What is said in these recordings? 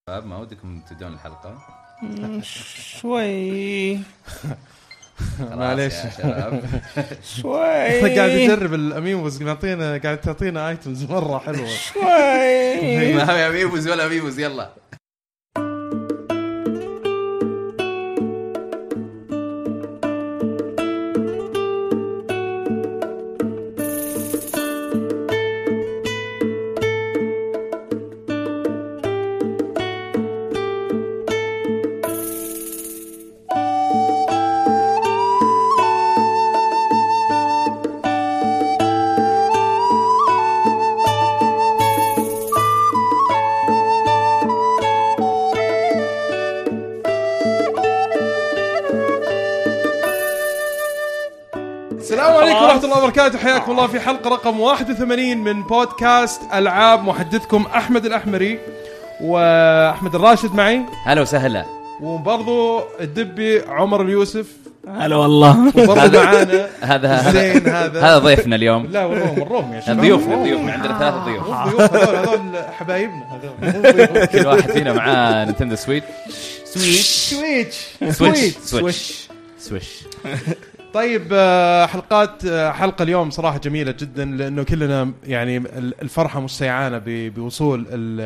ما ودكم تبدون الحلقة شوي معليش شوي قاعد يجرب الاميموز قاعد تعطينا ايتمز مرة حلوة شوي ما هي اميموز ولا اميموز. يلا ورحمة الله وبركاته. حياكم الله في حلقة رقم 81 من بودكاست ألعاب. محدثكم أحمد الأحمري وأحمد الراشد معي. هلا وسهلا. وبرضو الدبي عمر اليوسف. هلا والله. وبرضو معانا هذا ضيفنا اليوم. لا والله مرهم يا شباب. ضيوف عندنا 3 ضيوف. هذول حبايبنا هذول. كل واحد فينا معاه نينتندو سويتش. طيب حلقة اليوم صراحة جميلة جدا لأنه كلنا يعني الفرحة مستيعانة بوصول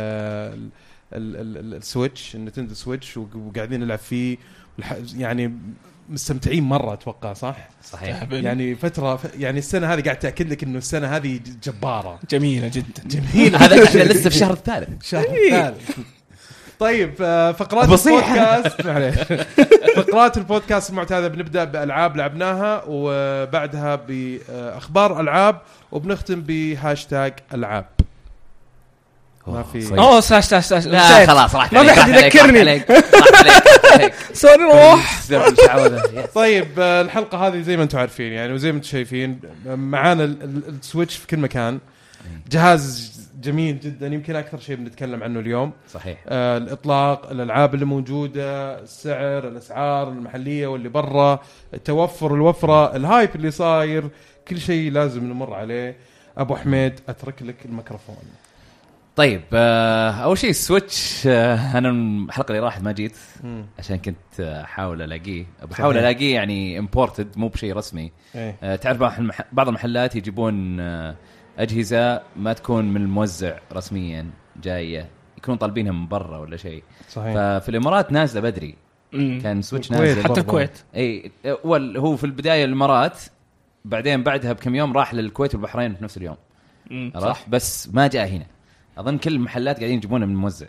السويتش النينتندو سويتش وقاعدين نلعب فيه يعني مستمتعين مرة أتوقع. صحيح. يعني فترة يعني السنة هذه قاعد تأكد لك إنه السنة هذه جبارة جميلة جدا جميلة. هذا احنا لسه في الشهر الثالث. طيب فقرات البودكاست فقرات البودكاست المعتادة بنبدأ بألعاب لعبناها وبعدها بأخبار ألعاب وبنختم بهاشتاج ألعاب. ما في سلاش لا خلاص راح ما حد يذكرني. سوري روح. طيب الحلقة هذه زي ما انتم عارفين يعني وزي ما انتم شايفين معانا السويتش في كل مكان. جهاز جميل جدا يمكن أكثر شيء بنتكلم عنه اليوم. صحيح. الإطلاق الألعاب اللي موجودة السعر الأسعار المحلية واللي برا التوفر الوفرة الهايب اللي صاير كل شيء لازم نمر عليه. أبو حميد أترك لك الميكروفون. طيب أول شيء السويتش أنا الحلقة اللي راحت ما جيت عشان كنت أحاول ألاقيه يعني imported مو بشيء رسمي. تعرف بعض المحلات يجيبون أجهزة ما تكون من الموزع رسميا جاية يكونوا طالبينها من برا ولا شيء. صحيح. ففي الإمارات نازلة بدري. كان سويتش نازل حتى الكويت. أي هو في البداية الإمارات بعدين بعدها بكم يوم راح للكويت والبحرين في نفس اليوم. صح. بس ما جاء هنا. أظن كل المحلات قاعدين يجيبونه من الموزع.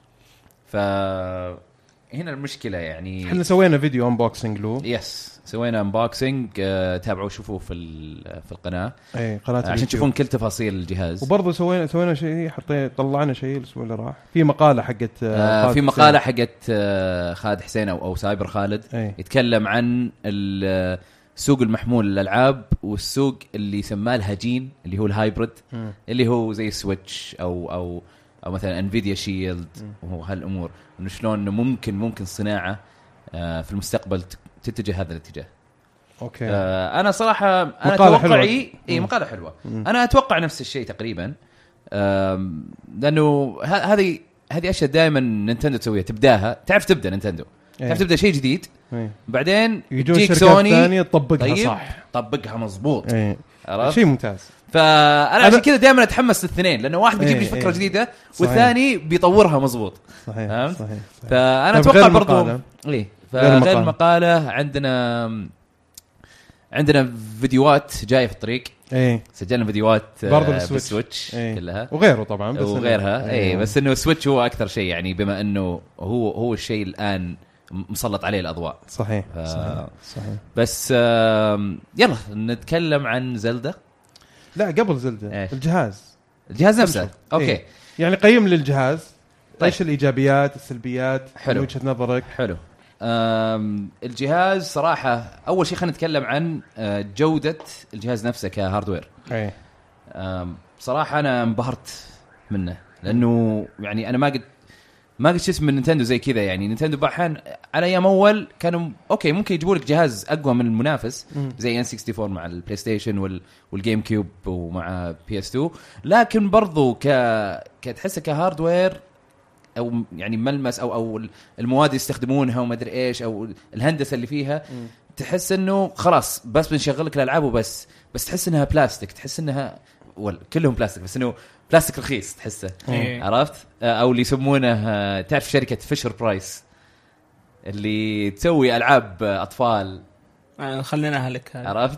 فهنا المشكلة يعني. احنا سوينا فيديو انبوكسنج له. سوينا انبوكسنج. تابعوا شوفوا في القناة. قناة عشان تشوفون كل تفاصيل الجهاز. وبرضه سوينا شيء طلعنا شيء الأسبوع اللي راح في مقالة حقت خالد حسين أو سايبر خالد. يتكلم عن السوق المحمول للألعاب والسوق اللي سماه الهجين اللي هو الهايبرد اللي هو زي سويتش أو مثلا انفيديا شيلد وهو هالأمور إنه شلون ممكن صناعة في المستقبل تتجه هذا الاتجاه. أوكي. أنا صراحة أنا توقعي مقالة حلوة. أنا أتوقع نفس الشيء تقريبا. لأنه هذه أشياء دائما نينتندو تسويها. تعرف تبدأ نينتندو تعرف تبدأ شيء جديد بعدين يجيك سوني ثانية تطبقها. طيب صح طبقها مظبوط. شيء ممتاز. فأنا عشان كذا دائما أتحمس للاثنين لأنه واحد بيجيب لي فكرة جديدة والثاني بيطورها مظبوط. صحيح. فأنا أتوقع برضو فغير المقالة عندنا فيديوهات جاية في الطريق. سجلنا فيديوهات بالسويتش كلها وغيره طبعا بس وغيرها. بس إنه السويتش هو أكثر شيء يعني بما إنه هو الشيء الآن مسلط عليه الأضواء. صحيح. بس يلا نتكلم عن زلدة. لا قبل زلدة الجهاز نفسه. أوكي. يعني قيم للجهاز. إيش الإيجابيات السلبيات من وجهة نظرك؟ حلو. الجهاز صراحة أول شيء خلينا نتكلم عن جودة الجهاز نفسه كهاردوير. صراحة أنا انبهرت منه لأنه يعني أنا ما قلت اسم من نينتندو زي كذا. يعني نينتندو بحان على أيام أول كانوا أوكي ممكن يجيبوا لك جهاز أقوى من المنافس زي N64 مع البلاي ستيشن والجيم كيوب ومع PS2 لكن برضو كتحسه كهاردوير او يعني ملمس او المواد اللي يستخدمونها وما ادري ايش او الهندسه اللي فيها تحس انه خلاص بس بنشغل لك الالعاب وبس تحس انها بلاستيك تحس انها كلهم بلاستيك بس انه بلاستيك رخيص تحسه عرفت او اللي يسمونه تعرف شركه فيشر برايس اللي تسوي العاب اطفال خليناها لك عرفت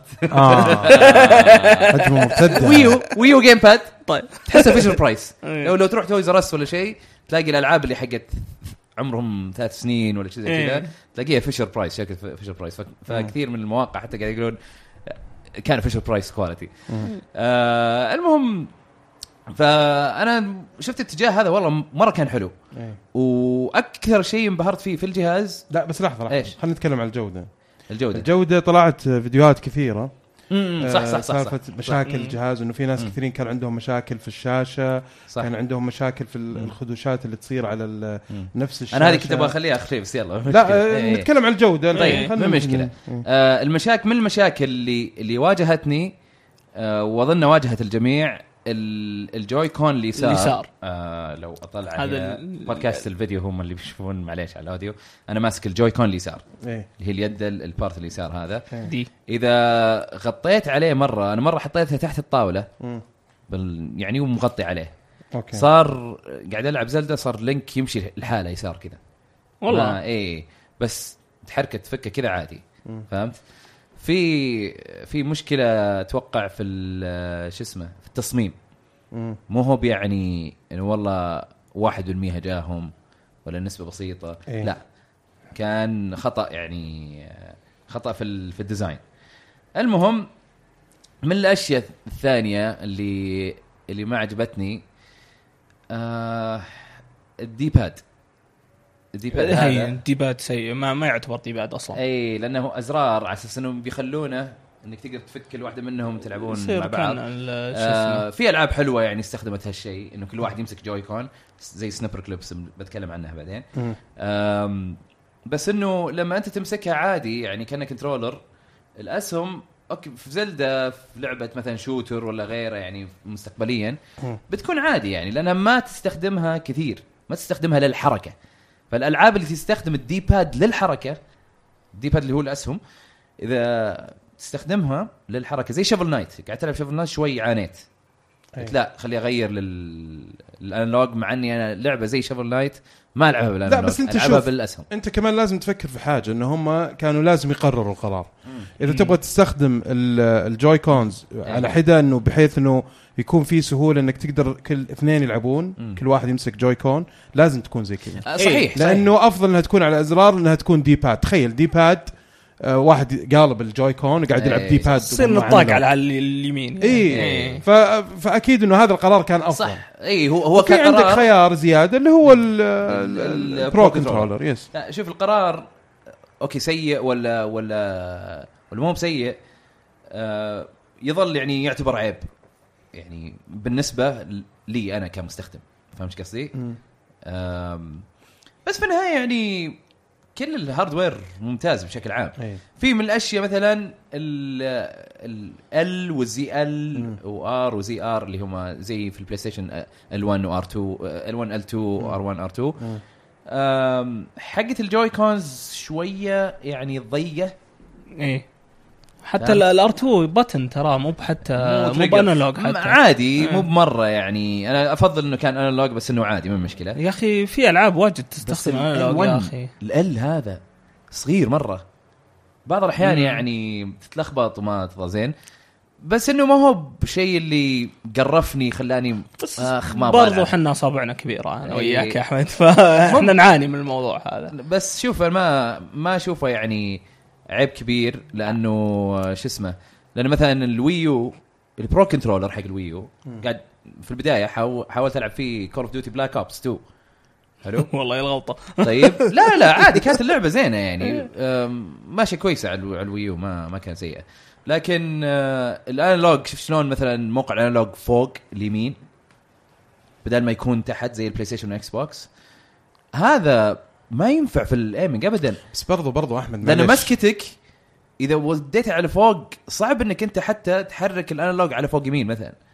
حجمه مبتدع ويو جيم باد طيب تحسها فيشر برايس لو تروح تويز رس ولا شيء تلاقي الالعاب اللي حقت عمرهم 3 سنين ولا شيء زي كذا تلاقيها فيشر برايس شركه فيشر برايس فكثير من المواقع حتى قاعد يقولون كان فيشر برايس كواليتي المهم فانا شفت الاتجاه هذا والله مره كان حلو واكثر شيء انبهرت فيه في الجهاز لا بس لحظه خلينا نتكلم عن الجوده طلعت فيديوهات كثيره صح مشاكل الجهاز انه في ناس كثيرين كان عندهم مشاكل في الشاشه كان عندهم مشاكل في الخدوشات اللي تصير على نفس الشاشه انا هذه كنت ابغى اخليها اخير بس يلا لا نتكلم عن الجوده طيب ما مشكله المشاكل من المشاكل اللي واجهتني واظن واجهت الجميع الجوي كون اليسار لو اطلع على بودكاست الفيديو هم اللي بيشوفون معليش على الاوديو انا ماسك الجوي كون اليسار اللي هي اليد البارت اليسار هذا دي اذا غطيت عليه مره حطيتها تحت الطاوله يعني ومغطي عليه صار قاعد العب زلدة صار لينك يمشي الحاله يسار كذا والله بس تحركه تفكه كذا عادي فهمت في مشكله اتوقع في شو اسمه في التصميم مو هو يعني انه والله 1% جاهم ولا نسبه بسيطه لا كان خطا يعني خطا في الديزاين. المهم من الاشياء الثانيه اللي ما عجبتني الديباد هي الديباد سيء ما يعتبر ديباد اصلا لانه ازرار على اساس انهم بيخلونه انك تقدر تفك الواحده منهم تلعبون مع بعض. في العاب حلوه يعني استخدمت هالشيء انه كل واحد يمسك جوي كون زي سنيبر كليبس بتكلم عنها بعدين. بس انه لما انت تمسكها عادي يعني كأنك كنترولر الاسهم اوكي في زلدة في لعبه مثلا شوتر ولا غيره يعني مستقبليا بتكون عادي يعني لانها ما تستخدمها كثير ما تستخدمها للحركه. فالالعاب اللي تستخدم الديباد للحركه الديباد اللي هو الاسهم اذا تستخدمها للحركه زي شيفل نايت قاعد تلعب شيفل نايت شوي عانيت قلت لا خلي اغير للانالوج مع اني انا لعبه زي شيفل نايت ما العبها بالانالوج لا بس انت شوف بالاسهم. انت كمان لازم تفكر في حاجه انه هم كانوا لازم يقرروا القرار اذا تبغى تستخدم الجوي كونز على حده انه بحيث انه يكون في سهوله انك تقدر كل اثنين يلعبون كل واحد يمسك جوي كون لازم تكون زي كذا صحيح لانه صحيح. افضل انها تكون على ازرار انها تكون دي باد. تخيل دي باد واحد قالب الجوي كون قاعد يلعب دي باد يصير نطاق على اليمين يعني. فاكيد انه هذا القرار كان افضل صح هو كان عندك خيار زياده اللي هو البرو كنترولر يس. لا شوف القرار اوكي سيء ولا مو بسيء يظل يعني يعتبر عيب يعني بالنسبه لي انا كمستخدم فهمت قصدي. بس في النهايه يعني كل الهاردوير ممتاز بشكل عام. في من الاشياء مثلا ال والزي ال وار وزي ار اللي هم زي في البلاي ستيشن ال1 وار 2 ال1 ال2 وار1 ار2 حقه الجوي كونز شويه يعني ضيقه حتى الار2 باتن ترى مو بحتى مو بانالوج حتى عادي مو بمره يعني انا افضل انه كان انالوج بس انه عادي ما مشكله يا اخي. في العاب واجد تستخدم انالوج يا اخي. ال هذا صغير مره بعض الاحيان يعني تتلخبط وما تضل زين بس انه ما هو بشيء اللي قرفني خلاني ما برضو حنا اصابعنا كبيره انا وياك يا احمد فاحنا نعاني من الموضوع هذا. بس شوف انا ما اشوفه يعني عيب كبير لانه شو اسمه لانه مثلا الويو البرو كنترولر حق الويو قاعد في البدايه حاولت العب فيه كول اوف ديوتي بلاك اوبس 2 حلو والله الغلطه طيب لا عادي كانت اللعبه زينه يعني ماشي كويسه على الويو ما كان سيئه. لكن الانالوج شوف شلون مثلا موقع الانالوج فوق اليمين بدل ما يكون تحت زي البلاي ستيشن والاكس بوكس هذا ما ينفع في الايمنج ابدا. بس برضو احمد لانه مسكتك اذا وديتها على فوق صعب انك انت حتى تحرك الانالوج على فوق يمين مثلا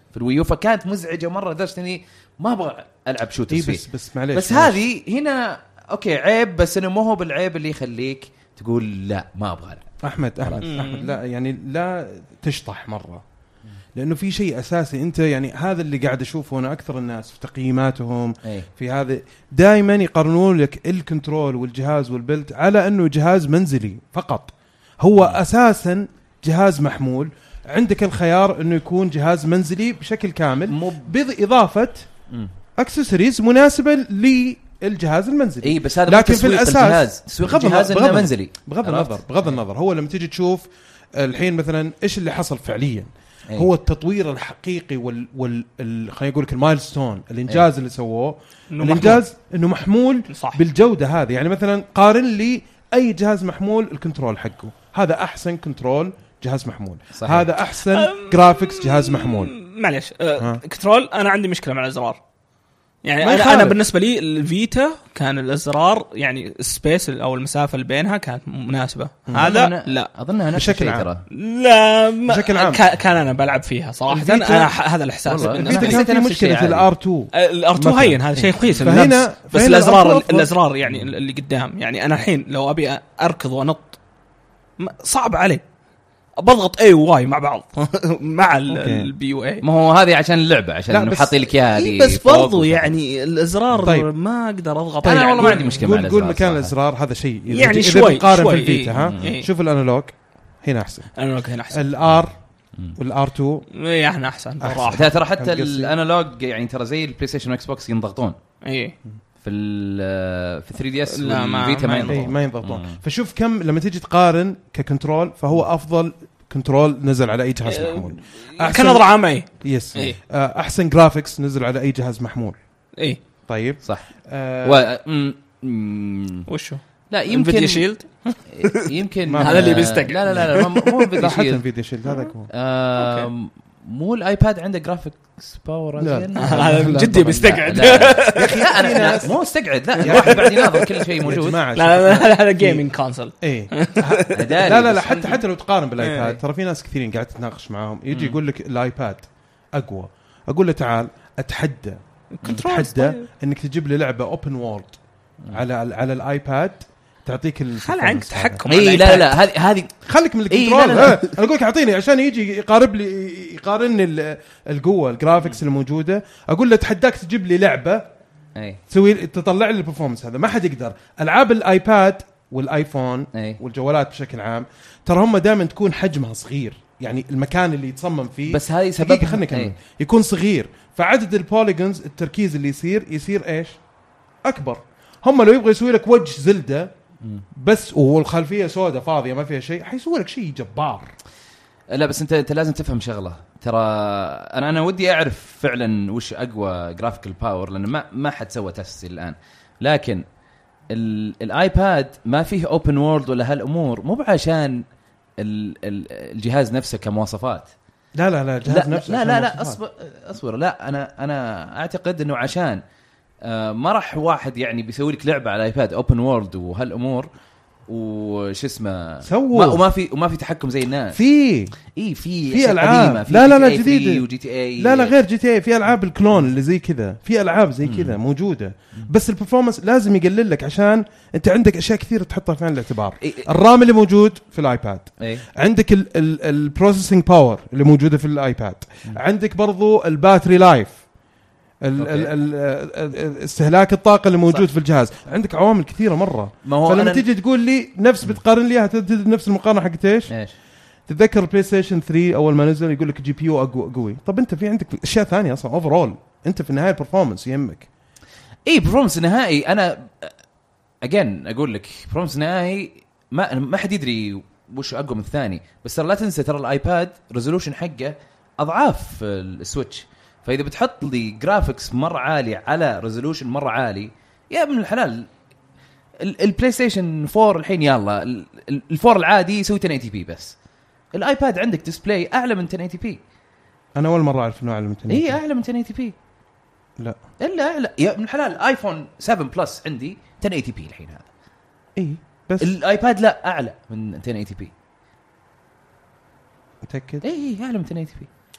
في الويو، فكانت مزعجه مره لدرجه اني ما ابغى العب شوترز فيه. بس معليش، بس هذه هنا اوكي عيب، بس انه مو هو بالعيب اللي يخليك تقول لا ما ابغى العب. احمد لا يعني لا تشطح مره، لانه في شيء اساسي. انت يعني هذا اللي قاعد اشوفه انا اكثر الناس في تقييماتهم في هذا دائما يقارنون لك الكنترول والجهاز والبلت على انه جهاز منزلي فقط. هو اساسا جهاز محمول، عندك الخيار انه يكون جهاز منزلي بشكل كامل باضافه اكسسوارز مناسبه للجهاز المنزلي. بس هذا لكن في الاساس تسويق الجهاز انه منزلي. بغض النظر هو لما تيجي تشوف الحين مثلا ايش اللي حصل فعليا، هو التطوير الحقيقي خلينا نقول لك المايلستون، الانجاز اللي سووه، الانجاز انه محمول صح. بالجوده هذه. يعني مثلا قارن لي اي جهاز محمول الكنترول حقه، هذا احسن كنترول جهاز محمول، صحيح. هذا احسن جرافيكس جهاز محمول. معليش كنترول انا عندي مشكله مع الازرار. يعني أنا بالنسبة لي الفيتا كان الأزرار يعني السبيس أو المسافة اللي بينها كانت مناسبة. هذا لا أظنها بشكل عام. لا بشكل عام كان أنا بلعب فيها صراحة. أنا هذا الإحساس. الفيتا كان في مشكلة الR2 هين هذا شيء كويس. بس الأزرار يعني اللي قدام، يعني أنا الحين لو أبي أركض ونط صعب علي، بضغط اي واي مع بعض مع البي يو اي. ما هو هذه عشان اللعبه، عشان حاطين لك اياها هذه. بس برضو يعني الازرار طيب. ما اقدر اضغط. انا والله ما عندي مشكله مع الازرار. قول مكان الازرار هذا شيء يعني شوي قارن في الفيتا. شوف الانالوج هنا احسن، الار والR2 احنا احسن صراحه. ترى حتى الانالوج يعني ترى زي البلاي ستيشن واكس بوكس ينضغطون. في 3DS والفيتا ما ينضغطون. فشوف كم لما تيجي تقارن ككنترول، فهو افضل كنترول نزل على اي جهاز محمول. كان نظرة عامة يس. احسن جرافيكس نزل على اي جهاز محمول. طيب صح. وشو لا يمكن فيديو شيلد يمكن هذا اللي بيستقعد. لا مو فيديو شيلد. فيديو شيلد هذا مو الايباد عنده جرافيكس باور زين. هذا جدي بيستقعد يا اخي. لا انا مو استقعد، لا واحد بعد يناظر كل شيء موجود. لا هذا جيمنج كونسول. لا حتى لو تقارن بالايباد ترى في ناس كثيرين قاعد تتناقش معاهم، يجي يقول لك الايباد اقوى. اقول له تعال اتحدى انك تجيب لي لعبه اوبن وورلد على الايباد تعطيك خل عنك تحكم. لا هذه خليك من الكنترول. انا اقول لك اعطيني عشان يجي يقارن القوه الجرافيكس الموجوده. اقول له اتحداك تجيب لي لعبه تسوي تطلع لي البرفورمانس هذا. ما حد يقدر. العاب الايباد والايفون والجوالات بشكل عام ترى هم دائما تكون حجمها صغير، يعني المكان اللي يتصمم فيه بس هذه سبب خلينا يكون صغير، فعدد البوليجونز التركيز اللي يصير ايش اكبر. هم لو يبغوا يسوي لك وجه زلدة بس والخلفيه سوداء فاضيه ما فيها شيء، حيسوي لك شيء جبار. لا بس انت لازم تفهم شغله. ترى انا ودي اعرف فعلا وش اقوى جرافيكال باور، لان ما حد سوى تست الان. لكن الايباد ما فيه اوبن وورلد ولا هالامور، مو عشان الجهاز نفسه كمواصفات. لا الجهاز نفسه لا اصبر. لا انا اعتقد انه عشان ما راح واحد يعني بيسوي لك لعبه على الايباد اوبن وورلد وهالامور وش اسمه وما في تحكم زي الناس. في العاب لا جديده وجي تي اي. لا غير جي تي اي، في العاب الكلون اللي زي كذا، في العاب زي كذا موجوده. بس البرفورمانس لازم يقلل لك عشان انت عندك اشياء كثير تحطها في عين الاعتبار. الرام اللي موجود في الايباد، عندك البروسيسنج باور اللي موجوده في الايباد، عندك برضو الباتري لايف، استهلاك الطاقة اللي موجود صح. في الجهاز عندك عوامل كثيرة مرة. فلما تيجي تقول لي نفس بتقارن لي نفس المقارنة حقت ايش؟ تتذكر البلاي ستيشن 3 أول ما نزل يقول لك جي بي يو قوي. طب أنت في عندك أشياء ثانية أصلا أوفرول. أنت في النهاية البرفورمانس يهمك. برفورمانس نهائي. أنا أقول لك برفورمانس نهائي ما حد يدري وش أقوى من الثاني. بس ترى لا تنسى ترى الآيباد ريزولوشن حقه أضعاف السويتش. فإذا بتحط لي جرافيكس مرة عالي على ريزولوشن مرة عالي يا ابن الحلال، البلاي ستيشن 4 الحين يلا الفور العادي يسوي 1080p، بس الايباد عندك ديسبلاي أعلى من 1080p. أنا أول مرة أعرف إنه أعلى من 1080p. أعلى من 1080p. لا إلا أعلى يا ابن الحلال. آيفون 7 بلس عندي 1080p الحين هذا. بس الآيباد لا أعلى من 1080p. متأكد؟ أعلى من 1080p.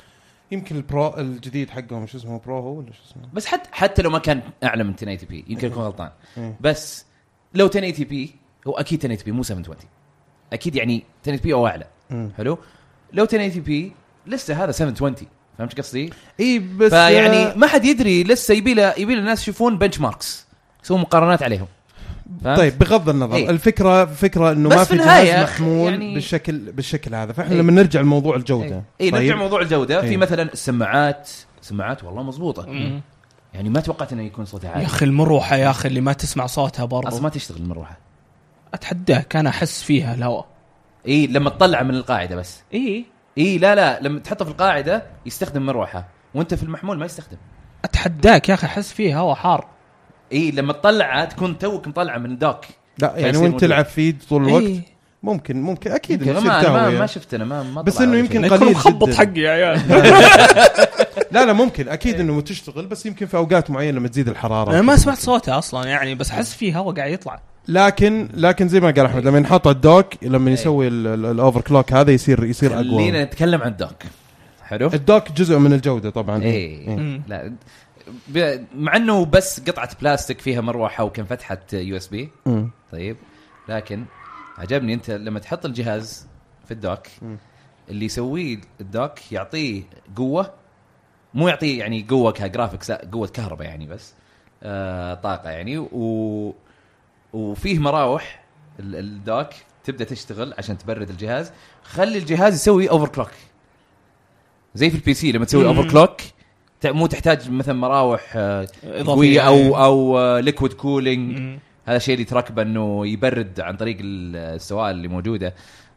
يمكن البرو الجديد حقهم شو اسمه برو هو ولا شو اسمه. بس حتى لو ما كان اعلى من 1080p يمكن يكون غلطان. بس لو 1080p هو اكيد 1080p مو 720 اكيد يعني 1080p او اعلى. حلو لو 1080p لسه هذا 720 فهمت قصدي؟ اي بس يعني ما حد يدري لسه يبي له الناس يشوفون بنش ماركس يسوون مقارنات عليهم. طيب بغض النظر إيه؟ فكرة انه ما في جهاز محمول يعني بالشكل هذا. فاحنا لما نرجع لموضوع الجودة طيب. نرجع موضوع الجودة في مثلا السماعات والله مضبوطة يعني ما توقعت انه يكون صوتها عالي. يا اخي المروحة يا اخي اللي ما تسمع صوتها برضه اصلا ما تشتغل المروحة. اتحداه كان احس فيها الهواء لما تطلع من القاعدة بس لا لما تحطه في القاعدة يستخدم مروحة وانت في المحمول ما يستخدم. اتحداك يا اخي احس فيه هواء حار. لما تطلعها تكون توك مطلعه من الدوك. لا يعني وانت تلعب فيه طول الوقت ممكن اكيد ما شفت انا ما بس انه يمكن قليل مخبط حقي يا عيال. لا ممكن اكيد انه تشتغل بس يمكن في اوقات معينه لما تزيد الحراره. انا ما سمعت صوتها اصلا يعني بس احس فيه هواء قاعد يطلع. لكن زي ما قال احمد لما ينحط الدوك لما يسوي الاوفر كلوك هذا يصير اقوى. خلينا نتكلم عن الدوك. حلو الدوك جزء من الجوده طبعا. لا مع انه بس قطعه بلاستيك فيها مروحه وكان فتحه USB. طيب لكن عجبني انت لما تحط الجهاز في الدوك اللي يسويه الدوك يعطيه قوه مو يعطيه يعني قوه كجرافيكس قوه كهرباء يعني بس طاقه يعني وفيه مراوح الدوك تبدا تشتغل عشان تبرد الجهاز. خلي الجهاز يسوي اوفر كلوك زي في البي سي لما تسوي اوفر كلوك مو تحتاج مثلا مراوح قويه او ليكويد كولينج. هذا الشيء اللي تركبه انه يبرد عن طريق السوائل اللي موجوده.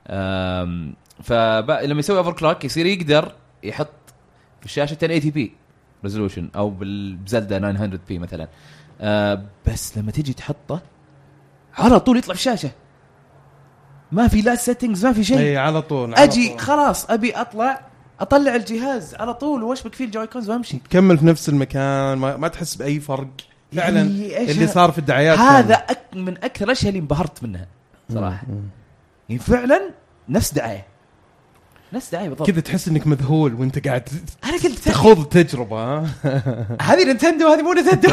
فلما يسوي اوفر كلوك يصير يقدر يحط في الشاشه 1080p ريزولوشن او بزلدا 900p مثلا. بس لما تيجي تحطه على طول يطلع في الشاشه ما في لا سيتنجز ما في شيء. على طول اجي خلاص ابي اطلع الجهاز على طول واشبك فيه الجويكونز وامشي كمل في نفس المكان ما تحس باي فرق فعلا. اللي صار في الدعايات هذا من اكثر الاشياء اللي انبهرت منها صراحه. يعني فعلا نفس دعايه بالضبط كذا تحس انك مذهول وانت قاعد انا قلت تخوض تجربه. هذه نينتندو هذه مو نينتندو.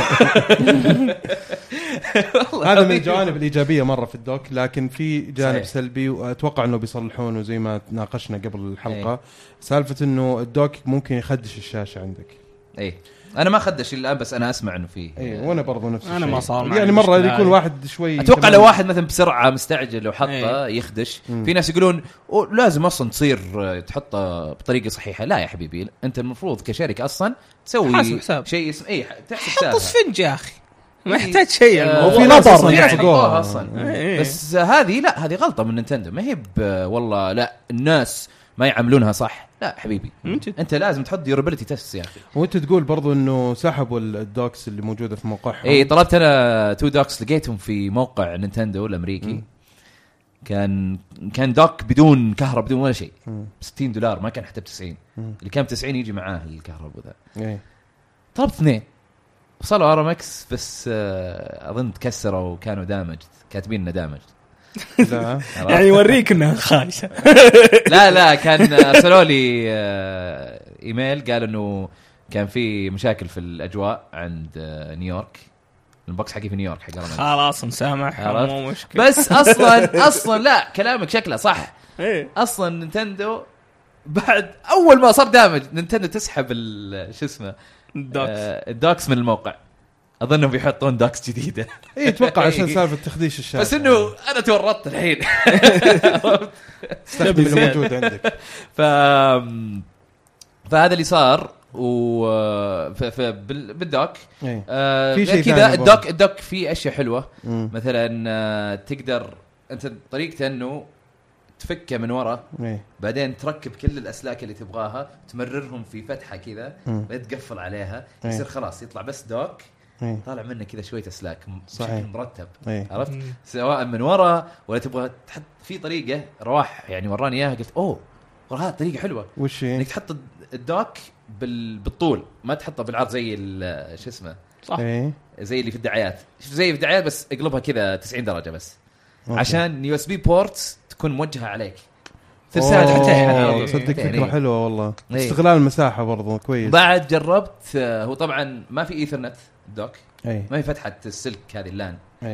هذا من الجوانب الايجابيه مره في الدوك. لكن في جانب سلبي واتوقع انه بيصلحونه زي ما ناقشنا قبل الحلقه. سالفه انه الدوك ممكن يخدش الشاشه عندك. انا ما خدش الان بس انا اسمع انه فيه. وانا برضو نفس الشيء. انا ما صار يعني مره يكون واحد شوي اتوقع لو واحد مثلا بسرعه مستعجل لو حطه يخدش. في ناس يقولون لازم اصلا تصير تحطه بطريقه صحيحه. لا يا حبيبي انت المفروض كشركه اصلا تسوي شيء اسمه تحسب حط اسفنج يا اخي ما يحتاج شيء. في نظر يحطوها اصلا. بس هذه غلطه من نينتندو ما هي والله لا الناس ما يعملونها صح. لا حبيبي انت لازم تحط ديورابيلتي تيست يا اخي. وانت تقول برضو انه سحبوا الدوكس اللي موجوده في موقعهم. طلبت انا 2 دوكس لقيتهم في موقع نينتندو الامريكي. كان دوك بدون كهرباء بدون ولا شيء $60 ما كان حتى ب90. اللي كان ب90 يجي معاه الكهرباء ذا. طلبت 2 وصلوا ارامكس بس اظن تكسروا وكانوا دامج كاتبين انه دامج. لا يعني يوريك انها خايسه. لا كان ارسلوا لي ايميل قال انه كان في مشاكل في الاجواء عند نيويورك. البوكس حقي في نيويورك حق خلاص مسامح مو مشكله. بس اصلا لا كلامك شكله صح. اصلا نينتندو بعد اول ما صار دامج نينتندو تسحب شو اسمه الدوكس من الموقع. اظنهم بيحطون دوكس جديده. اتوقع عشان سالفه تخديش الشاشه. بس انه انا تورطت الحين. استخدم اللي موجود عندك. فهذا اللي صار بالدوك. في شيء كذا الدوك فيه اشياء حلوه. مثلا تقدر انت طريقته انه تفكه من ورا بعدين تركب كل الاسلاك اللي تبغاها تمررهم في فتحه كذا بعدين تقفل عليها يصير خلاص يطلع بس دوك طالع منه كذا شويه اسلاك بشكل مرتب. عرفت سواء من ورا ولا تبغى تحط في طريقه رواح يعني وراني اياها قلت والله هذه طريقه حلوه. وش انك تحط الدوك بالطول ما تحطه بالعرض زي شو اسمه صح زي اللي في الدعايات زي في الدعايات بس اقلبها كذا 90 درجه بس عشان USB بورتس تكون موجهه عليك. ترسات صدق فكرة حلوة والله. استغلال المساحة برضو كويس. بعد جربت هو طبعا ما في ايثرنت دوك، ما في فتحة السلك هذه اللان.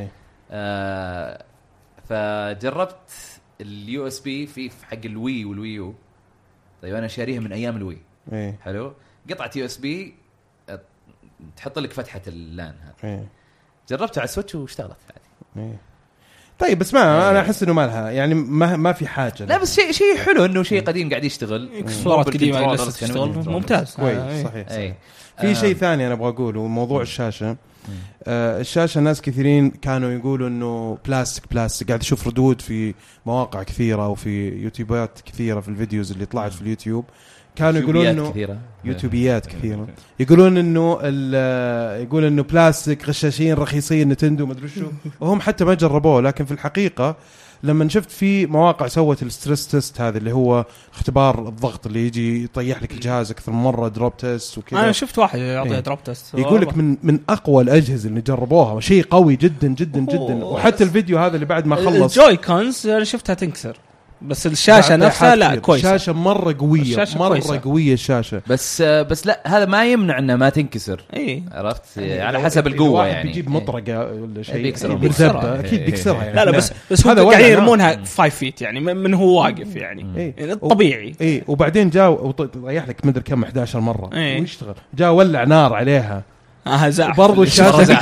فجربت اليو اس بي في حق الوي والويو. طيب انا شاريها من ايام الوي. حلو. قطعة يو اس بي تحط لك فتحة اللان هذه. جربتها على السويتش واشتغلت عادي. طيب بس ما انا احس انه ما لها يعني ما في حاجه. لا بس شيء حلو انه شيء قديم قاعد يشتغل. اكسبلورات قديمه لسه تشتغل ممتاز. كويس صحيح. في شيء ثاني انا ابغى اقوله موضوع الشاشه. الشاشه ناس كثيرين كانوا يقولوا انه بلاستيك. قاعد اشوف ردود في مواقع كثيره وفي يوتيوبات كثيره في الفيديوز اللي طلعت في اليوتيوب كانوا يقولون انه يوتيوبيات كثيره يقولون انه بلاستيك غشاشين رخيصين نتندو ما ادري شو وهم حتى ما جربوه. لكن في الحقيقه لما شفت في مواقع سوت الستريس تيست هذا اللي هو اختبار الضغط اللي يجي يطيح لك الجهاز اكثر من مره دروب تيست وكذا. انا شفت واحد يعطيه دروب تيست يقول لك من اقوى الاجهزه اللي جربوها شيء قوي جدا جدا جدا. وحتى الفيديو هذا اللي بعد ما خلص الجوي كونز انا شفتها تنكسر بس الشاشه نفسها لا كويس. الشاشه مره قويه مره قويه الشاشه بس لا هذا ما يمنع انها ما تنكسر. عرفت على حسب القوه يعني بيجيب مطرقه ولا شيء بيكسرها اكيد بيكسرها يعني. لا بس هذا قاعدين يرمونها 5 فيت يعني من هو واقف يعني طبيعي. وبعدين جاء وطيح لك مدري كم 11 مره ويشتغل. جاء ولع نار عليها برضو الشاشه.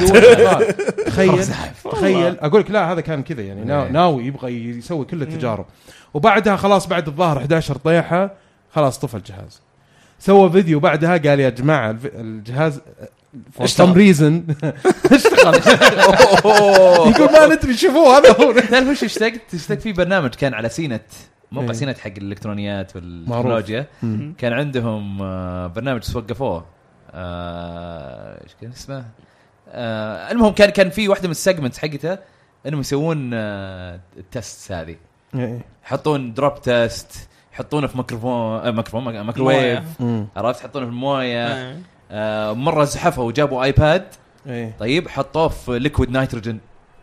تخيل اقول لك لا هذا كان كذا يعني ناوي يبغى يسوي كل التجارب. وبعدها خلاص بعد الظهر 11 طيحه خلاص طفى الجهاز. سوى فيديو بعدها قال يا جماعه الجهاز for some reason اشتغل. يقول ما ندري شوفوه هذا هو. تعرف وش اشتقت في برنامج كان على سينت موقع سينت حق الالكترونيات والتكنولوجيا. كان عندهم برنامج وقفوه ايش كان اسمه المهم كان في واحده من السيجمنتس حقتها انهم يسوون التست هذه. يحطون دروب تيست يحطونه في مايكروويف عرفت يحطونه في المويه. مره زحفوا وجابوا ايباد طيب حطوه في ليكويد نيتروجين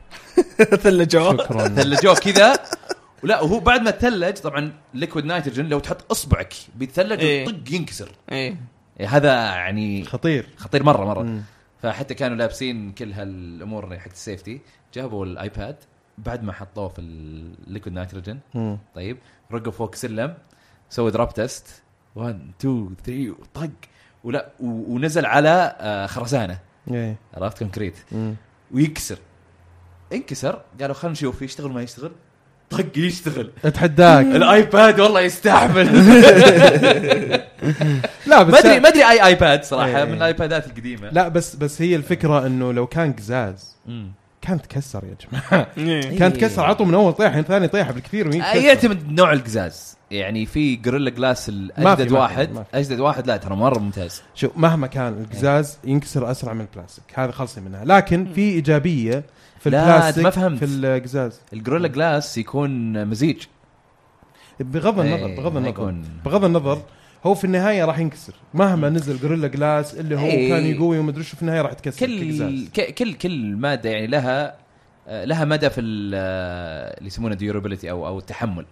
ثلجوه كذا. ولا وهو بعد ما تثلج طبعا ليكويد نيتروجين لو تحط اصبعك بيتثلج وطق ينكسر. هذا يعني خطير مرة. فحتى كانوا لابسين كل هالامور حق السيفتي. جابوا الايباد بعد ما حطوه في الليكويد نيتروجين طيب رقوا فوق سلم سووا دروب تيست 1 2 3 طق ولا ونزل على خرسانه عرفت كونكريت ويكسر انكسر. قالوا خلينا نشوف يشتغل ما يشتغل. طق يشتغل. اتحداك الايباد والله يستحمل. لا بس ما ادري اي ايباد صراحه من الايبادات القديمه. لا بس هي الفكره انه لو كان قزاز كانت تكسر يا جماعه. كانت تكسر عطوا من اول طيحه ثاني طيحه بالكثير وينكسر. يعتمد نوع القزاز يعني في جوريلا جلاس الاجدد واحد لا ترى مره ممتاز. شو مهما كان القزاز ينكسر اسرع من البلاستيك هذا خلصي منها. لكن في ايجابيه في البلاستيك في القزاز. الجوريلا جلاس يكون مزيج بغض النظر هو في النهايه راح ينكسر مهما نزل جوريلا جلاس اللي هو كان يقوي وما ادري شو في النهايه راح يتكسر. كل ماده يعني لها مدى في اللي يسمونه ديورابيلتي او التحمل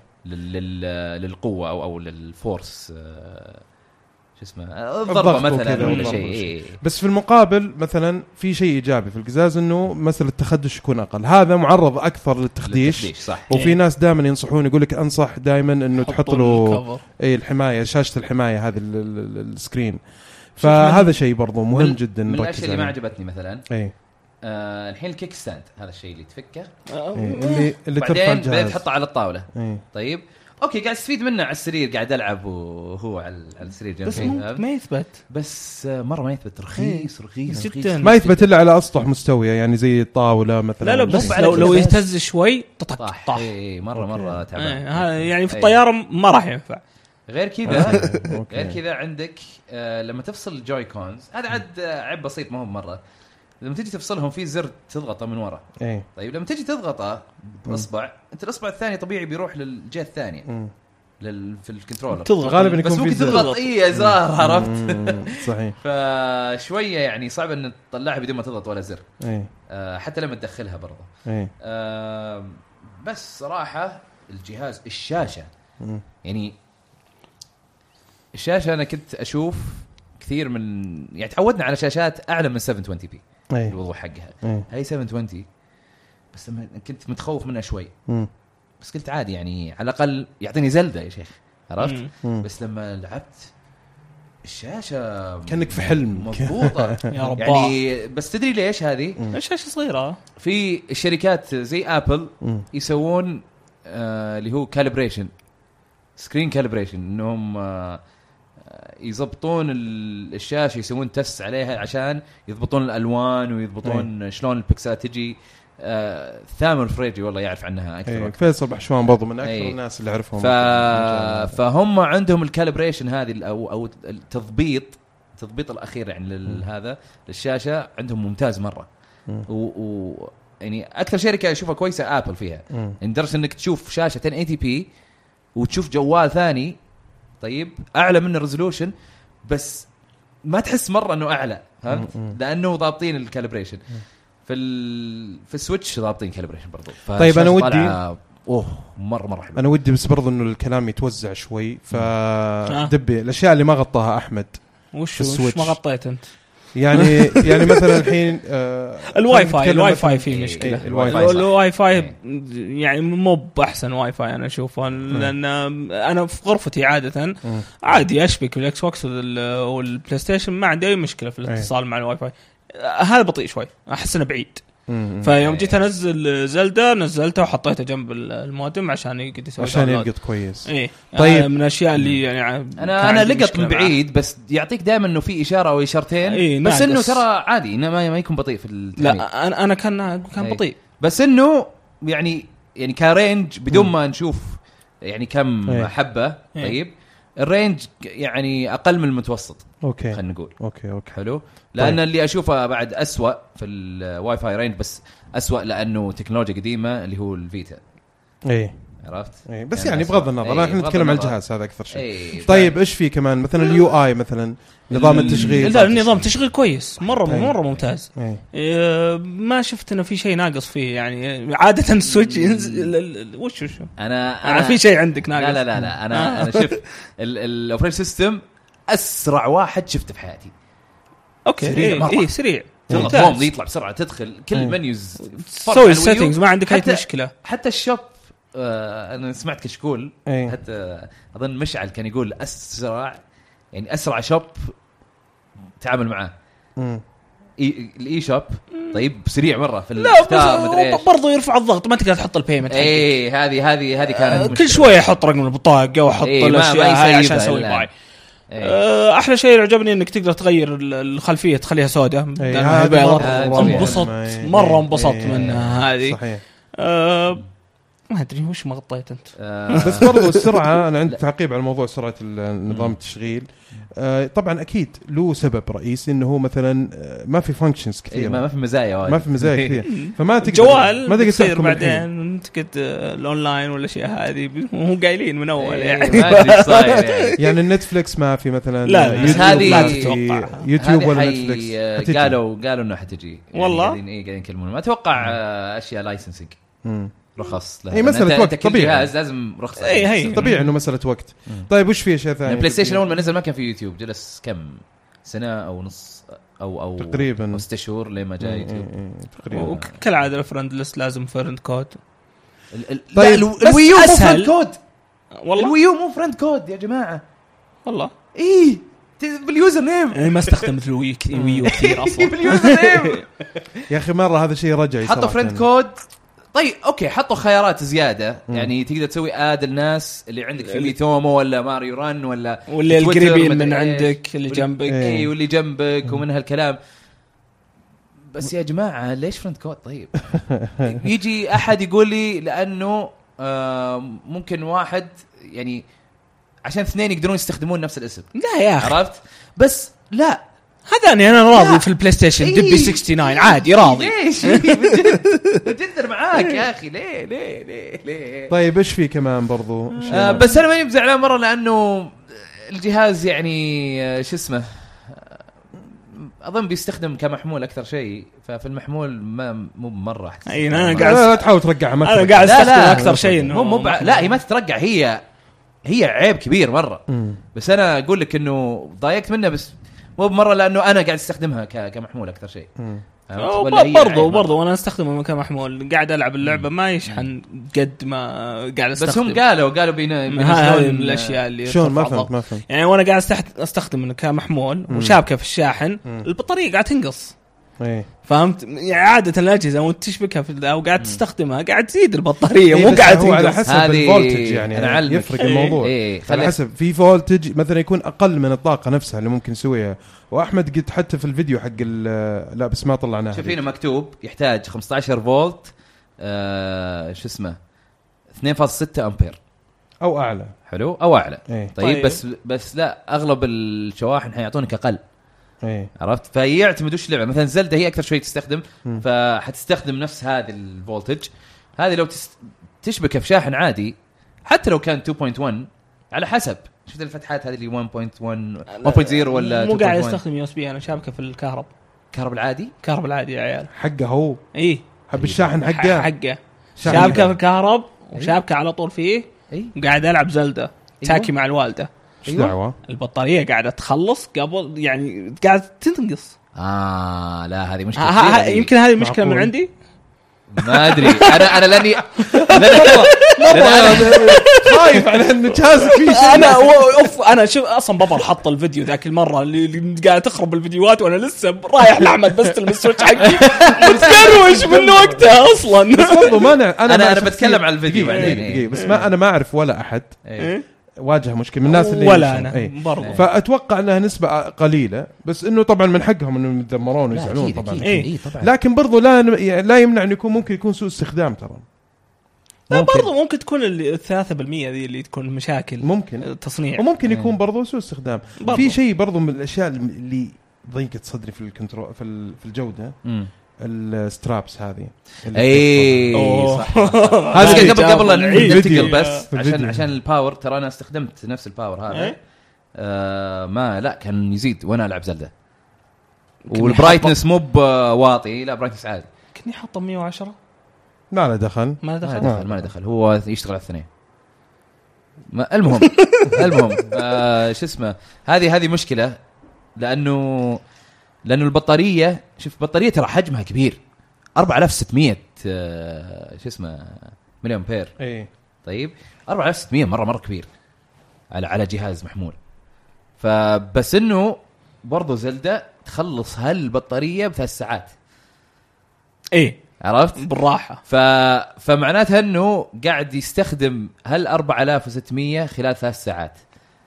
للقوه او للفورس شو اسمه الضربه مثلا ولا شيء. بس في المقابل مثلا في شيء ايجابي في القزاز انه مثلا التخدش يكون اقل. هذا معرض اكثر للتخديش صح. وفي ناس دائما ينصحون يقول لك انصح دائما انه تحط له الحمايه شاشه الحمايه هذه السكرين. فهذا شيء برضو مهم جدا. من الاشياء اللي ما عجبتني مثلا الحين الكيك ستاند هذا الشيء اللي تفكه اللي ترفع الجهاز تحطه على الطاوله طيب اوكي قاعد استفيد منه على السرير قاعد العب وهو على السرير جنبي. بس ما يثبت بس مره ما يثبت رخيص جدا. ما يثبت الا على اسطح مستويه يعني زي الطاوله مثلا. لا بس لو يهتز شوي طاح مره تعبان. يعني في الطياره ما راح ينفع. غير كذا عندك لما تفصل الجوي كونز هذا عاد عيب بسيط ما هو مره. لما تيجي تفصلهم في زر تضغطه من ورا طيب لما تيجي تضغطه باصبع انت الاصبع الثاني طبيعي بيروح للجهه الثانيه في الكنترولر غالبا بس ممكن تضغط ازرار عرفت صحيح. فشويه يعني صعب ان تطلعها بدون ما تضغط ولا زر حتى لما تدخلها برضه بس صراحه الجهاز الشاشه يعني الشاشه انا كنت اشوف كثير من يعني تعودنا على شاشات اعلى من 720 بي الوضوح حقها. هاي 720 بس لما كنت متخوف منها شوي بس قلت عادي يعني على الاقل يعطيني زلدة يا شيخ عرفت. بس لما لعبت الشاشه كأنك في حلم مضبوطه يا رب يعني. بس تدري ليش هذه الشاشه صغيره؟ في الشركات زي ابل يسوون اللي هو كاليبريشن سكرين كاليبريشن انهم يضبطون الشاشه يسوون تست عليها عشان يضبطون الالوان ويضبطون شلون البكسلات تجي. ثامر فريجي والله يعرف عنها اكثر. فيصل بحشوان برضو من اكثر الناس اللي اعرفهم. فهم عندهم الكاليبريشن هذه او التضبيط الاخير يعني هذا للشاشه عندهم ممتاز مره. يعني اكثر شركه اشوفها كويسه ابل فيها لدرجه انك تشوف شاشه 1080 بي وتشوف جوال ثاني طيب اعلى من الريزولوشن بس ما تحس مره انه اعلى فهمت لانه ضابطين الكاليبريشن. في السويتش ضابطين كاليبريشن برضو. طيب انا ودي مره حلو. انا ودي بس برضو انه الكلام يتوزع شوي فدبي الاشياء اللي ما غطاها احمد. وش ما غطيت انت يعني مثلا الحين الواي فاي فيه مشكله. الواي فاي يعني مو باحسن واي فاي انا اشوفه لان انا في غرفتي عادي اشبك بالاكس بوكس والبلاي ستيشن ما عندي اي مشكله في الاتصال مع الواي فاي. هذا بطيء شوي احس انه بعيد. فيوم جيت انزل زلدة نزلته وحطيته جنب المودم عشان يلقط كويس. طيب من الاشياء اللي يعني انا لقط من بعيد بس يعطيك دائما انه في اشاره او اشارتين بس انه ترى عادي انه ما يكون بطيء في التعميد. لا انا كان بطيء بس انه يعني كارينج بدون ما نشوف يعني كم حبه. طيب الرينج يعني اقل من المتوسط. اوكي خلينا نقول اوكي حلو. لان اللي اشوفه بعد اسوأ في الواي فاي رينج بس اسوأ لانه تكنولوجيا قديمه اللي هو الفيتا. عرفت بس يعني بغض النظر احنا نتكلم عن الجهاز هذا اكثر شيء. طيب ايش في كمان مثلا اليو اي مثلا نظام التشغيل؟ لا النظام التشغيل كويس مره ممتاز. ما شفت انه في شيء ناقص فيه يعني. عاده السويتش وش انا في شيء عندك ناقص؟ لا انا شفت الاوبريشن سيستم اسرع واحد شفته في حياتي. اوكي سريع تضغط يطلع بسرعه تدخل كل المنيوز تسوي السيتنجز ما عندك اي مشكله. حتى الشوب انا سمعت كشكول حتى اظن مشعل كان يقول اسرع شوب تعامل معاه الاي شوب. طيب سريع مره في الاختيار مدري ايش برضه يرفع الضغط ما تقدر تحط البيمنت. هذه كانت كل شويه احط رقم البطاقه واحط الاشياء هاي عشان اسوي باي. احلى شيء عجبني انك تقدر تغير الخلفيه تخليها سوداء انبسطت مره منها هذه. صحيح. ما ادري وش ما غطيت انت. بس برضو السرعه انا عندي تعقيب على موضوع سرعه النظام التشغيل. طبعا اكيد له سبب رئيسي انه هو مثلا ما في فانكشنز كثير ما في مزايا كثير فما تقدر جوال ما تقدر تصير بعدين تقدر الاونلاين ولا شيء هذه مو قايلين من اول يعني ما ادري صاير يعني النتفليكس ما في مثلا لا يوتيوب ولا نتفليكس قالوا انه حتجي والله قاعدين يكلمون ما اتوقع اشياء لايسنسنج رخص. هي مسألة وقت طبيعي لازم رخص طبيعي انه مسألة وقت. طيب وش في اشياء ثانيه؟ البلاي ستيشن اول ما نزل ما كان في يوتيوب جلس كم سنة او نص او تقريبا 6 شهور لما جاء يوتيوب تقريبا. كالعاده الفرند ليست لازم فرند كود. طيب الويو مو فرند كود والله. الويو مو فرند كود يا جماعه والله. باليوزر نيم ما استخدمت الويو كثير اصلا باليوزر نيم يا اخي مره هذا شيء رجعي حطوا فرند كود. طيب اوكي حطوا خيارات زياده يعني تقدر تسوي اد الناس اللي عندك في ميتومو ولا ماريو ران ولا القريبين من عندك اللي جنبك واللي جنبك ومن هالكلام. بس يا جماعه ليش فرند كود؟ طيب يجي احد يقول لي لانه ممكن واحد يعني عشان اثنين يقدرون يستخدمون نفس الاسم. لا يا اخي عرفت بس لا هذا أنا راضي في البلاي ستيشن دبي 69 عادي راضي. ليش بجدر معاك يا أخي ليه. طيب إيش في كمان برضو بس أنا ماني بزعلان مرة لأنه الجهاز يعني شو اسمه أظن بيستخدم كمحمول أكثر شيء. ففي المحمول ما مو مرة أنا قاعد لا تحاول ترجعها. أنا قاعد أستخدم أكثر شيء لا هي ما تترجع. هي هي عيب كبير مره. بس انا اقول لك انه ضايقت منه، بس مو بمره لانه انا قاعد استخدمها كمحمول اكثر شيء. برضو وانا استخدمه كمحمول قاعد العب اللعبه ما يشحن قد ما قاعد استخدم. بس هم قالوا هذه من الاشياء اللي شلون ما فهمت يعني وانا قاعد استخدمه كمحمول وشابكه في الشاحن البطاريه قاعد تنقص. فهمت يعني عاده الاجهزه وانت تشبكها في او قاعد تستخدمها قاعد تزيد البطاريه مو قاعد تنقص. على حسب الفولتج يعني يفرق الموضوع. على حسب في فولتج مثلا يكون اقل من الطاقه نفسها اللي ممكن نسويها. واحمد قلت حتى في الفيديو حق لا بس ما طلعناه. شوف هنا مكتوب يحتاج 15 فولت شو اسمه 2.6 امبير او اعلى. حلو او اعلى. طيب بس لا اغلب الشواحن حيعطونك اقل. عرفت؟ فيعتمد وش اللعبه. مثلا زلدة هي اكثر شوي تستخدم فحتستخدم نفس هذه الفولتج. هذه لو تشبكها في شاحن عادي حتى لو كان 2.1 على حسب. شفت الفتحات هذه اللي 1.1 1.0 ولا مو قاعد استخدم يو اس بي. انا شابكه في الكهرب العادي يا عيال حقه هو حب الشاحن حقه شابكه في الكهرب وشابكه على طول فيه. وقاعد العب زلدة تاكي مع الوالده. دعوة البطاريه قاعده تخلص قبل يعني قاعده تنقص. لا هذه مشكله. يمكن هذه مشكله من عندي ما ادري. انا لاني خايف على ان جهازك فيه شيء. انا شوف اصلا بابا حط الفيديو ذاك المره اللي قاعد تخرب الفيديوهات وانا لسه رايح لاحمد بس المسويتش حقي متكروش من وقتها اصلا. بس برضو ما انا بتكلم على الفيديو بعدين. بس ما انا ما اعرف ولا احد واجه مشكله من الناس اللي ولا انا برضو. فاتوقع انها نسبه قليله بس انه طبعا من حقهم انهم يتذمرون ويزعلون طبعا. طبعا. لكن برضو لا يمنع انه يكون ممكن يكون سوء استخدام ترى. برضو ممكن تكون 3% ذي اللي تكون مشاكل ممكن تصنيع وممكن يكون برضو سوء استخدام. في شيء برضو من الاشياء اللي ضيقت صدري في الكنترول في الجوده السترابس هذه. صح. هذا قبل ننتقل بس عشان الباور. ترى انا استخدمت نفس الباور هذا ما لا كان يزيد وانا العب زلدة والبرايتنس مو بواطي. لا برايتنس عادي. كني حاطه 110. ما له دخل. ما له دخل. هو يشتغل على الاثنين. المهم شو اسمه هذه مشكله لانه البطاريه. شوف البطاريه ترى حجمها كبير 4600 شو اسمه ملي امبير. طيب 4600 مره كبير على جهاز محمول. فبس انه برضو زلدة تخلص هالبطاريه ب3 ساعات. عرفت بالراحه. فمعناتها انه قاعد يستخدم 4600 خلال 3 ساعات.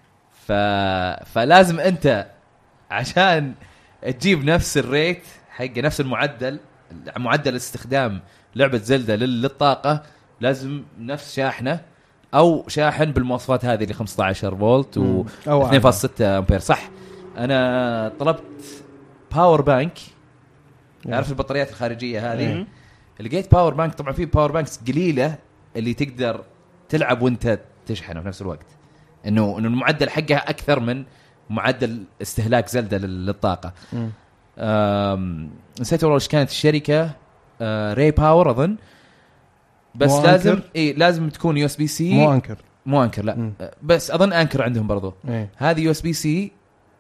فلازم انت عشان تجيب نفس الريت حق نفس معدل استخدام لعبة زلدة للطاقة لازم نفس شاحنة أو شاحن بالمواصفات هذه اللي 15 فولت و 2.6 أمبير. صح. أنا طلبت باور بانك. عارف البطاريات الخارجية هذه. لقيت باور بانك. طبعا في باور بانكس قليلة اللي تقدر تلعب وانت تشحنه في نفس الوقت. إنه المعدل حقها أكثر من معدل استهلاك زلدة للطاقة. نسيت والله ايش كانت الشركة. ري باور أظن. بس لازم تكون يو اس بي سي. مو أنكر لا. بس أظن أنكر عندهم برضو. هذه يو اس بي سي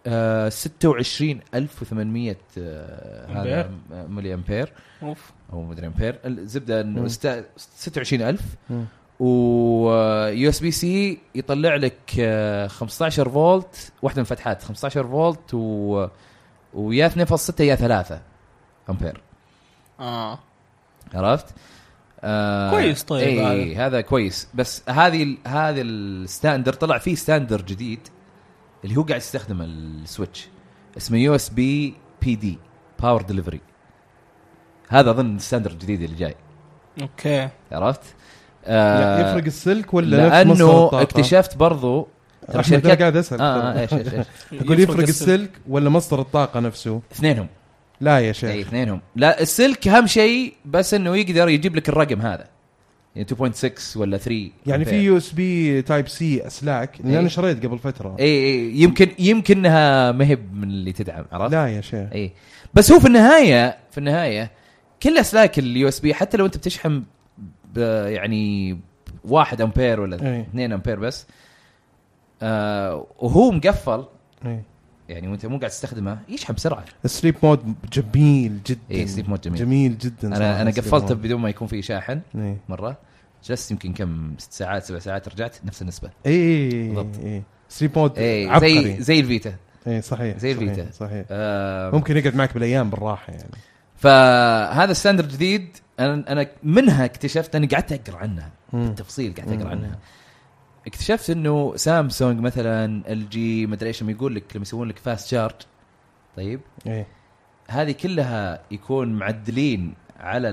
26800 هذا ملي أمبير أو مدري أمبير. الزبدة إنه 26000 ويو اس بي سي يطلع لك 15 فولت واحدة من فتحات 15 فولت ويا 2.6 يا 3 أمبير. عرفت؟ كويس. طيب هذا كويس. بس هذه الستاندر طلع فيه ستاندر جديد اللي هو قاعد يستخدم السويتش اسمه يو اس بي بي دي باور ديليفري. هذا أظن الستاندر الجديد اللي جاي. أوكي. عرفت؟ يفرق السلك ولا لأنه اكتشفت برضو ترى شركات قاعد أسأل ايش يقول يفرق السلك ولا مصدر الطاقة نفسه؟ اثنينهم. لا يا شيخ اثنينهم. لا السلك أهم شيء بس إنه يقدر يجيب لك الرقم هذا يعني 2.6 ولا 3 يعني في يو اس بي تايب سي أسلاك اللي أنا شريت قبل فترة. يمكنها مهب من اللي تدعم. عرفت؟ لا يا شيخ. بس هو في النهاية كل أسلاك اليو اس بي حتى لو أنت بتشحن يعني 1 أمبير ولا 2 أمبير بس وهو مقفل إيه. يعني وانت مو قاعد تستخدمه يشحن بسرعه. السليب مود جميل جدا. اي سليب مود جميل جدا. انا قفلته بدون ما يكون في شاحن. إيه. مره جلست يمكن كم 6 ساعات 7 ساعات رجعت نفس النسبه. اي سليب مود عبقري زي الفيتا. اي صحيح زي الفيتا صحيح. ممكن يقعد معك بالايام بالراحه يعني. فهذا ستاندرد جديد انا منها اكتشفت اني قعدت اقرا عنها بالتفصيل. قعدت اقرا عنها اكتشفت انه سامسونج مثلا LG مدري ايش يقول لك لما يسوون لك فاست شارج. طيب إيه؟ هذه كلها يكون معدلين على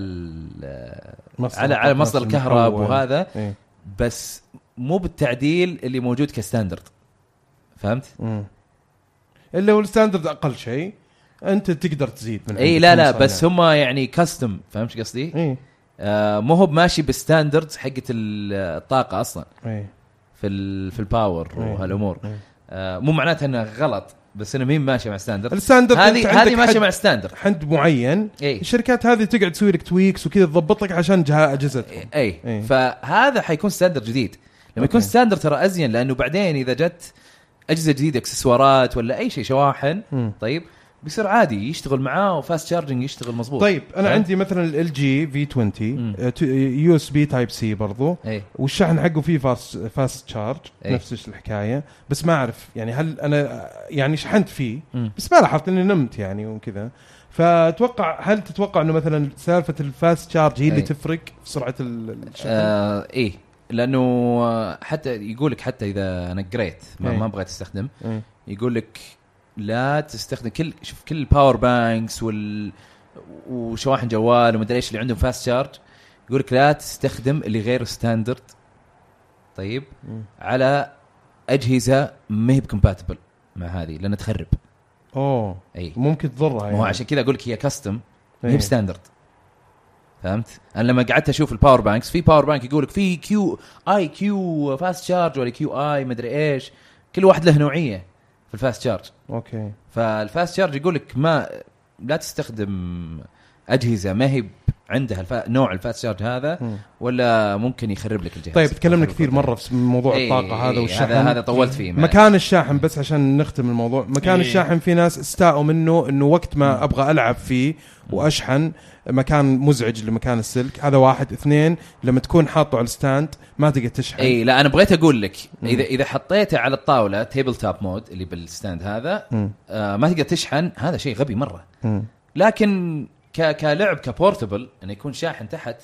على مصدر الكهرباء وهذا. إيه؟ بس مو بالتعديل اللي موجود كستاندرد. فهمت؟ اللي هو الستاندرد اقل شيء انت تقدر تزيد من اي لا بس هم يعني كاستم. فهمت قصدي؟ إيه؟ مو هو ماشي بالستاندردز حقه الطاقه اصلا. إيه؟ في الباور وهالامور. مو معناته انه غلط بس انه مين ماشي مع ستاندرد. الستاندرد هذه ماشيه مع ستاندرد حد معين. أي. الشركات هذه تقعد تسوي لك تويكس وكذا تضبط لك عشان اجهزتهم. اي فهذا حيكون ستاندرد جديد لما يكون ستاندرد ترى ازين لانه بعدين اذا جت اجهزه جديده اكسسوارات ولا اي شيء شواحن طيب بيصير عادي يشتغل معاه وفاست شارجنج يشتغل مظبوط. طيب انا عندي مثلا ال LG V20 USB Type C برضو. والشحن حقه فيه فاست شارج نفس الحكايه بس ما اعرف يعني هل انا يعني شحنت فيه بس ما لاحظت اني نمت يعني وكذا. هل تتوقع انه مثلا سالفه الفاست شارج هي اللي تفرق في سرعه الشحن؟ لانه حتى يقولك حتى اذا انا قريت ما بغيت استخدم يقولك لا تستخدم كل الباور بانكس وشواحن جوال ومدري ايش اللي عندهم فاست شارج. يقولك لا تستخدم اللي غير ستاندرد. طيب على اجهزه ما هي كومباتبل مع هذه لانها تخرب. ممكن تضرها يعني. هو عشان كذا اقولك هي كاستم ما هي بستاندرد. فهمت؟ انا لما قعدت اشوف الباور بانكس في باور بانك يقولك في كيو فاست شارج ولا QI مدري ايش كل واحد له نوعيه في الفاست شارج. اوكي فالفاست شارج يقولك لا تستخدم اجهزه ما هي عندها نوع الفاست شارج هذا ولا ممكن يخرب لك الجهاز. طيب تكلمنا كثير مره في موضوع الطاقه هذا والشحن. هذا طولت فيه. مكان الشاحن بس عشان نختم الموضوع. مكان الشاحن في ناس استاءوا منه انه وقت ما ابغى العب فيه واشحن مكان مزعج لمكان السلك. هذا 1. 2 لما تكون حاطه على الستاند ما تقدر تشحن. لا انا بغيت اقول لك اذا حطيته على الطاوله تيبل توب مود اللي بالستاند هذا ما تقدر تشحن. هذا شيء غبي مره. لكن كلعب كبورتبل انه يكون شاحن تحت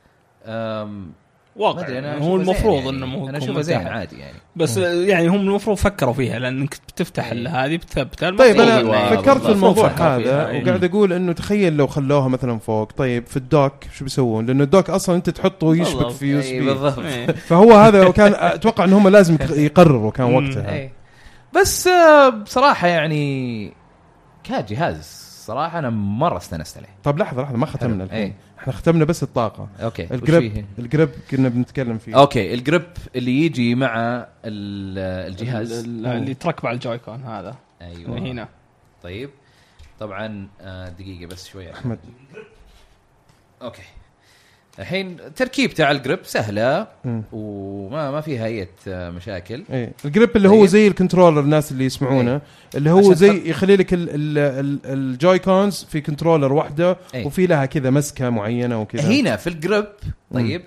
واقع هو المفروض يعني انه انا اشوفه زين عادي يعني. بس يعني هم المفروض فكروا فيها لانك بتفتح هذه بتثبتها. طيب انا فكرت في الموضوع هذا وقاعد اقول انه تخيل لو خلوها مثلا فوق. طيب في الدوك شو بيسوون؟ لانه الدوك اصلا انت تحطه يشبك في USB بالضبط. فهو هذا كان اتوقع ان هم لازم يقرروا كان وقتها. بس بصراحه يعني كجهاز صراحه انا مره استانست عليه. طب لحظه ما ختمنا الحين. احنا ختمنا بس الطاقه. اوكي الجريب كنا بنتكلم فيه. اوكي الجريب اللي يجي مع الجهاز اللي تركب على الجويكون هذا. ايوه هنا. طيب طبعا دقيقه بس شويه احمد. اوكي الحين تركيبته على الجريب سهله وما فيها اي مشاكل. الجريب اللي هو زي الكنترولر الناس اللي يسمعونه اللي هو زي يخلي لك الجويكونز في كنترولر واحده وفي لها كذا مسكه معينه وكذا هنا في الجريب. طيب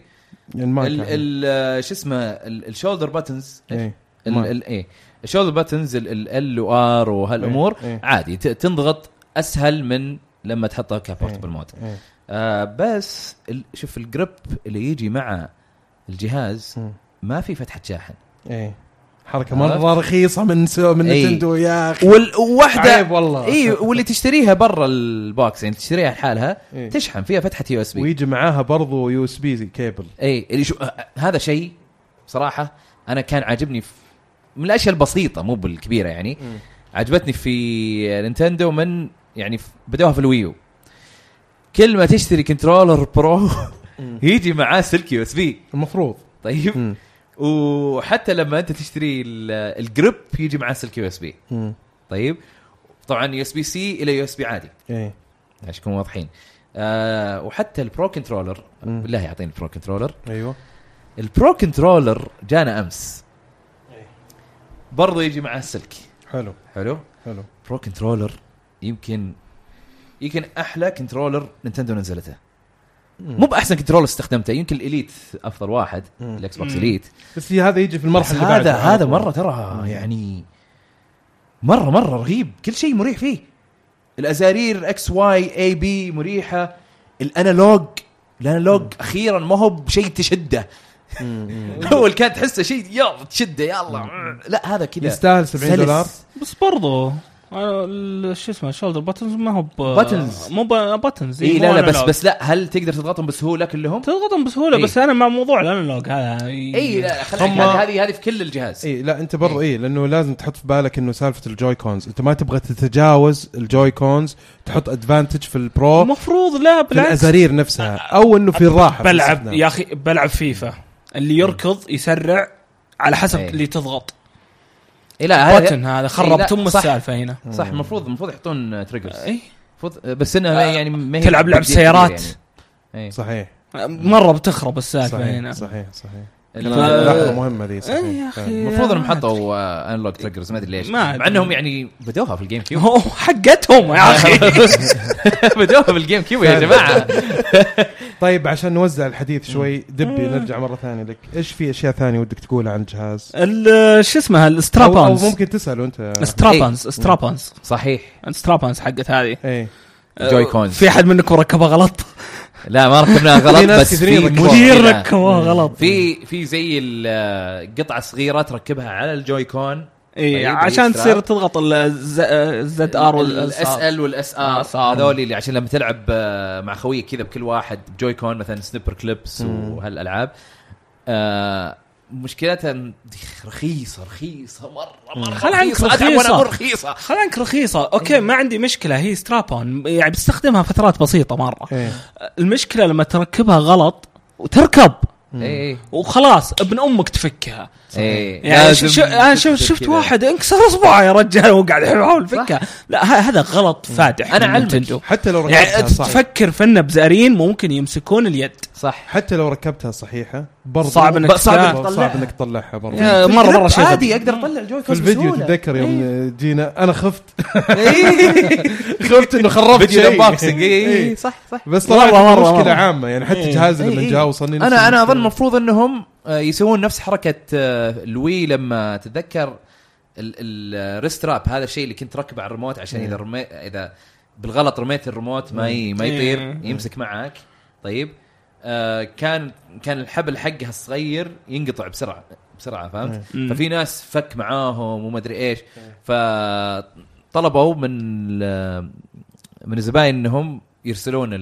شو اسمه الشولدر باتنز. الشولدر باتنز ال وR وهالامور عادي تنضغط اسهل من لما تحطها كبورتبل مود. بس شوف الجريب اللي يجي مع الجهاز ما في فتحة شاحن. حركة مرة رخيصة من نينتندو يا أخي. والواحدة واللي تشتريها برا البوكس يعني تشتريها لحالها تشحن فيها فتحة USB ويجي معاها برضو USB كيبل. اللي هذا شيء صراحة أنا كان عاجبني من الأشياء البسيطة مو بالكبيرة يعني. عجبتني في نينتندو من يعني بدوها في الويو. كل ما تشتري كنترولر برو يجي معاه سلك USB المفروض. طيب وحتى لما انت تشتري الجريب يجي معاه سلك USB. طيب طبعا USB-C الى USB عادي عشان نكون واضحين. وحتى البرو كنترولر بالله يعطيني البرو كنترولر. ايوه البرو كنترولر جانا امس برضو يجي معه السلك. حلو برو كنترولر يمكن احلى كنترولر نينتندو نزلته. مو باحسن كنترولر استخدمته، يمكن الاليت افضل واحد، الاكس بوكس اليت، بس هذا يجي في المرحله اللي بعدها. هذا مره ترى يعني مره رهيب، كل شيء مريح فيه. الازارير اكس واي اي بي مريحه. الانالوج اخيرا ما هو بشيء تشده. اول كانت تحسه شيء يلا تشده يلا، لا هذا كذا يستاهل $70. بس برضو شو اسمه شولدر باتنز ما هو باتنز، مو باتنز. اي لا بس لا، هل تقدر تضغطهم بسهوله كلهم؟ تضغطهم بسهوله بس انا مع موضوع الانالوج هذا لا هذه في كل الجهاز. لا انت برضو لانه لازم تحط في بالك انه سالفه الجوي كونز انت ما تبغى تتجاوز الجوي كونز، تحط ادفانتج في البرو المفروض لا بالعكس في الازارير نفسها، او انه في الراحه. بلعب يا اخي بلعب فيفا اللي يركض يسرع على حسب اللي تضغط. لا باتن هذا خرب تم السالفه هنا. صح المفروض يحطون تريجرز. بس انها يعني ما تلعب لعب سيارات يعني. صحيح مره بتخرب السالفه هنا. صحيح لحظه مهمه ذي. صحيح المفروض انهم حطوا انلوك تريجرز، ما ادري ليش، مع انهم يعني بدوها في الجيم كيوب. حقتهم يا اخي. بدوها في الجيم كيوب يا جماعه. طيب عشان نوزع الحديث شوي دبي نرجع مرة ثانية لك، إيش في أشياء ثانية ودك تقولها عن الجهاز؟ شو اسمها السترابانز، أو ممكن تسأله أنت. سترابانز صحيح، سترابانز حقت هذه. جوي كونز. في أحد منكم ركبها غلط؟ لا ما ركبناها غلط، بس في مشكلة ركبوها غلط. في زي القطعة صغيرة تركبها على الجوي كون. عشان تصير تضغط الزد ار والاس ال والاس ار هذول اللي عشان لما تلعب مع خويك كذا بكل واحد بجوي كون مثلا سنيبر كليبس وهالالعاب. مشكلتها رخيصه مره خلانك رخيصه. اوكي ما عندي مشكله، هي سترابون يعني بستخدمها فترات بسيطه مره. المشكله لما تركبها غلط وتركب وخلاص ابن امك تفكها. يعني انا شفت واحد انكسر اصبعه يا رجال وقاعد يحاول يفكها. لا هذا غلط فادح. انا علمت حتى لو ركبتها يعني صح، تفكر فينا بزارين ممكن يمسكون اليد صح. حتى لو ركبتها صحيحه برضه صعب انك تطلعها برضه. مره شيء عادي اقدر اطلع الجوي في الفيديو. تتذكر يوم جينا انا خفت انه خربت شيء بوكسنج. صح بس طلعت مشكله عامه يعني. حتى جهاز لما جاء وصلني انا اظن المفروض انهم يسوون نفس حركه الوي لما تتذكر الريستراب، هذا الشيء اللي كنت ركبه على الريموت عشان اذا بالغلط رميت الريموت ما يطير يمسك معك. طيب كان الحبل حقها الصغير ينقطع بسرعه فهمت. ففي ناس فك معاهم وما ادري ايش، فطلبوا من الزباين انهم يرسلون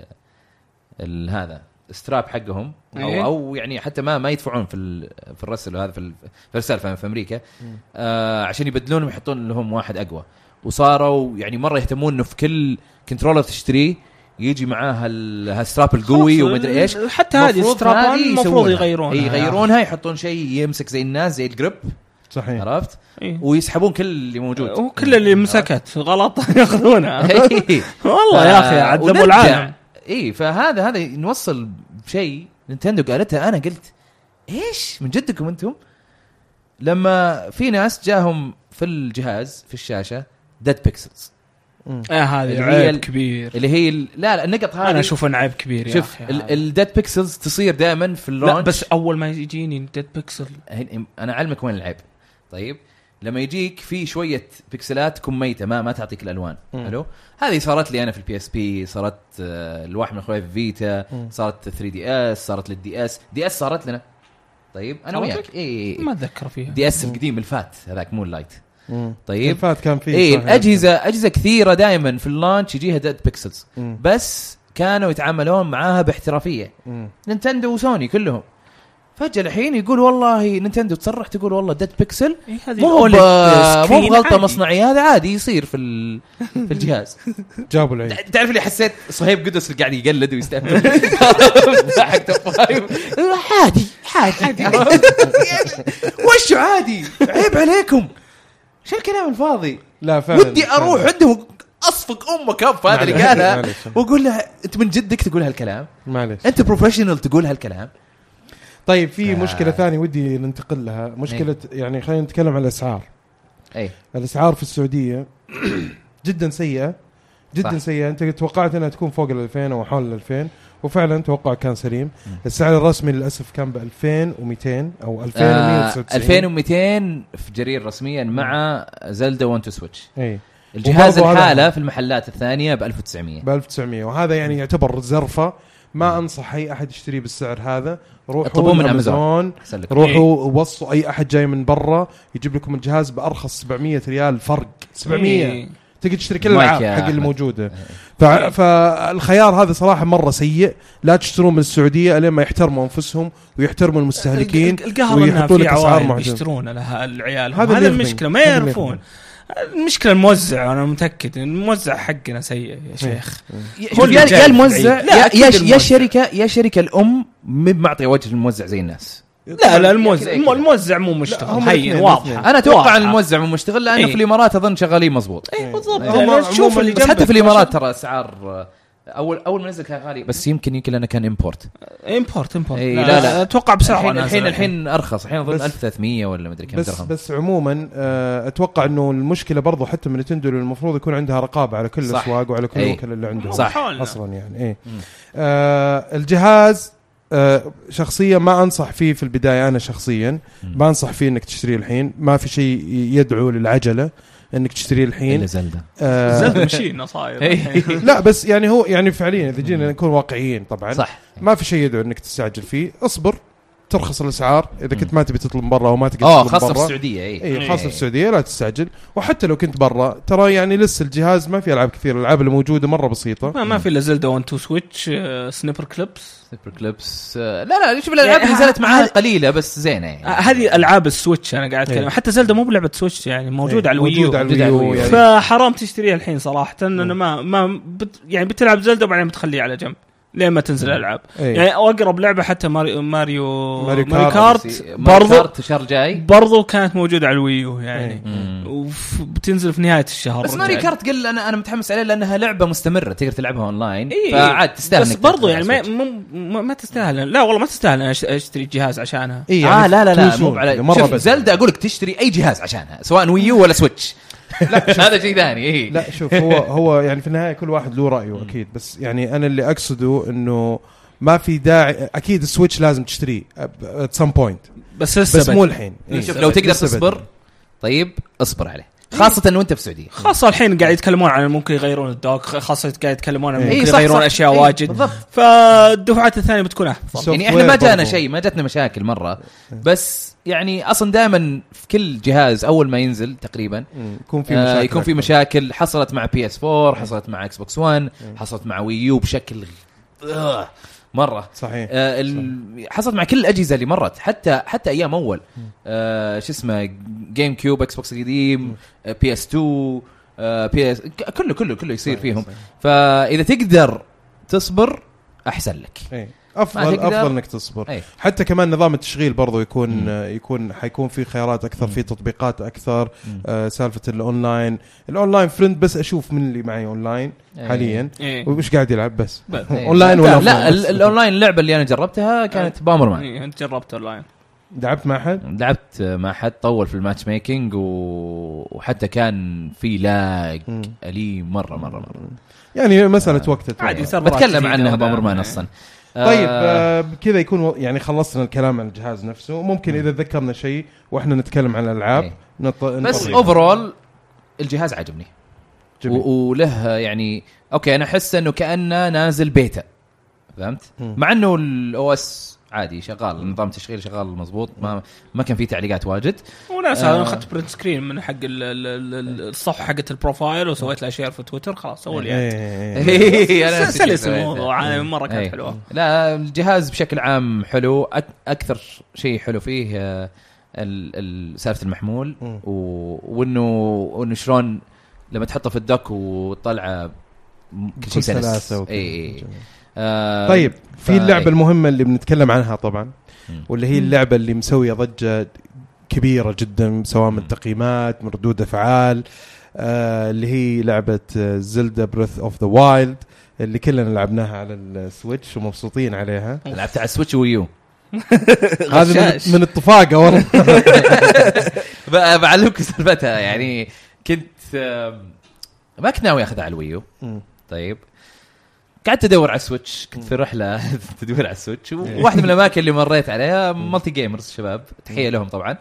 هذا ستراب حقهم او يعني حتى ما يدفعون في الرسل، وهذا في الرسالة في امريكا عشان يبدلونهم يحطون لهم واحد اقوى. وصاروا يعني مره يهتمون انه في كل كنترولر تشتريه يجي معاها الستراب القوي وما ادري ايش. حتى هذه الستراب المفروض يغيرونها يحطون شيء يمسك زي الناس زي الجريب. صحيح. عرفت. ويسحبون كل اللي موجود وكل اللي مسكت غلط ياخذونها. والله يا اخي عذبوا العالم. فهذا نوصل بشيء نينتندو قالتها. انا قلت ايش من جدكم انتم لما في ناس جاهم في الجهاز في الشاشه ديد بيكسلز. هذه عيب كبير اللي هي لا النقط هذه انا اشوف انه عيب كبير. شوف الديد بيكسلز تصير دائما في اللونش. لا بس اول ما يجيني ديد بيكسل انا اعلمك وين العيب. طيب لما يجيك في شويه بيكسلات تكون ميته ما تعطيك الالوان. حلو. هذه صارت لي انا في البي اس بي، صارت الواحد من اخويا في فيتا، صارت 3 دي اس، صارت للدي اس. دي اس صارت لنا. طيب انا وياك ما اتذكر فيها دي اس القديم الفات هذاك مون لايت. طيب الفات كان فيه اجهزه كثيره دائما في اللانش يجيها ديد بيكسلز، بس كانوا يتعاملون معاها باحترافيه. نينتندو وسوني كلهم. فجأة الحين يقول والله نينتندو تصرح تقول والله ديد بيكسل مو غلطة مصنعية، هذا عادي يصير في الجهاز. جابوا العيد. تعرف اللي حسيت صهيب قدس اللي قاعد يقلد ويستهبل. عادي وش عادي، عيب عليكم، شو الكلام الفاضي. لا فعلا ودي اروح عندهم اصفق امك اب هذا اللي قالها واقول لها انت من جدك تقول هالكلام؟ معلش انت بروفيشنال تقول هالكلام؟ طيب في مشكله ثانيه ودي ننتقل لها، مشكله يعني خلينا نتكلم عن الاسعار. الاسعار في السعوديه جدا سيئه جدا سيئه. انت توقعت انها تكون فوق 2000 او حول 2000 وفعلا توقع كان سليم. السعر الرسمي للاسف كان ب 2200 او 2199 2200 في جرير رسميا مع زلدا 1 تو سويتش. الجهاز الحالة في المحلات الثانية ب 1900 وهذا يعني يعتبر زرفة. ما أنصح أي أحد يشتري بالسعر هذا. روحوا من أمازون، روحوا وصوا أي أحد جاي من برا يجيب لكم الجهاز بأرخص 700 ريال فرق. 700 تقدر تشتري كل الألعاب حق الموجودة. فالخيار هذا صراحة مرة سيء. لا تشترون من السعودية لين ما يحترموا أنفسهم ويحترموا المستهلكين ويحطوا لك أسعار معجزة. يشترون لها العيال. هذا المشكلة ما يعرفون. المشكلة الموزع. أنا متأكد إن الموزع حقنا سيء يا شيخ. يا الموزع يا شركة الأم معطي وجه الموزع زي الناس. لا الموزع مو مشتغل. هي واضح. أنا أتوقع الموزع مو مشتغل لأنه في الإمارات أظن شغالين مضبوط. بالضبط. شوف بس حتى في الإمارات ترى أسعار اول ما نزل كان غالي بس يمكن لانه كان امبورت. لا اتوقع بسعر الحين ارخص. الحين اظن 1300 ولا مدري كم درهم. بس عموما اتوقع انه المشكله برضو حتى من نتندو المفروض يكون عندها رقابه على كل الاسواق وعلى كل الوكلاء اللي عندهم. اصلا يعني الجهاز شخصيا ما انصح فيه في البدايه. انا شخصيا ما انصح فيه انك تشتريه الحين. ما في شيء يدعو للعجله انك تشتري الحين. زلدة مشي نصاير. لا بس يعني هو يعني فعليا اذا جينا نكون واقعيين طبعا صح. ما في شيء يدعو انك تستعجل فيه. اصبر ترخص الاسعار اذا كنت ما تبي تطلب برا وما تقدر تطلب خاصه في السعوديه. خاصه في السعوديه لا تستعجل. وحتى لو كنت برا ترى يعني لسه الجهاز ما في العاب كثير. الالعاب اللي موجوده مره بسيطه. ما في الا زلدا 1 2 سويتش سنيبر كليبس. لا شوف الالعاب اللي نزلت معها قليله بس زينه يعني. هذه العاب السويتش انا قاعد اتكلم. حتى زلدا مو بلعبه سويتش يعني موجود على الويو يعني. فحرام تشتريها الحين صراحه. انا ما يعني بتلعب زلدا وبعدين بتخليها على جنب لين ما تنزل الالعاب. يعني اقرب لعبه حتى ماريو كارت برضو كانت موجوده على الويو يعني. وبتنزل في نهايه الشهر. بس ماريو كارت قل انا متحمس عليه لانها لعبه مستمره تقدر تلعبها اونلاين. فعاد تستاهل. بس برضو يعني ما تستاهل. لا والله ما تستاهل انا اشتري جهاز عشانها. يعني لا مو على شوف زلدا اقول لك تشتري اي جهاز عشانها سواء ويو ولا سويتش. لا هذا شيء ثاني. لا شوف هو يعني في النهايه كل واحد له رايه اكيد. بس يعني انا اللي اقصده انه ما في داعي. اكيد السويتش لازم تشتريه at some point بس مو الحين. شوف لو تقدر تصبر طيب اصبر عليه. خاصة انه انت في السعودية. خاصة الحين قاعد يتكلمون عن ممكن يغيرون الدوك. خاصة قاعد يتكلمون عن ممكن يغيرون اشياء واجد. فالدفعات الثانية بتكون افضل. يعني احنا ما جانا شيء ما جاتنا مشاكل مرة. بس يعني اصلا دائما في كل جهاز اول ما ينزل تقريبا يكون في مشاكل. حصلت مع PS4 حصلت مع Xbox One حصلت مع ويو بشكل مرة صحيح. حصلت مع كل الأجهزة اللي مرت حتى أيام أول شو اسمه جيم كيوب إكس بوكس القديم PS2 PS كله يصير فيهم. فإذا تقدر تصبر أحسن لك. افضل انك تصبر. حتى كمان نظام التشغيل برضو يكون حيكون في خيارات اكثر. في تطبيقات اكثر. سالفه الاونلاين فريند. بس اشوف من اللي معي اونلاين حاليا ومش قاعد يلعب بس اونلاين ولا لا الاونلاين اللعبه اللي انا جربتها كانت بامرمان. انت جربت اونلاين؟ لعبت مع حد طول في الماتش ميكينج وحتى كان في لاج أليم مرة يعني مساله وقت عادي. بتكلم عنها بامرمان اصلا. طيب كذا يكون يعني خلصنا الكلام عن الجهاز نفسه. ممكن إذا ذكرنا شيء وإحنا نتكلم عن الألعاب بس أوفرول الجهاز عجبني وله يعني أوكي. أنا أحس إنه كأنه نازل بيتا فهمت. مع إنه الOS عادي شغال. نظام تشغيل شغال مزبوط. ما كان فيه تعليقات واجد. وناس أنا أخذت برنت سكرين من حق الصفحة حقة البروفايل وسويت له شير في تويتر خلاص أول يعني سلس الموضوع. مرة كانت حلوة. لا الجهاز بشكل عام حلو. أكثر شيء حلو فيه سالفة المحمول وإنه شلون لما تحطه في الدوك وطلعه كل شيء سلس. طيب في اللعبة المهمة اللي بنتكلم عنها طبعا واللي هي اللعبة اللي مسوية ضجة كبيرة جدا سواء من تقييمات من ردود أفعال اللي هي لعبة زلدا بريث اوف ذا وايلد اللي كلنا لعبناها على السويتش ومبسوطين عليها. لعبتها على السويتش ويو. هذا من اتفاقه والله. بعلمك سالفتها. يعني كنت ما كنت ناوي اخذها على الويو. طيب قعدت ادور على السويتش، كنت في رحله تدور على السويتش، وواحده من الاماكن اللي مريت عليها مالتي جيمرز شباب، تحيه لهم طبعا.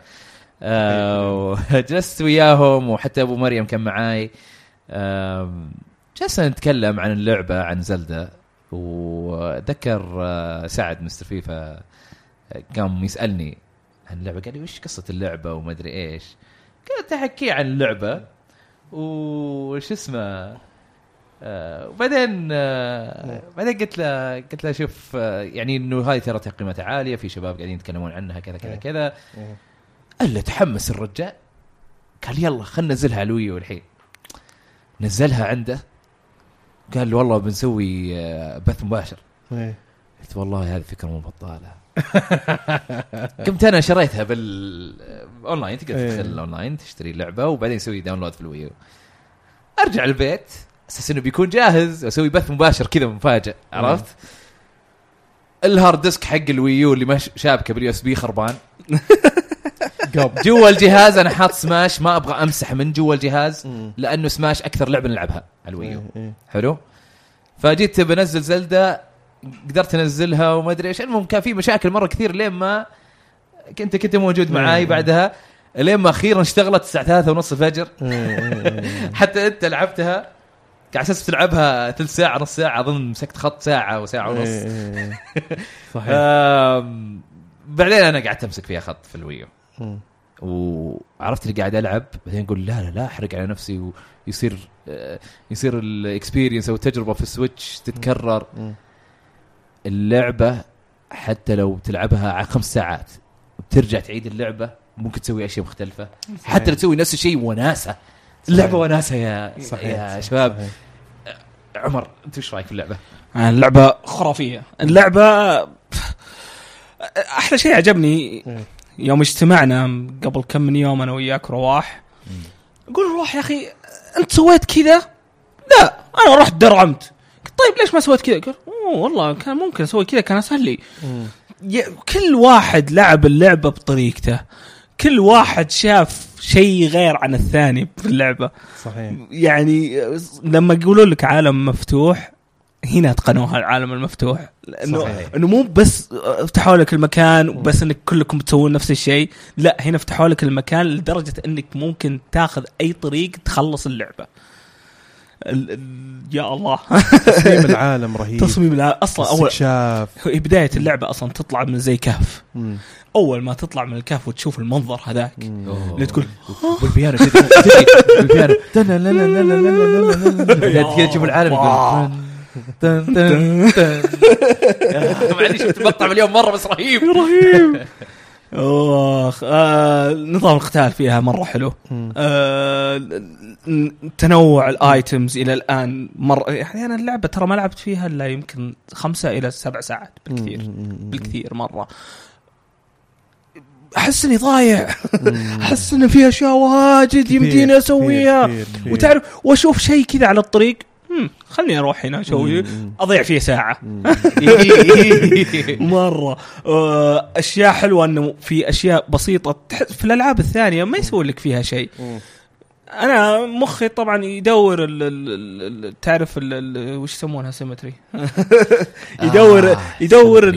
جلست وياهم وحتى ابو مريم كان معاي. جلسنا نتكلم عن اللعبه، عن زلدة، وذكر سعد مستر فيفا قام يسالني عن اللعبه، قال لي وش قصه اللعبه وما ادري ايش. قلت احكي عن اللعبه وش اسمه. وبعدين قلت له شوف يعني انه هاي ترى تقييماتها عاليه، في شباب قاعدين يتكلمون عنها كذا كذا كذا. قال له تحمس الرجال، قال يلا خلنا ننزلها على الويو الحين. نزلها عنده، قال له والله بنسوي بث مباشر. قلت والله هذه فكره مو بطاله. قمت انا شريتها بالاونلاين، تقدر تدخل الاونلاين تشتري اللعبه وبعدين تسوي داونلود في الويو. ارجع البيت اساس انه بيكون جاهز واسوي بث مباشر كذا مفاجئ، عرفت؟ الهارد ديسك حق الويو اللي ما شابكه باليو اس بي خربان. جوا الجهاز انا حاط سماش، ما ابغى امسح من جوا الجهاز لانه سماش اكثر لعبه نلعبها على الويو. حلو. فجيت بنزل زلدة، قدرت انزلها وما ادري ايش. المهم كان في مشاكل مره كثير لين ما كنت موجود معاي بعدها، لين ما اخيرا اشتغلت الساعه 3:30 الفجر. حتى انت لعبتها على اساس تلعبها ثلث ساعه نص ساعه، اظن مسكت خط ساعه وساعه ونص. صحيح. بعدين انا قعدت امسك فيها خط في الويو، وعرفت اللي قاعد العب. بعدين اقول لا احرق على نفسي، ويصير الاكسبيرينس او التجربه في السويتش تتكرر. اللعبه حتى لو تلعبها على 5 ساعات وترجع تعيد اللعبه، ممكن تسوي اشياء مختلفه. حتى لو تسوي نفس الشيء وناسه. اللعبه وناسه يا شباب. صحيح. عمر انت ايش رايك في اللعبه؟ اللعبه خرافيه. اللعبه احلى شيء عجبني يوم اجتمعنا قبل كم من يوم انا وياك رواح. اقول رواح يا اخي انت سويت كذا؟ لا انا رحت درعمت. طيب ليش ما سويت كذا؟ قال والله كان ممكن اسوي كذا، كان اسهل لي. كل واحد لعب اللعبه بطريقته، كل واحد شاف شيء غير عن الثاني في اللعبه. صحيح. يعني لما يقولوا لك عالم مفتوح، هنا اتقنوها العالم المفتوح، انه مو بس فتحوا لك المكان بس انك كلكم تسوون نفس الشيء. لا، هنا فتحوا لك المكان لدرجه انك ممكن تاخذ اي طريق تخلص اللعبه. يا الله. تصميم العالم رهيب. تصميم العالم اصلا اول شاف بدايه اللعبه اصلا تطلع من زي كهف. اول ما تطلع من الكهف وتشوف المنظر هذاك اللي تقول بالبيانو بالبيانو لا لا لا لا لا لا تشوف العالم معليش بتقطع مليون مره بس رهيب. نظام القتال فيها مرة حلو. تنوع الايتمز الى الان مرة، يعني انا اللعبة ترى ما لعبت فيها الا يمكن 5 إلى 7 ساعات بالكثير مرة. احس اني ضايع. احس ان في اشياء واجد يمديني اسويها، وتعرف واشوف شيء كذا على الطريق، خلني اروح هنا اسوي، اضيع فيه ساعه. مره اشياء حلوه انه في اشياء بسيطه في الالعاب الثانيه ما يسوي لك فيها شيء. انا مخي طبعا يدور تعرف وش يسمونها سيمتري. يدور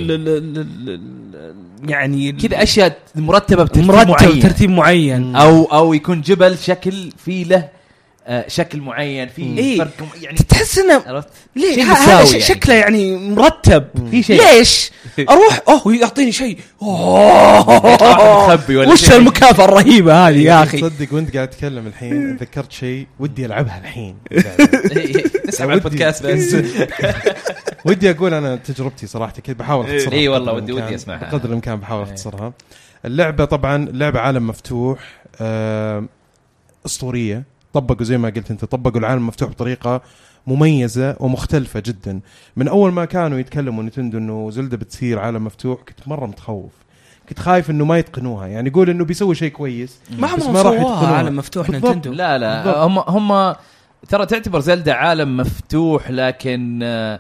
يعني كذا اشياء مرتبه بترتيب معين، او يكون جبل شكل فيه له شكل معين في فرق يعني تحس انه ليه هذا يعني شكله يعني مرتب في شيء. ليش اروح يعطيني شيء مخبي ولا وش المكافأة الرهيبة هذه يا اخي؟ تصدق وانت قاعد تتكلم الحين ذكرت شيء ودي العبها الحين. نسمع البودكاست بس. ودي اقول انا تجربتي صراحه كذا بحاول اختصرها. اي والله ودي اسمعها بقدر الامكان بحاول اختصرها. اللعبه طبعا لعبه عالم مفتوح اسطوريه. طبقوا زي ما قلت انت، طبقوا العالم المفتوح بطريقه مميزه ومختلفه جدا. من اول ما كانوا يتكلموا نتندو انه زلدة بتصير عالم مفتوح كنت مره متخوف، كنت خايف انه ما يتقنوها. يعني يقول انه بيسوي شيء كويس ما راح يتقنوها عالم مفتوح نتندو. لا هم ترى تعتبر زلدة عالم مفتوح، لكن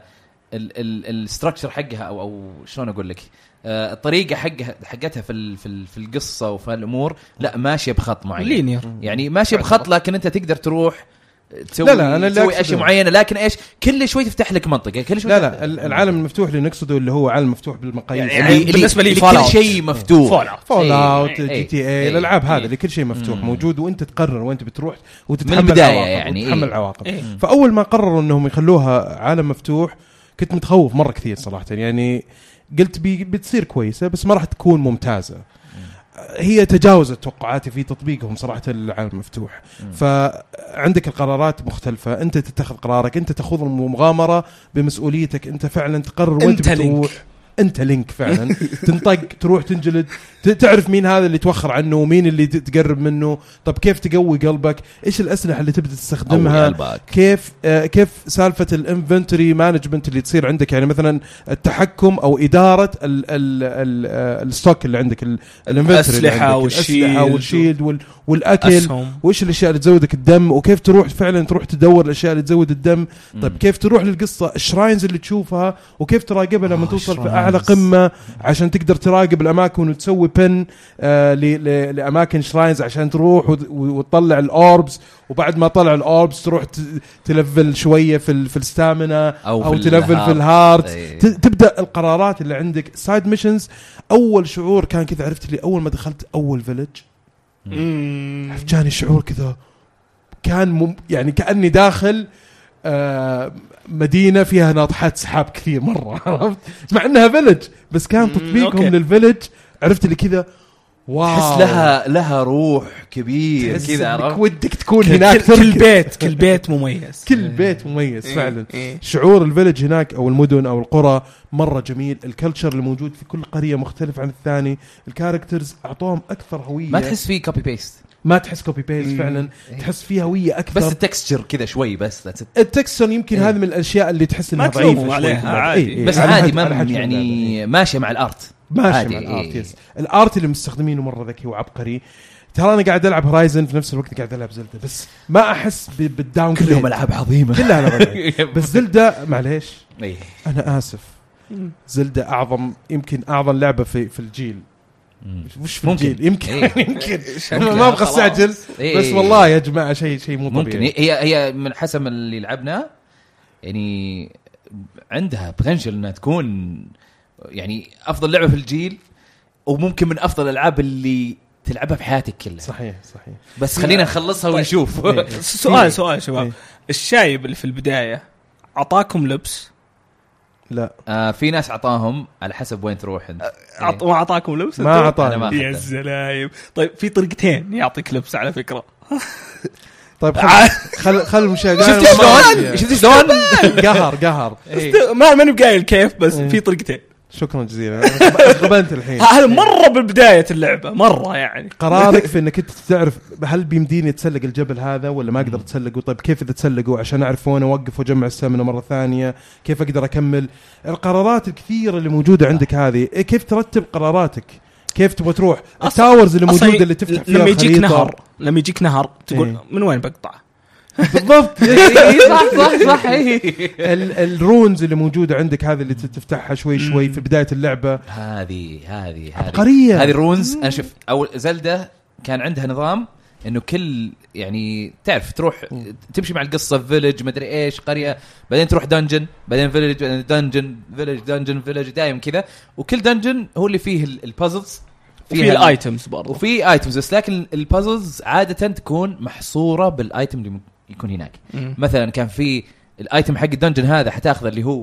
الستراكشر حقها او شلون اقول لك الطريقه حقتها في القصه وفي الامور لا ماشيه بخط معين لينير يعني ماشيه بخط لكن انت تقدر تروح تسوي لا تسوي اشياء معينه لكن ايش كل شوي تفتح لك منطقه كل شوي لا العالم المفتوح اللي نقصده اللي هو عالم مفتوح بالمقاييس يعني بالنسبه لي كل شيء مفتوح فول اوت جي تي اي الالعاب هذه اللي كل شيء مفتوح موجود وانت تقرر وانت بتروح وتتحمل العواقب يعني وتتحمل العواقب فاول ما قرروا انهم يخلوها عالم مفتوح كنت متخوف مره كثير صراحه يعني قلت بتصير كويسه بس ما راح تكون ممتازه هي تجاوزت توقعاتي في تطبيقهم صراحة العالم مفتوح فعندك القرارات مختلفة أنت تتخذ قرارك أنت تأخذ المغامرة بمسؤوليتك أنت فعلا تقرر وأنت بتروح أنت لينك فعلا تنطق تروح تنجلد تعرف مين هذا اللي توخر عنه ومين اللي تقرب منه طب كيف تقوي قلبك إيش الأسلحة اللي تبدأ تستخدمها كيف سالفة الانفنتوري مانجمنت اللي تصير عندك يعني مثلا التحكم أو إدارة الستوك اللي عندك الأسلحة والشيلد والأكل وإيش الأشياء اللي تزودك الدم وكيف تروح فعلا تروح تدور الأشياء اللي تزود الدم طيب كيف تروح للقصة الشراينز اللي تشوفها وكيف تراقبها لما توصل في أعلى قمة عشان تقدر تراقب الأماكن وتسوي بن لأماكن شراينز عشان تروح وتطلع الأوربز وبعد ما طلع الأوربز تروح تلفل شوية في الستامنا أو تلفل في الهارت تبدأ القرارات اللي عندك سايد ميشنز أول شعور كان كذا عرفت لي أول ما دخلت أول فيلج جاني شعور كذا كان يعني كأني داخل مدينة فيها ناطحات سحاب كثير مرة عرفت مع أنها فيلج بس كان تطبيقهم للفيلج عرفت اللي كذا واو تحس لها روح كبير كذا عرفت ودك تكون هناك كل بيت مميز كل بيت مميز فعلا شعور الفيلج هناك أو المدن أو القرى مرة جميل الكلتشر اللي موجود في كل قرية مختلف عن الثاني الكاركترز أعطوهم أكثر هوية ما تحس فيه كوبي بيست ما تحس كوبي بيست فعلا تحس فيها هوية أكثر بس التكستشر كذا شوي بس التكستشر يمكن هذه من الأشياء اللي تحس إنها ضعيفة عليها عادي بس عادي ما يعني ماشية مع الأرت ماشي مع الارت يس الارت اللي مستخدمينه مره ذكي وعبقري ترى انا قاعد العب هورايزن في نفس الوقت قاعد العب زلدة بس ما احس بالداون كلهم العاب عظيمه كلها العاب بس زلدة معليش انا اسف زلدة اعظم يمكن اعظم لعبه في الجيل مش في الجيل يمكن ما ابغى استعجل بس والله يا جماعه شيء مو طبيعي ممكن هي من حسب اللي لعبناه يعني عندها بوتنشل انها تكون يعني افضل لعبه في الجيل وممكن من افضل الالعاب اللي تلعبها في حياتك كلها صحيح بس خلينا نخلصها ونشوف سؤال شباب الشايب اللي في البدايه عطاكم لبس لا في ناس عطاهم على حسب وين تروح انت ما عطاكم لبس ما عطاني يا الزلايب طيب في طريقتين يعطيك لبس على فكره طيب خل المشاهدين شفت شلون قهر ما نبقى الكيف بس في طريقتين شكرا جزيلا غبنت الحين هذا مرة بالبداية اللعبة مرة يعني قرارك في انك انت تعرف هل بيمديني اتسلق الجبل هذا ولا ما اقدر اتسلقه طيب كيف اذا اتسلقه عشان اعرف وين اوقف واجمع السمنة مرة ثانية كيف اقدر اكمل القرارات الكثيرة اللي موجودة عندك هذه كيف ترتب قراراتك كيف تبغى تروح التاورز اللي موجودة اللي تفتح فيها لما يجيك نهر تقول من وين بقطع بالضبط صح الرونز اللي موجودة عندك هذه اللي تفتحها شوي في بداية اللعبة هذه عبقرية هذه الرونز أنا شوف أو زلدة كان عندها نظام إنه كل يعني تعرف تروح تمشي مع القصة فيلج مدري إيش قرية بعدين تروح دنجن بعدين فيلج بعدين دنجن فيلج دايم كذا وكل دنجن هو اللي فيه البازلز فيه الايتمز برضه وفي ايتمز بس لكن البازلز عادة تكون محصورة بالايتم اللي يكون هناك مثلا كان في الايتم حق الدنجن هذا حتاخذ اللي هو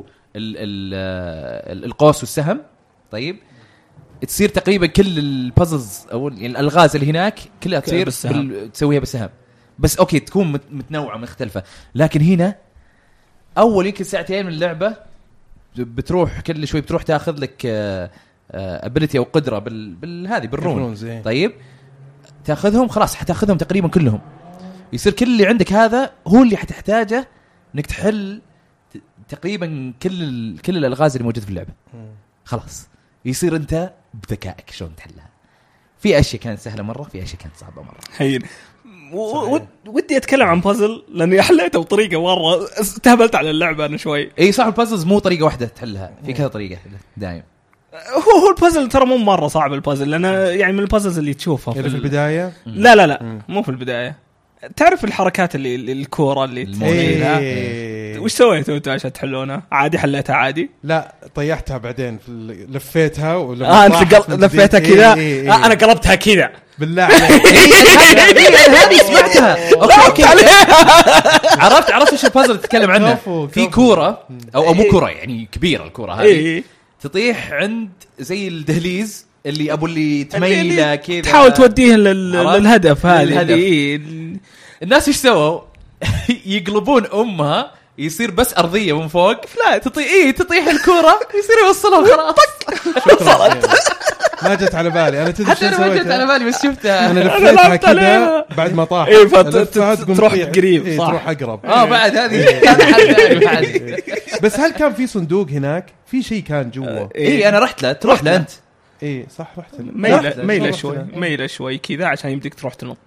القوس والسهم طيب تصير تقريبا كل البازلز او الالغاز اللي هناك كلها تصير تسويها بالسهم بس اوكي تكون متنوعة مختلفة لكن هنا اول يمكن ساعتين من اللعبة بتروح كل شوي بتروح تاخذ لك ابيليتي او قدره بالهذه بالرون طيب تاخذهم خلاص حتاخذهم تقريبا كلهم يصير كل اللي عندك هذا هو اللي حتحتاجه انك تحل تقريبا كل الالغاز اللي موجوده في اللعبه خلاص يصير انت بذكائك شلون تحلها في اشياء كانت سهله مره في اشياء كانت صعبه مره هين ودي اتكلم عن بازل لاني حليته بطريقه مره استهبلت على اللعبه انا شوي. اي صح البازلز مو طريقه واحده تحلها، في كذا طريقه دايم. هو البازل ترى مو مره صعب البازل، لانه يعني من البازلز اللي تشوفها في البدايه. لا مو في البدايه. تعرف الحركات اللي الكوره اللي تسويها وش سويتوا انتوا عشان تحلونها؟ عادي حليتها عادي؟ لا طيحتها بعدين لفيتها انت لفيتها كذا. انا قلبتها كذا بالله عليك. هذه سمعتها. اوكي عرفت ايش البازل تتكلم عنه. في كوره او مو كوره يعني كبيره الكوره هذه تطيح عند زي الدهليز اللي ابو اللي تميله كذا تحاول توديه للهدف هذا. الناس ايش سووا؟ يقلبون امها يصير بس ارضيه من فوق، لا تطيح الكوره يصير يوصلها وصلت. ما جت على بالي انا تدري حتى ما جت على بالي بس شفتها انا لفيتها كذا بعد ما طاح تروح قريب صح تروح اقرب بعد هذه كان حل. بس هل كان في صندوق هناك؟ في شيء كان جوا. انا رحت له. تروح له انت؟ ايه صح رحت له ميله شوي كذا عشان يمديك تروح تنط.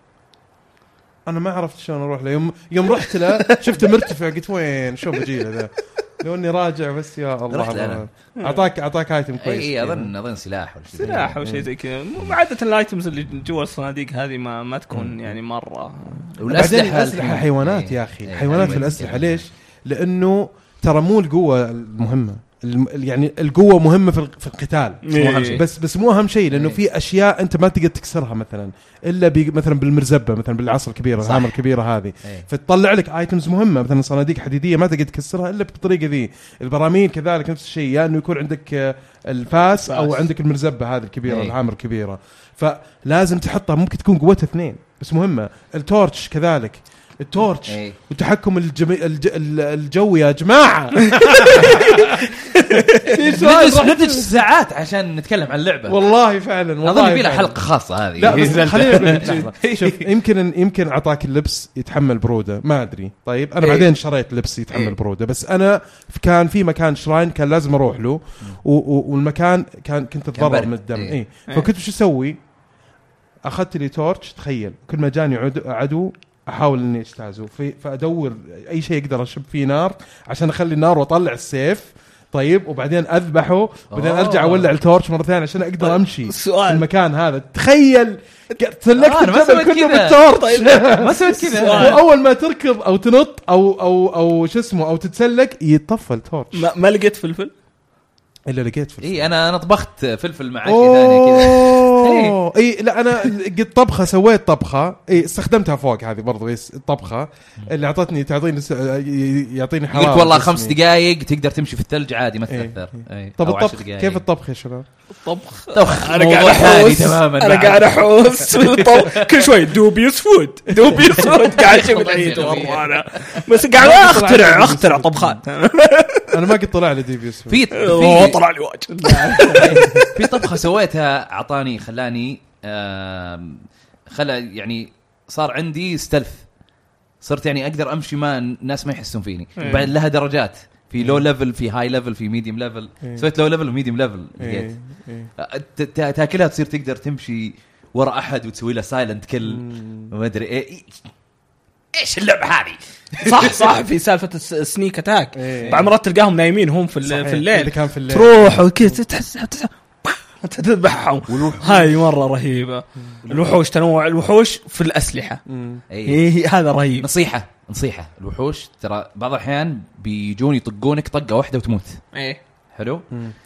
انا ما عرفت شلون اروح له. يوم رحت له شفته مرتفع قلت وين شو بجي له ذا لو اني راجع بس يا الله. اعطاك ايتم كويس. اي اظن سلاح او شيء زي كذا. عاده الايتمز اللي جوا الصناديق هذه ما تكون يعني مره. والاسلحه حيوانات يا اخي. حيوانات في الاسلحه ليش؟ لانه ترى مو القوه المهمه، يعني القوه مهمه في القتال بس مو اهم شيء، لانه في اشياء انت ما تقدر تكسرها مثلا الا مثلا بالمرزبه، مثلا بالعصا الكبيره الهامر الكبيره هذه، فتطلع لك ايتمز مهمه مثلا صناديق حديديه ما تقدر تكسرها الا بالطريقه ذي. البراميل كذلك نفس الشيء، يعني انه يكون عندك الفاس او عندك المرزبه هذه الكبيره الهامر الكبيره، فلازم تحطها. ممكن تكون قوتها 2 بس مهمه. التورش كذلك، التورش وتحكم الجو يا جماعة. نتج ساعات عشان نتكلم عن اللعبة والله فعلا. أظن في لها حلقة خاصة هذه. لا بس خلينا شوف يمكن أعطاك اللبس يتحمل برودة ما أدري. طيب أنا بعدين شريت لبس يتحمل برودة، بس أنا كان في مكان شراين كان لازم أروح له والمكان كنت أتضرر من الدم. فكنت وش أسوي؟ أخذت لي تورش. تخيل كل ما جاني عدو احاول اني اجتازه فادور اي شيء اقدر اشب فيه نار عشان اخلي النار واطلع السيف. طيب وبعدين اذبحه وبعدين ارجع اولع التورش مره ثانيه عشان اقدر امشي في المكان هذا. تخيل تسلكت الجبل كله بالتورش. طيب ما سويت كذا. واول ما تركض او تنط او شو اسمه او تتسلك يطفى التورش. ما لقيت فلفل الا لقيت فلفل. انا طبخت فلفل معاكي ثانيه كذا. لا انا قد طبخه سويت طبخه استخدمتها فوق هذه برضو الطبخه اللي اعطتني يعطيني حراره. قلت والله 5 دقائق تقدر تمشي في الثلج عادي ما تاثر. طب الطبخ كيف الطبخ يا شباب؟ الطبخ انا قاعد احوس في الطبخ كل شوي دوبيوس فود قاعد اشوف العيد وانا بس قاعد اخترع طبخات. انا ما قد طلع لي دوبيوس فود. في طلع لي واجد. في طبخه سويتها اعطاني خلاني يعني صار عندي ستلث. صرت يعني اقدر امشي ما الناس ما يحسون فيني. بعد لها درجات، في لو ليفل في هاي ليفل في ميديوم ليفل. سويت لو ليفل وميديوم ليفل. تاكلها تصير تقدر تمشي ورا احد وتسوي له سايلنت كل ما ادري ايش اللعبه هذه. صح في سالفه السنيك اتاك. بعض مرات تلقاهم نايمين هم في الليل تروح وكذا تحس تذبحهم. هاي مره رهيبه. الوحوش تنوع الوحوش في الاسلحه هذا رهيب. نصيحه الوحوش ترى بعض الاحيان بيجون يطقونك طقه واحده وتموت. حلو.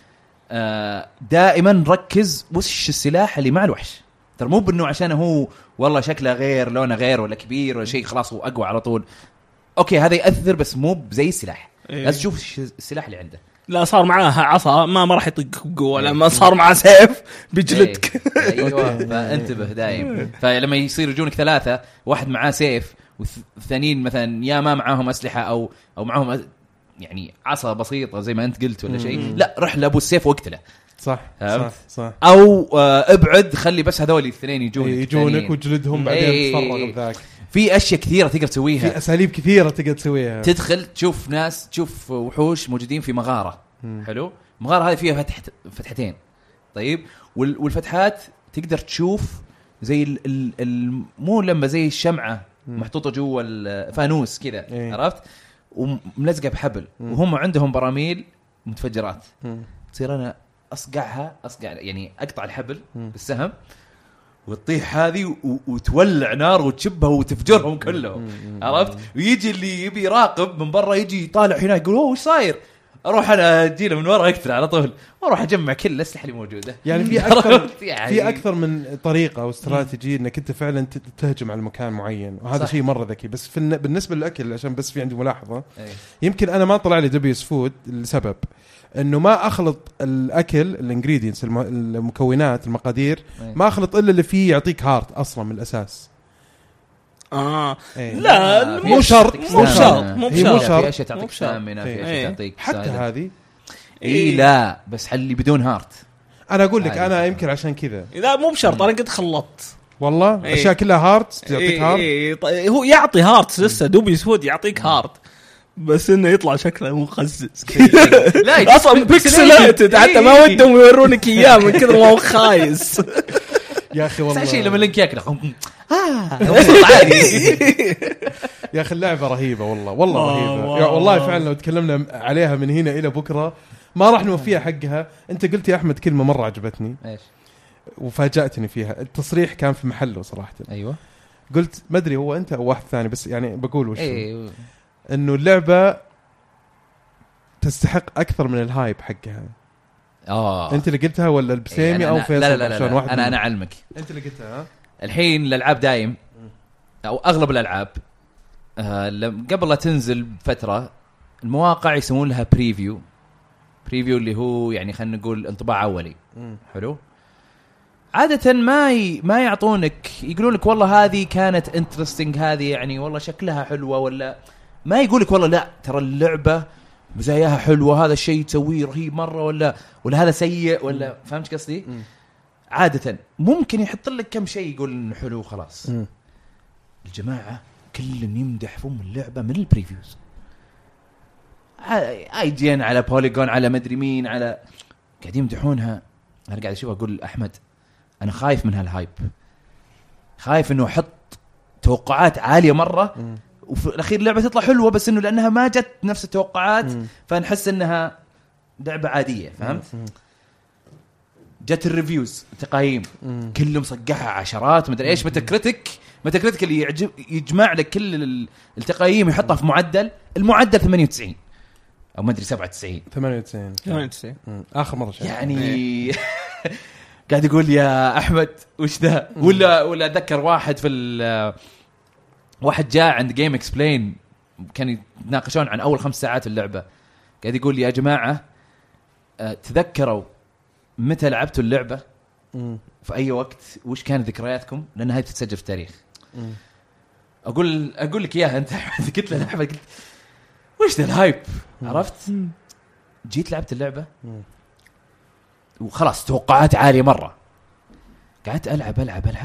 دائما ركز وش السلاح اللي مع الوحش. ترى مو بانه عشان هو والله شكله غير لونه غير ولا كبير ولا شيء خلاص هو اقوى على طول. اوكي هذا ياثر بس مو زي السلاح. لازم تشوف السلاح اللي عنده. لا صار معاها عصا ما راح يطق بقوه. لما صار معاه سيف بيجلدك. ايوه فانتبه دايم. فلما يصير يجونك 3 واحد معاه سيف والثانيين مثلا يا ما معاهم اسلحه او معاهم يعني عصا بسيطه زي ما انت قلت ولا شيء، لا رح لابو السيف واقتله. صح او ابعد خلي بس هذول الاثنين يجونك وجلدهم بعدين تفرغ بذاك. في اشياء كثيره تقدر تسويها، في اساليب كثيره تقدر تسويها. تدخل تشوف ناس، تشوف وحوش موجودين في مغاره. حلو. المغاره هذه فيها فتحتين. طيب والفتحات تقدر تشوف زي مو لما زي الشمعه محطوطه جوا الفانوس كذا عرفت وملزقه بحبل وهم عندهم براميل متفجرات تصير انا اصقع يعني اقطع الحبل بالسهم وتطيح هذه وتولع نار وتشبها وتفجرهم كلهم عرفت ويجي اللي يبي يراقب من برا يجي يطالع هنا يقول اوه وش صاير اروح انا اجي له من ورا اقتل على طول واروح اجمع كل الاسلحه اللي موجوده يعني في اكثر في اكثر من طريقه او استراتيجيه انك انت فعلا تهجم على مكان معين وهذا شيء مره ذكي بس بالنسبه للاكل عشان بس في عندي ملاحظه يمكن انا ما طلع لي دبيوس فود لسبب انه ما اخلط الاكل الانجريدينتس المكونات المقادير ما اخلط الا اللي فيه يعطيك هارت اصلا من الاساس لا مو شرط في اشياء تعطيك سامنه في اشياء تعطيك حتى هذه لا بس اللي بدون هارت انا اقول لك انا يمكن عشان كذا لا مو بشرط انا قد خلطت والله اشياء كلها هارت يعطيك هارت هو يعطي هارت لسه دوبيس فود يعطيك هارت بس انه يطلع شكله مقزز لا اصلا بيكسلات حتى ما ودهم يورونك اياه من كثر ما هو خايس يا اخي والله شيء لما لينك ياكله يا اخي اللعبه رهيبه والله رهيبه يا والله فعلا لو تكلمنا عليها من هنا الى بكره ما راح نوفيها حقها. انت قلت يا احمد كلمه مره عجبتني ايش وفاجأتني فيها التصريح كان في محله صراحه. ايوه قلت ما ادري هو انت او واحد ثاني بس يعني بقول وش انه اللعبه تستحق اكثر من الهايب حقها. انت اللي قلتها ولا البسيمي او فيصل؟ لا انا اعلمك انت اللي قلتها. الحين الالعاب دايم او اغلب الالعاب قبل لا تنزل بفتره المواقع يسمون لها بريفيو اللي هو يعني خلينا نقول انطباع اولي. حلو. عاده ما يعطونك يقولون لك والله هذه كانت انترستينج هذه يعني والله شكلها حلوه ولا ما يقولك والله لا ترى اللعبه مزاياها حلوه هذا الشيء تسويه رهيب مره ولا هذا سيء ولا فهمت قصدي. عاده ممكن يحط لك كم شيء يقول انه حلو خلاص. الجماعه كل يمدح فم اللعبه من البريفيوز IGN على بوليجون على مدري مين على قاعدين يمدحونها. انا قاعد اشوف اقول احمد انا خايف من هالهايب خايف انه احط توقعات عاليه مره وفي الاخير اللعبه تطلع حلوه بس انه لانها ما جت نفس التوقعات فنحس انها لعبه عاديه فهمت. جت الريفيوز التقييم كله مصقعها عشرات مدري ايش. متى كريتيك اللي يجمع لك كل التقييم يحطها في المعدل 98 او ما ادري 98 اخر مره شايف يعني قاعد يقول يا احمد وش ذا ولا اتذكر واحد واحد جاء عند جيم اكسبلين كان يتناقشون عن اول 5 ساعات اللعبه قاعد يقول يا جماعه تذكروا متى لعبتوا اللعبه في اي وقت وش كانت ذكرياتكم لان هاي بتتسجل في التاريخ. اقول لك اياها انت قلت له احمد قلت وش ذا الهايب عرفت. جيت لعبت اللعبه وخلاص توقعات عاليه مره قعدت العب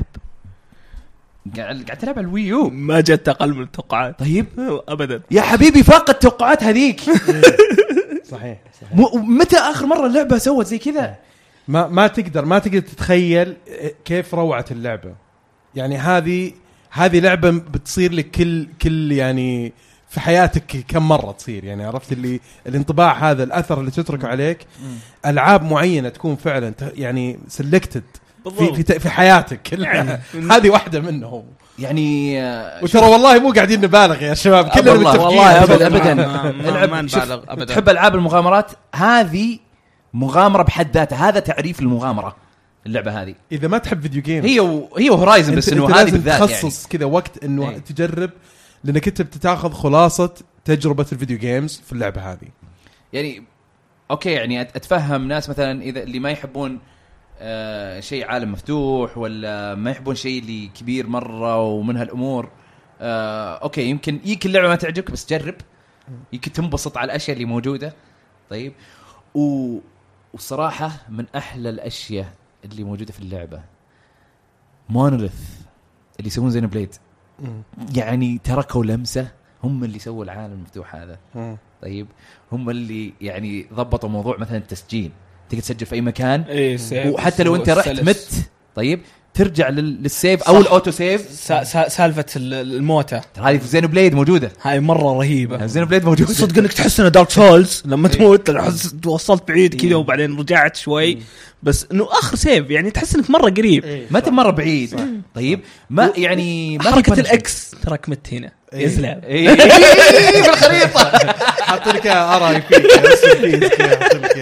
قعدت العب على الويو ما جت اقل من التوقعات. طيب ابدا يا حبيبي فاقت التوقعات هذيك. صحيح. متى اخر مره اللعبه سوت زي كذا؟ ما تقدر تتخيل كيف روعه اللعبه. يعني هذه لعبه بتصير لك كل يعني في حياتك كم مرة تصير يعني عرفت اللي الانطباع هذا الأثر اللي تتركه عليك. ألعاب معينة تكون فعلا يعني سلكتد في حياتك هذه واحدة منهم يعني. وترى والله مو قاعدين نبالغ يا شباب كلنا متفقين والله أبدا ما نبالغ أبدا. تحب ألعاب المغامرات هذه مغامرة بحد ذاتها هذا تعريف المغامرة اللعبة هذه. إذا ما تحب فيديو جيم هي هورايزن بس إنه هذه بالذات تخصص يعني. كذا وقت إنه تجرب لأنك أنت بتاخذ خلاصة تجربة الفيديو جيمز في اللعبة هذه. يعني أوكي يعني أتفهم ناس مثلا إذا اللي ما يحبون شيء عالم مفتوح ولا ما يحبون شيء اللي كبير مرة ومن هالأمور أوكي يمكن اللعبة ما تعجبك بس جرب يمكن تنبسط على الأشياء اللي موجودة. طيب والصراحة من أحلى الأشياء اللي موجودة في اللعبة مونوليث اللي يسوون زين بليد يعني تركوا لمسة هم اللي سووا العالم المفتوح هذا. طيب هم اللي يعني ضبطوا موضوع مثلا التسجيل تقدر تسجل في أي مكان وحتى لو أنت رحت مت طيب ترجع للسيف او الاوتو سيف. سالفه الموتة هذه في زينو بليد موجوده، هاي مره رهيبه. زينو بليد موجوده صدق انك تحس ان دارك سولز لما تموت تحس وصلت بعيد كذا وبعدين رجعت شوي، بس انه اخر سيف يعني تحس انك مره قريب ما انت مره بعيد. طيب ما يعني ما حركه الاكس تراك مت هنا يا سلام في الخريطه حاط لك ارى فيك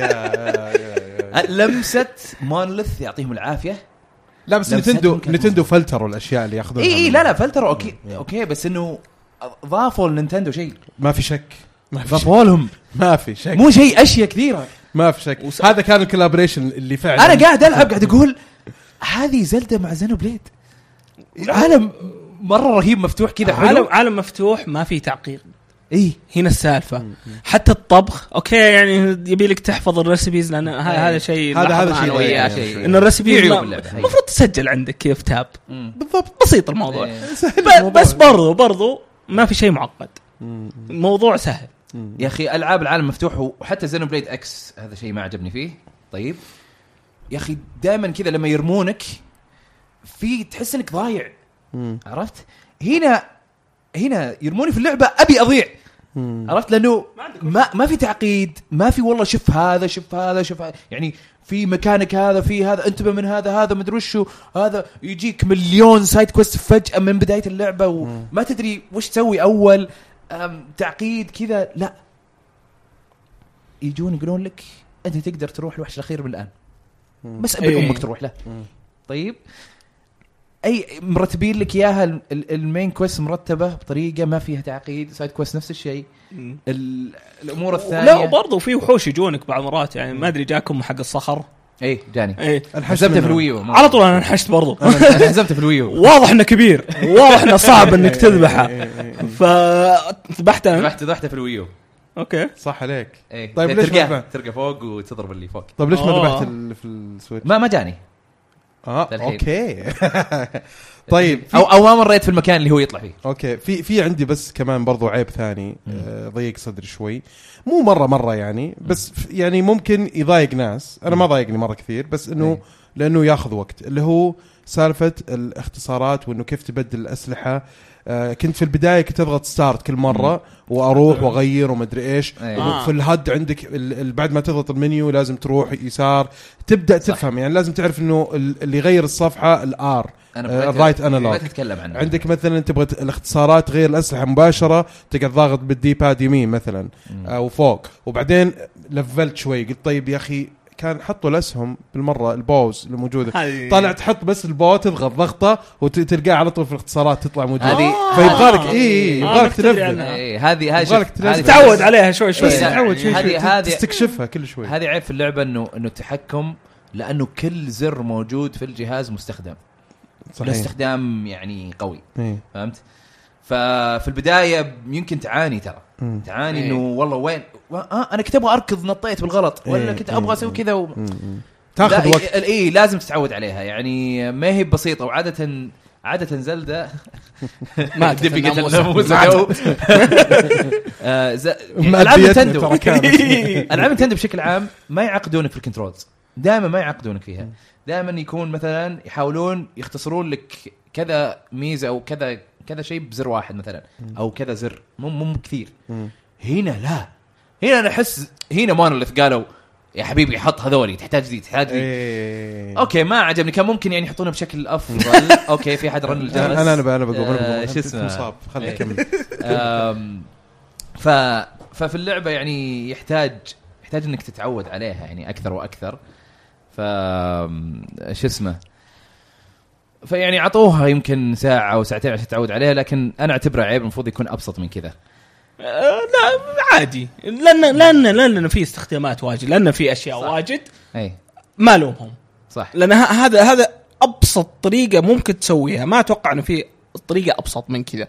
لمسه مونوليث يعطيهم العافيه. لا بس نتندو فلتروا الاشياء اللي ياخذونها. اي لا فلتروا اوكي بس انه ضافوا لنينتندو شيء ما في شك، ضافوا لهم ما في شك، مو شيء اشياء كثيره ما في شك. هذا كان الكولابوريشن اللي فعلا انا قاعد العب قاعد اقول هذه زلدة مع زينو بليد، عالم مره رهيب مفتوح كذا، عالم مفتوح ما في تعقيد. ايه هنا السالفه حتى الطبخ اوكي يعني يبي لك تحفظ الريسبيز لان هذا شيء هذا شيء انه الريسبيز المفروض تسجل عندك كيف تاب بالضبط. بسيط الموضوع بس برضو ما في شيء معقد، الموضوع سهل يا اخي. العاب العالم مفتوح وحتى زينو بليد اكس هذا شيء ما عجبني فيه. طيب يا اخي دائما كذا لما يرمونك في تحس انك ضايع، عرفت؟ هنا يرموني في اللعبه ابي اضيع، عرفت؟ لانه ما في تعقيد، ما في والله شوف هذا يعني في مكانك هذا في هذا انتبه من هذا مدري وشو هذا، يجيك مليون سايد كويست فجأة من بداية اللعبة وما تدري وش تسوي أول. تعقيد كذا لا، يجون يقولون لك أنت تقدر تروح الوحش الأخير من الآن بس أبي أمك تروح له. طيب أي مرتبين لك إياها المين كويست مرتبة بطريقة ما فيها تعقيد، سايد كويست نفس الشيء. الأمور الثانية لا برضو في وحوش يجونك بعض مرات يعني ما أدري جاكم حق الصخر. ايه جاني ايه حزمته في الويو على طول. انا انحشت برضو حزمته في الويو. واضح انه كبير، واضح انه صعب انك تذبحه، فذبحته في الويو. اوكي صح عليك. ايه. طيب ليش ترقى فوق وتضرب اللي فوق؟ طيب ليش ما ذبحت في السويتش؟ ما جاني. اوكي طيب او ما مريت في المكان اللي هو يطلع فيه. اوكي في عندي بس كمان برضو عيب ثاني ضيق صدري شوي، مو مره يعني بس يعني ممكن يضايق ناس. انا ما ضايقني مره كثير بس انه لانه ياخذ وقت، اللي هو سالفه الاختصارات وانه كيف تبدل الاسلحه. كنت في البدايه كنت اضغط ستارت كل مره واروح واغير وما ادري ايش. في الهد عندك بعد ما تضغط المنيو لازم تروح يسار تبدا تفهم، يعني لازم تعرف انه اللي يغير الصفحه الار الرايت انالوج. عندك مثلا تبغى الاختصارات غير الاسلحه مباشره تقعد ضاغط بالدي باد يمين مثلا او فوق، وبعدين لفلت شوي قلت طيب يا اخي كان حطوا الاسهم بالمره البوز اللي موجوده طالع تحط بس البو تضغط ضغطه وتلقاه على طول في الاختصارات تطلع موجوده. فيبغالك يبغالك تلفل. هذه تعود عليها شوي هذه تستكشفها كل شوي. هذه عيب في اللعبه انه التحكم، لانه كل زر موجود في الجهاز مستخدم الاستخدام يعني قوي. فهمت؟ ففي البدايه يمكن تعاني تعاني انه والله وين انا كنت ابغى اركض نطيت بالغلط ولا كنت ابغى اسوي كذا تاخذ وقت. لازم تتعود عليها يعني ما هي بسيطه. وعاده زلدة ما دبقت الناموس العاب نينتندو بشكل عام ما يعقدونك في الكنترولز، دائما ما يعقدونك فيها. دائما يكون مثلا يحاولون يختصرون لك كذا ميزه او كذا شيء بزر واحد مثلا او كذا زر مو كثير. هنا لا، هنا انا احس هنا مونوليث قالوا يا حبيبي حط هذولي تحتاج دي اوكي ما عجبني، كان ممكن يعني يحطونه بشكل افضل. اوكي في حد رن الجرس. انا بقول شو اسمه مصاب خلينا نكمل. ففي اللعبه يعني يحتاج انك تتعود عليها يعني اكثر واكثر. شو اسمه فيعني عطوها يمكن ساعة أو ساعتين عشان تتعود عليها، لكن أنا أعتبره عيب المفروض يكون أبسط من كذا. لا عادي، لأن في استخدامات واجد، لأن في أشياء صح. واجد ما لومهم صح، لأن هذا أبسط طريقة ممكن تسويها. ما أتوقع أنه في طريقة أبسط من كذا.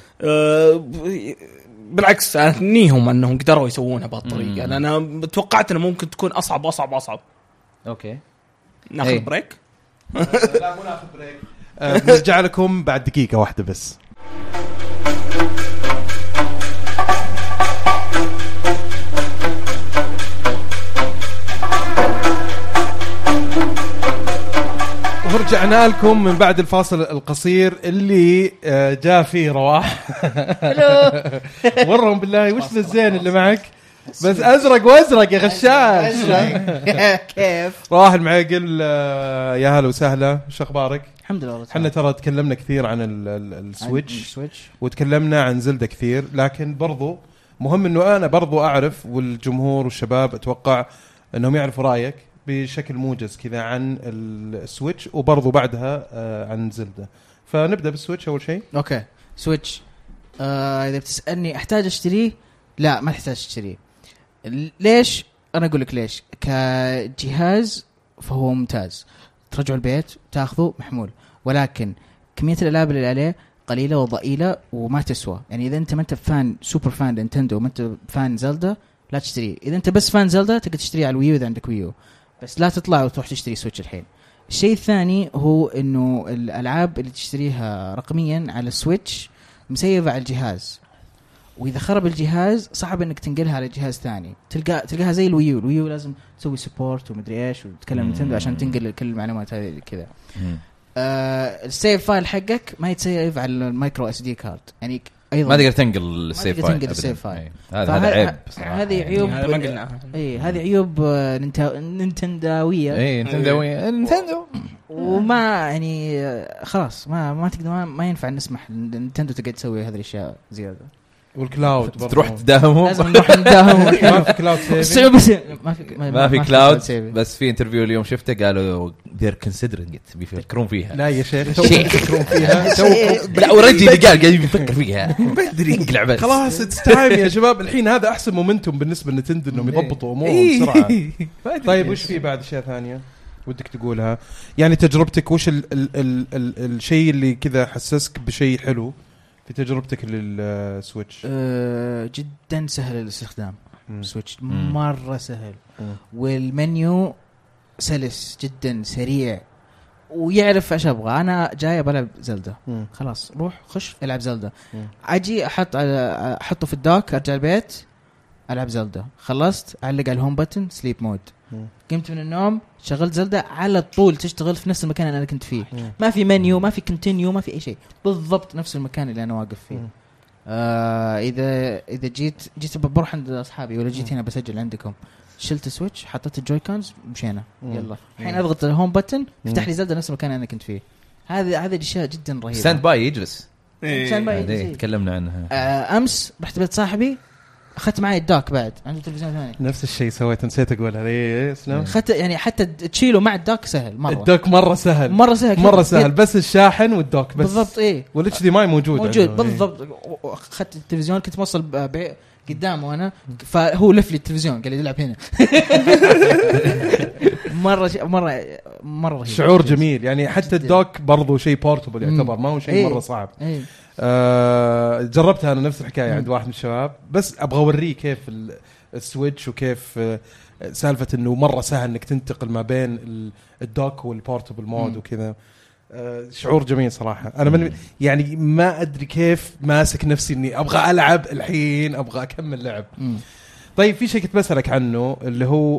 بالعكس أثنيهم أنهم قدروا يسوونها بهالطريقة. أنا توقعت أنه ممكن تكون أصعب. أوكي ناخذ بريك. لا مو ناخذ بريك. نرجع لكم بعد دقيقة واحدة بس. ورجعنا لكم من بعد الفاصل القصير اللي جاء فيه رواح. ورهم بالله وش الزين اللي معك؟ بس ازرق وازرق يا غشاش. كيف رواح المعيقل، يا هلا وسهلا، وش اخبارك؟ الحمد لله. احنا ترى تكلمنا كثير عن السويتش وتكلمنا عن زلدة كثير، لكن برضو مهم انه انا برضو اعرف والجمهور والشباب اتوقع انهم يعرفوا رايك بشكل موجز كذا عن السويتش، وبرضو بعدها عن زلدة. فنبدا بالسويتش اول شيء. اوكي سويتش، اذا بتسالني احتاج اشتريه، لا ما تحتاج تشتريه. ليش؟ انا اقول لك ليش. كجهاز فهو ممتاز، ترجعه البيت تاخذه محمول، ولكن كميه الالعاب اللي عليه قليله وضئيله وما تسوى. يعني اذا انت ما انت فان سوبر فان نينتندو وما انت فان زلدا لا تشتريه. اذا انت بس فان زلدا تقدر تشتريه على الويو اذا عندك ويو، بس لا تطلع وتروح تشتري سويتش الحين. الشيء الثاني هو انه الالعاب اللي تشتريها رقميا على السويتش مسيفه على الجهاز، واذا خرب الجهاز صعب انك تنقلها على جهاز ثاني. تلقاها زي الويو لازم تسوي سبورت ومدري ايش وتتكلم نينتندو عشان تنقل كل المعلومات هذه كذا. السيف فايل حقك ما يتسيف على المايكرو اس دي كارد، يعني ايضا ما تقدر تنقل السيف فايل. هذا عيب صراحه. هذه عيوب ما قلناها. هذه عيوب نينتنداويه. نينتندو وما يعني خلاص ما تقدر ما ينفع نسمح نينتندو تقعد تسوي هذه الاشياء زياده. والكلاود تروح تداهمهم، لازم نروح نداهمهم. ما في كلاود سيفنج، ما في كلاود. بس في انترفيو اليوم شفته قالوا they're considering it، بيفكرون فيها. لا يا شيخ يفكرون فيها. لا ورجي اللي قاعد يفكر فيها ما ادري يقلع بس. خلاص اتس تايم يا شباب، الحين هذا احسن مومنتوم بالنسبه لنتندو انهم يضبطوا امورهم بسرعه. طيب وش في بعد اشياء ثانيه ودك تقولها؟ يعني تجربتك وش الشيء اللي كذا حسسك بشيء حلو في تجربتك للسويتش؟ جدا سهل الاستخدام. سويتش مرة سهل، والمنيو سلس جدا سريع، ويعرف ايش ابغى. انا جاي بلعب زلدة، خلاص روح خش العب زلدة. اجي احطه في الدوك، ارجع البيت العب زلدة، خلصت اعلق على الهوم بتن سليب مود، قمت من النوم شغلت زلدة على طول تشتغل في نفس المكان اللي انا كنت فيه. ما في منيو، ما في كونتينيو، ما في اي شيء، بالضبط نفس المكان اللي انا واقف فيه. اذا جيت بروح عند اصحابي ولا جيت هنا بسجل عندكم، شلت السويتش، حطيت الجويكونز، مشينا يلا الحين اضغط الهوم بتن يفتح لي زلدة نفس المكان اللي انا كنت فيه. هذه الاشياء جدا رهيبه. ستاند باي يجلس، ستاند باي تكلمنا عنها. امس رحت بيت صاحبي، اخذت معي الدوك، بعد عنده تلفزيون ثاني. نفس الشيء سويت، نسيت اقولها. ايه اسلام، اخذت يعني حتى تشيله مع الدوك سهل مره. الدوك مره سهل بس الشاحن والدوك بس بالضبط. ايه والاتش دي ماي موجود بالضبط. اخذت التلفزيون كنت موصل قدامه انا، فهو لف لي التلفزيون قال لي العب هنا. مره شعور جميل يعني. حتى الدوك برضو شيء بورتبل يعتبر، ما هو شيء مره صعب. جربتها انا نفس الحكايه عند واحد من الشباب، بس ابغى اوريه كيف السويتش وكيف سالفه انه مره سهل انك تنتقل ما بين الدوك والبورتبل مود وكذا. شعور جميل صراحه. انا يعني ما ادري كيف ماسك نفسي اني ابغى العب الحين، ابغى اكمل لعب. طيب في شيء كنت بسالك عنه اللي هو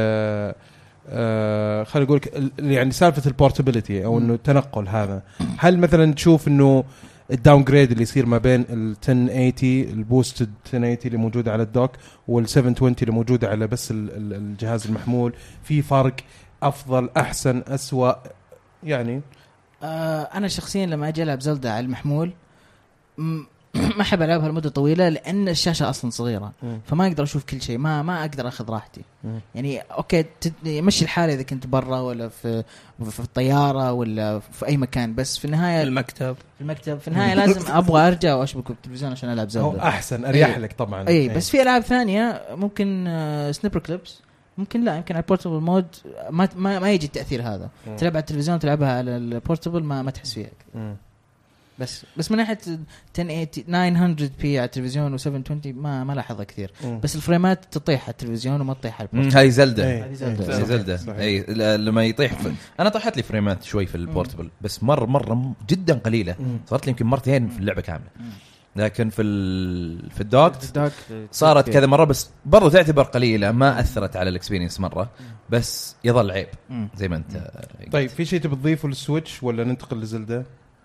خليني اقول لك يعني سالفه البورتابيلتي او انه التنقل هذا. هل مثلا تشوف انه الداون جريد اللي يصير ما بين ال 1080 البوستد 1080 اللي موجوده على الدوك وال 720 اللي موجوده على بس الجهاز المحمول، في فرق افضل احسن اسوأ يعني؟ انا شخصيا لما اجي العب زلدة على المحمول ما احب العبها لمده طويله، لان الشاشه اصلا صغيره فما اقدر اشوف كل شيء، ما اقدر اخذ راحتي. يعني اوكي مشي الحاله اذا كنت برا ولا في الطياره ولا في اي مكان، بس في النهايه المكتب في النهايه لازم ابغى ارجع واشبك بالتلفزيون عشان العب زلدة. احسن اريح لك طبعا. اي بس في العاب ثانيه ممكن سنيبر كليبس، ممكن لا يمكن على البورتبل مود ما يجي التاثير هذا. تلعب على التلفزيون تلعبها على البورتبل ما تحس فيها. بس من ناحيه 1080 900 بي على التلفزيون و720 ما لاحظها كثير. بس الفريمات تطيح على التلفزيون وما تطيح على البورتبل. هاي زلدة اي لما يطيح انا طاحت لي فريمات شوي في البورتبل، بس مره جدا قليله. صارت لي يمكن مرتين في اللعبه كامله. لكن في الدوك صارت كذا مره بس برضو تعتبر قليله ما اثرت على الاكسبيرينس مره بس يظل عيب زي ما انت. طيب في شيء تبي تضيفه للسويتش ولا ننتقل لزلدة؟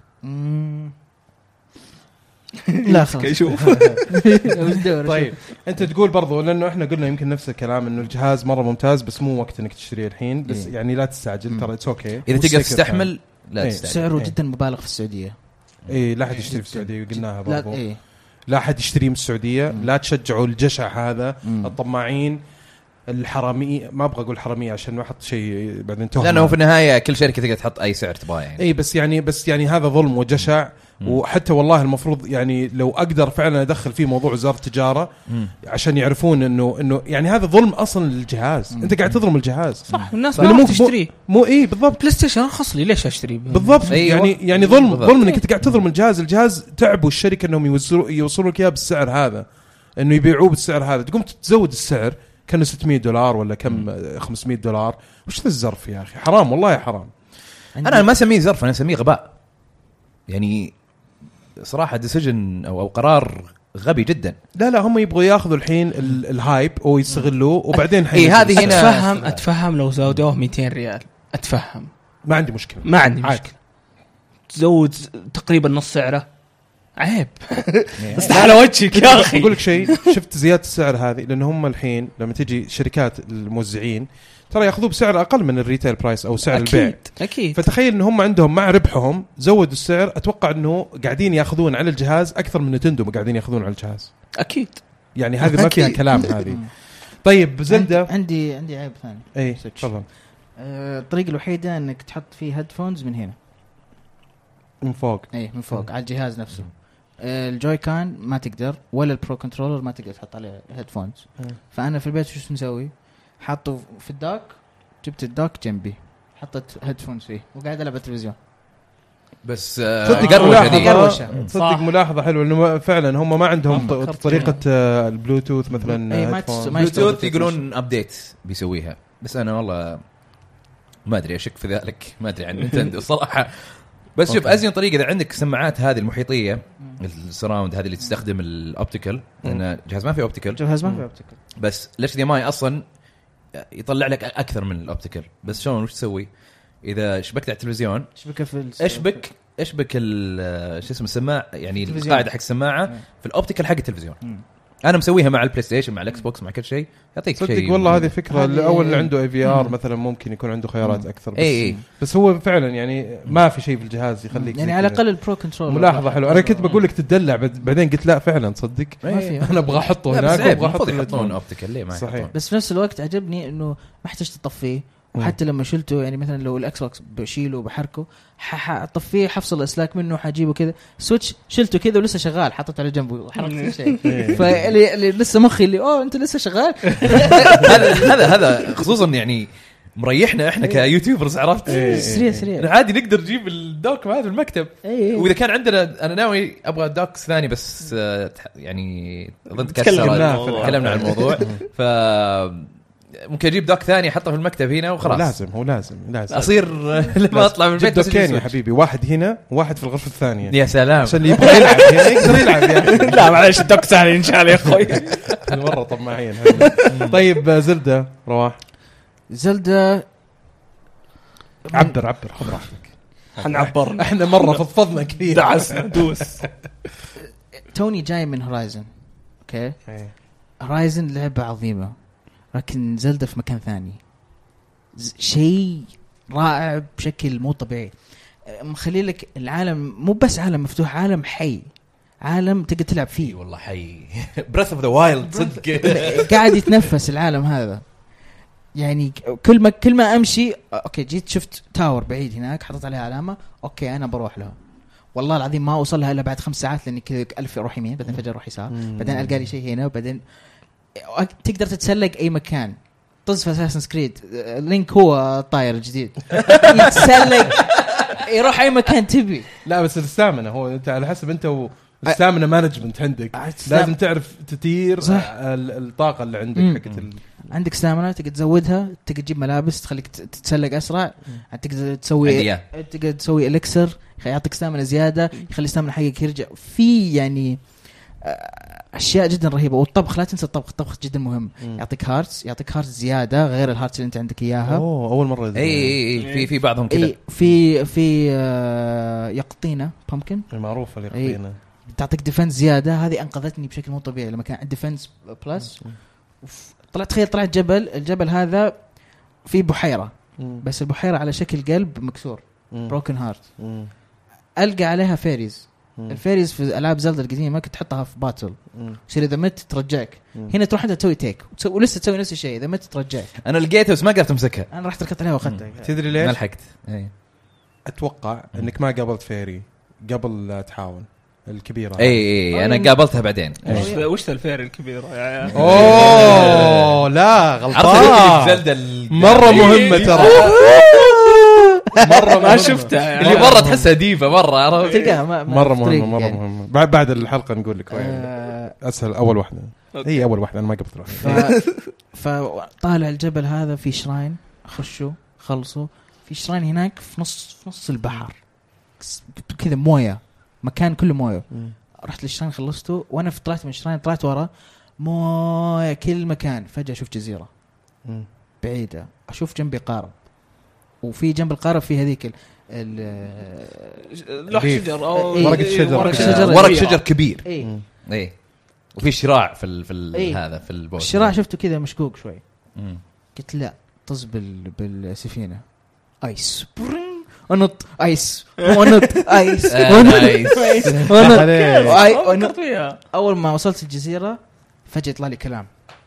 لا خلاص شوف. طيب انت تقول برضو لانه احنا قلنا يمكن نفس الكلام انه الجهاز مره ممتاز بس مو وقت انك تشتريه الحين بس يعني لا تستعجل ترى اتس اوكي اذا تقدر تستحمل لا تستعجل. سعره جدا مبالغ في السعوديه. لا حد يشتري في السعوديه قلناها برضو. لا لا حد يشتري من السعوديه. لا تشجعوا الجشع هذا الطماعين الحرامية. ما ابغى اقول حرامية عشان ما احط شيء بعدين تهمه لانه في النهايه كل شركه تقدر تحط اي سعر تبغاه يعني. بس يعني هذا ظلم وجشع. وحتى والله المفروض يعني لو اقدر فعلا ادخل فيه موضوع وزاره التجاره عشان يعرفون انه يعني هذا ظلم اصلا للجهاز. انت قاعد تظلم الجهاز صح. الناس ما تشتريه مو بالضبط. بلاي ستيشن ارخص لي ليش اشتريه بالضبط. يعني ظلم انك قاعد تظلم الجهاز تعبوا الشركه انهم يوصلوا لك اياه بالسعر هذا انه يبيعوه بالسعر هذا تقوم تزود السعر كانه $600 ولا كم $500. وش ذا الزرف يا اخي؟ حرام والله حرام. انا ما اسميه زرف انا اسميه غباء يعني صراحه ديسيجن او قرار غبي جدا. لا هم يبغوا ياخذوا الحين الهايب ويستغلوه وبعدين هذه هنا اتفهم لو زودوه 200 ريال اتفهم ما عندي مشكله تزود تقريبا نص سعره عيب. بس على وجهك يا اخي. اقول لك شيء شفت زياده السعر هذه لان هم الحين لما تجي شركات الموزعين ترى ياخذوه بسعر اقل من الريتيل برايس او سعر البيع. اكيد. فتخيل ان هم عندهم مع ربحهم زودوا السعر. اتوقع انه قاعدين ياخذون على الجهاز اكثر من نتندو قاعدين ياخذون على الجهاز. اكيد يعني هذه ما فيها كلام هذه. طيب زلدة عندي عيب ثاني. اي تفضل. الطريقه الوحيده انك تحط فيه هيدفونز من هنا من فوق. من فوق على الجهاز نفسه. الجوي كان ما تقدر ولا البرو كنترولر ما تقدر تحط عليه هيدفونز. فانا في البيت شو مسوي حاطه في الدوك. جبت الدوك جنبي حطيت هيدفونز فيه وقاعد العب التلفزيون بس تصدق ملاحظه حلوه انه فعلا هم ما عندهم طريقه البلوتوث مثلا. بلوتوث يقولون ابديت بيسويها بس انا والله ما ادري اشك في ذلك. ما ادري عن نينتندو صراحه. بس شوف ازين طريقه اذا عندك سماعات هذه المحيطيه السراوند هذه اللي تستخدم الاوبتيكال لان جهاز ما فيه اوبتيكال بس الاتش دي ام اي اصلا يطلع لك اكثر من الاوبتيكال. بس شلون وش تسوي اذا شبكت على التلفزيون شبكه في اشبك شو اسمه السماعه يعني القاعده حق السماعه في الاوبتيكال حق التلفزيون. انا مسويها مع البلاي ستيشن مع الاكس بوكس مع كل شيء يعطيك شيء. صدق والله هذه فكره. الاول اللي عنده اي في ار مثلا ممكن يكون عنده خيارات اكثر بس بس هو فعلا يعني ما في شيء في الجهاز يخليك يعني على الاقل البرو كنترول. ملاحظه حلوه. انا كنت بقول لك تدلع بعدين قلت لا فعلا صدق انا ابغى احطه هناك وابغى احط يحطون اوبتيكال ليه ما صحيح. بس في نفس الوقت عجبني انه ما احتاج تطفيه. وحتى لما شلته يعني مثلا لو الاكس بوكس بشيله وبحركه حطفيه حفصل الاسلاك منه حجيبه كذا. سويتش شلته كذا ولسه شغال حطيته على جنبه حركت شيء. فاللي لسه مخي اللي انت لسه شغال. هذا خصوصا يعني مريحنا احنا كيوتيوبرز عرفت. سريع عادي نقدر نجيب الدوك هذا في المكتب. واذا كان عندنا انا ناوي ابغى دوكس ثاني بس يعني اظن تكلمنا عن الموضوع ف ممكن اجيب دوك ثاني احطه في المكتب هنا وخلاص. هو لازم اصير لما اطلع من البيت دوكين يا حبيبي. واحد هنا وواحد في الغرفه الثانيه. يا سلام عشان اللي يبغى يلعب هنا يقدر يلعب يعني. لا معلش دوك ثاني ان شاء الله يا اخوي. مره طماعين. طيب زلدة رواح. زلدة عبر خذ راحتك. حنعبر احنا مره فضفضنا كثير دعسنا دوس. توني جاي من هورايزن. اوكي هورايزن لعبه عظيمه لكن زلدة في مكان ثاني. شيء رائع بشكل مو طبيعي. مخلي لك العالم مو بس عالم مفتوح عالم حي عالم تقدر تلعب فيه. والله حي بريث اوف ذا وايلد صدق قاعد يتنفس العالم هذا. يعني كل ما امشي اوكي جيت شفت تاور بعيد هناك حطيت عليها علامه اوكي انا بروح له. والله العظيم ما اوصلها الا بعد 5 ساعات لاني كذا الف اروح يمين بعدين فجاه اروح يسار بعدين القى لي شيء هنا وبعدين تقدر تتسلق اي مكان. طز في اساسن كريد لينك هو الطاير الجديد يتسلق يروح اي مكان تبي. لا بس الاستامنة هو انت على حسب انت والاستامنة مانجمنت عندك لازم تعرف تثير الطاقه اللي عندك حقت عندك استامنة تقدر تزودها تقدر تجيب ملابس تخليك تتسلق اسرع. تقدر تسوي الكسر يعطيك استامنة زياده يخلي استامنة حقك يرجع في يعني اشياء جدا رهيبه. والطبخ لا تنسى الطبخ جدا مهم. يعطيك هارتس زياده غير الهارتس اللي انت عندك اياها. اول مره اي في بعضهم كذا. في يقطينه بامكن المعروفه اليقطينه تعطيك ديفنس زياده. هذه انقذتني بشكل مو طبيعي لما كان عندي ديفنس بلس. طلعت جبل. الجبل هذا فيه بحيره بس البحيره على شكل قلب مكسور بروكن هارت. القى عليها فيريز. الفيريز في العاب زلدا القديمه كنت تحطها في باتل يصير اذا مت ترجعك. هنا تروح انت تسوي تيك ولسه تسوي نفس الشيء اذا مت ترجعك. انا لقيتها بس ما قدرت امسكها. انا رحت ركضت عليها واخذتها. تدري ليش؟ ما لحقت. اتوقع انك ما قابلت فيري قبل تحاول الكبيره. اي انا قابلتها بعدين. وش الفيري الكبيره يعني؟ اوه لا غلطان. مره مهمه ترى. مره ما شفتها يعني. اللي برا تحسها ديفا مره تلقاها مره مهمه. بعد الحلقه نقول لك اسهل اول واحده. هي اول واحده انا ما قبلت فطالع الجبل هذا في شراين خشوا خلصوا في شراين هناك في نص البحر كذا مويه مكان كله مويه. رحت للشراين خلصته وانا طلعت من الشراين طلعت ورا مويه كل مكان. فجأة اشوف جزيره بعيده اشوف جنبي قارب وفي جنب القارب في هذيك لوح شجر او ورق شجر كبير. اي وفي شراع في هذا في البوت. الشراع شفته كذا مشكوك شوي. قلت لا طز بالسفينه ايس ونط ايس ونط ايس ونط. اول ما وصلت الجزيره فجأة يطلع لي كلام.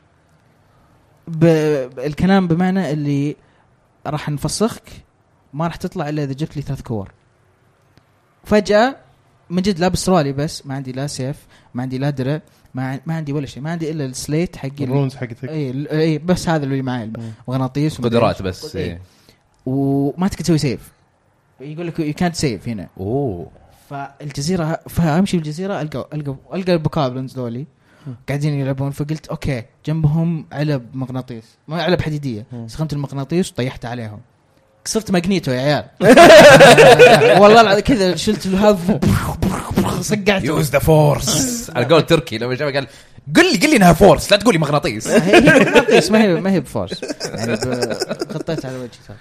الكلام بمعنى اللي راح نفسخك ما راح تطلع الا اذا جبت لي 3 كور. فجأة من جد لابس سروالي بس ما عندي لا سيف ما عندي لا درع ما عندي ولا شيء. ما عندي الا السليت حقي الرونز حقتك. اي بس هذا اللي معي وغناطيس قدرات بس. وما تقدر تسوي سيف. يقول لك يو كانت سيف هنا. فالجزيره فامشي بالجزيره القى البوكابلنز دولي قاعدين يلعبون. فقلت اوكي جنبهم علب مغناطيس ما علب حديديه. سخنت المغناطيس وطيحت عليهم كسرت ماغنيتو يا عيال. والله كذا شلت هذا صقعت يوز ذا فورس على قول تركي لما جاء قال قل لي انها فورس لا تقولي مغناطيس. هي مغناطيس ما هي بفورس يعني غطيت على وجهي.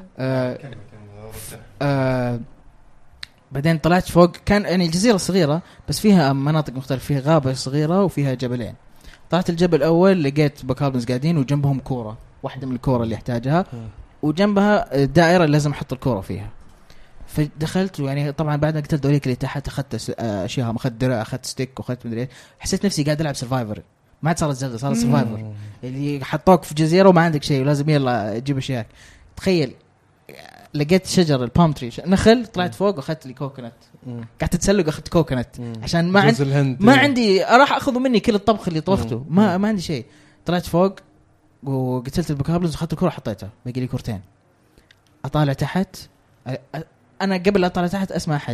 بعدين طلعت فوق كان يعني الجزيرة صغيرة بس فيها مناطق مختلفة. فيها غابة صغيرة وفيها جبلين. طلعت الجبل الأول لقيت بوكابلنز قاعدين وجنبهم كورة واحدة من الكورة اللي يحتاجها وجنبها دائرة لازم أحط الكورة فيها. فدخلت يعني طبعا بعد ما قتلت دوليك اللي تحت أخذت أشياء أخذت درع أخذت ستيك وأخذت مدري. حسيت نفسي قاعد ألعب سرفايفر. ما عاد صارت زلدة صارت سرفايفر اللي حطوك في جزيرة وما عندك شيء ولازم يلا تجيب أشياء. تخيل لقيت شجر البام تري نخل طلعت فوق واخذت لي كوكونات قعدت اتسلق واخذت كوكونات عشان ما عندي راح اخذوا مني كل الطبخ اللي طبخته ما عندي شيء. طلعت فوق وقتلت البوكابلز واخذت الكره حطيتها باقي لي كورتين. اطالع تحت انا قبل اطالع تحت اسمع احد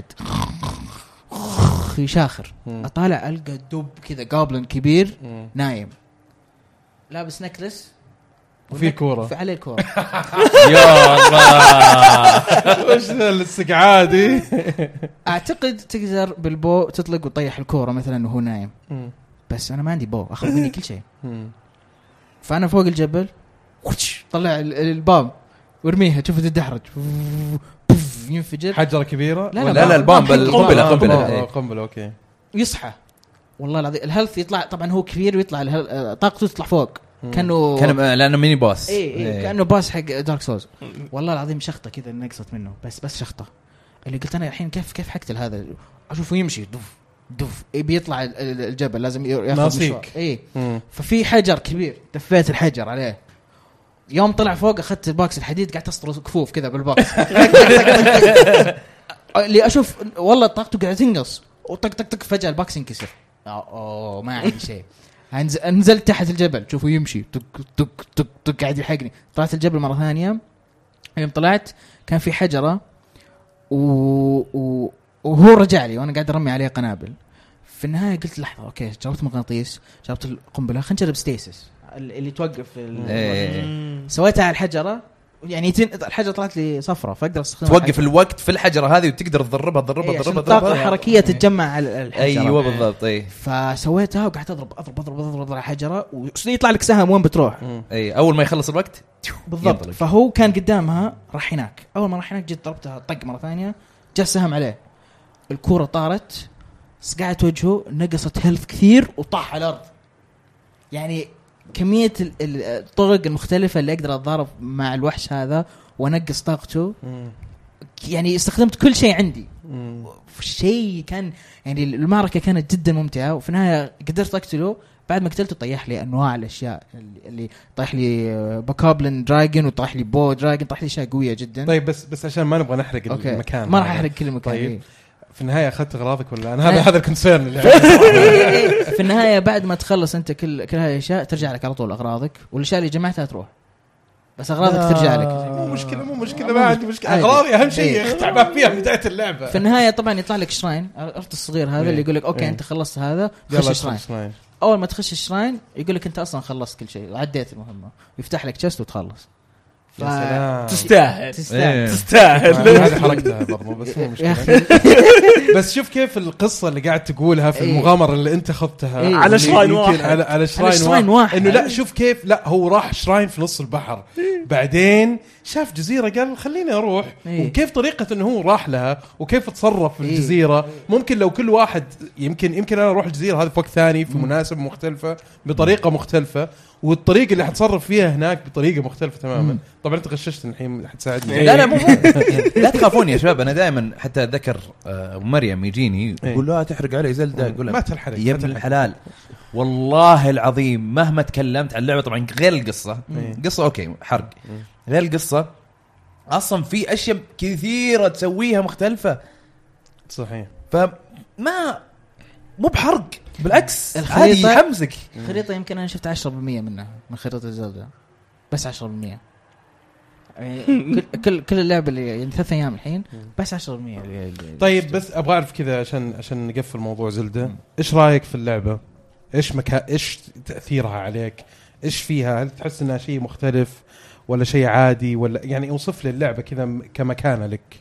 يشاخر. اطالع القى دب كذا قابلن كبير نايم لابس نكلس وفي كورة في عليه الكورة. يا الله وش السقعة دي. أعتقد تقدر بالبو تطلق وتطيح الكورة مثلا وهو نايم بس أنا ما عندي بو أخذ مني كل شيء. فأنا فوق الجبل طلع البام وارميها تشوف تدحرج ينفجر حجرة كبيرة. لا البام قنبلة أوكي. يصحى والله العظيم الهيلث يطلع طبعا هو كبير ويطلع طاقته تطلع فوق كان لانه ميني باس. كانه باس حق دارك سولز. والله العظيم شخطه كذا نقصت منه بس شخطه اللي قلت انا الحين كيف حقتل هذا اشوفه يمشي دف بيطلع الجبل لازم ياخذ مشوار. ففي حجر كبير دفيت الحجر عليه. يوم طلع فوق اخذت الباكس الحديد قاعد اسطر كفوف كذا بالباكس اللي اشوف والله طاقته قاعد تنقص وطق طق طق فجاه الباكس ينكسر. ما عندي شيء. نزلت تحت الجبل شوفوا يمشي طق قاعد يحقني. طلعت الجبل مرة ثانية. يوم طلعت كان في حجرة وهو رجع لي وانا قاعد ارمي عليه قنابل. في النهاية قلت لحظة اوكي جربت مغناطيس جربت القنبلة خلينا نجرب ستيسس اللي توقف سويتها على الحجرة يعني الحجره طلعت لي صفرة فاقدر استخدمها. توقف الوقت في الحجره هذه وتقدر تضربها الطاقه الحركيه تتجمع على الحجره. ايوه بالضبط. اي فسويتها وقعدت اضرب على الحجره ويطلع لك سهم وين بتروح. اي اول ما يخلص الوقت بالضبط ينطلق. فهو كان قدامها راح هناك، اول ما راح هناك جيت ضربتها طق مره ثانيه جاء سهم عليه، الكوره طارت صقعت وجهه، نقصت هيلث كثير وطاح على الارض. يعني كميه الطرق المختلفه اللي اقدر اتضارب مع الوحش هذا وانقص طاقته، يعني استخدمت كل شيء عندي. شيء كان يعني المعركه كانت جدا ممتعه، وفي النهايه قدرت اقتله. بعد ما قتلته طيح لي انواع الاشياء اللي طيح لي باكابلن دراجون وطيح لي بو دراجون، طيح لي اشياء قويه جدا. طيب بس عشان ما نبغى نحرق المكان، ما راح احرق كل المكان. طيب في النهايه اخذت اغراضك ولا انا هذا الكونسيرن اللي في النهايه بعد ما تخلص انت كل هذه الاشياء ترجع لك على طول اغراضك، والاشياء اللي جمعتها تروح، بس اغراضك ترجع لك. مو مشكله ما عندي مشكله، اغراضي اهم شيء تعبان فيها من بدايه اللعبه. في النهايه طبعا يطلع لك شراين، عرفت الصغير هذا اللي يقول لك اوكي انت خلصت هذا، خش الشراين. اول ما تخش الشراين يقول لك انت اصلا خلصت كل شيء وعديت المهمه، ويفتح لك تشست وتخلص. تستاهل هذه حركتها برضو، بس مو مشكله. بس شوف كيف القصه اللي قاعد تقولها في المغامره اللي انت خذتها على شراين واحد، على شراين واحد. انه لا شوف كيف، لا هو راح شراين في نص البحر، بعدين شاف جزيره قال خليني اروح، وكيف طريقه انه هو راح لها وكيف تصرف في الجزيره. ممكن لو كل واحد يمكن انا اروح الجزيره هذه في وقت ثاني في مناسبه مختلفه بطريقه مختلفه، والطريقه اللي حتصرف فيها هناك بطريقه مختلفه تماما. طبعا انت غششتني الحين، حتساعدني. لا مو لا تخافون يا شباب، انا دائما حتى اتذكر مريم يجيني يقول لا تحرق علي زلدة، اقول ما تحرق يا ابن الحلال والله العظيم مهما تكلمت عن اللعبه. طبعا غير القصه، قصه اوكي حرق، غير القصه اصلا في اشياء كثيره تسويها مختلفه. صحيح. فما مو بحرق، بالعكس هذه يحمسك. الخريطه يمكن انا شفت 10% منها من خريطه الزلدة، بس 10%. يعني كل اللعبه اللي يعني 3 ايام الحين بس 10%. طيب بس ابغى اعرف كذا عشان نقفل موضوع زلدة، ايش رايك في اللعبه؟ ايش تاثيرها عليك؟ ايش فيها؟ هل تحس انها شيء مختلف ولا شيء عادي، ولا يعني اوصف لي اللعبه كذا كمكانه لك.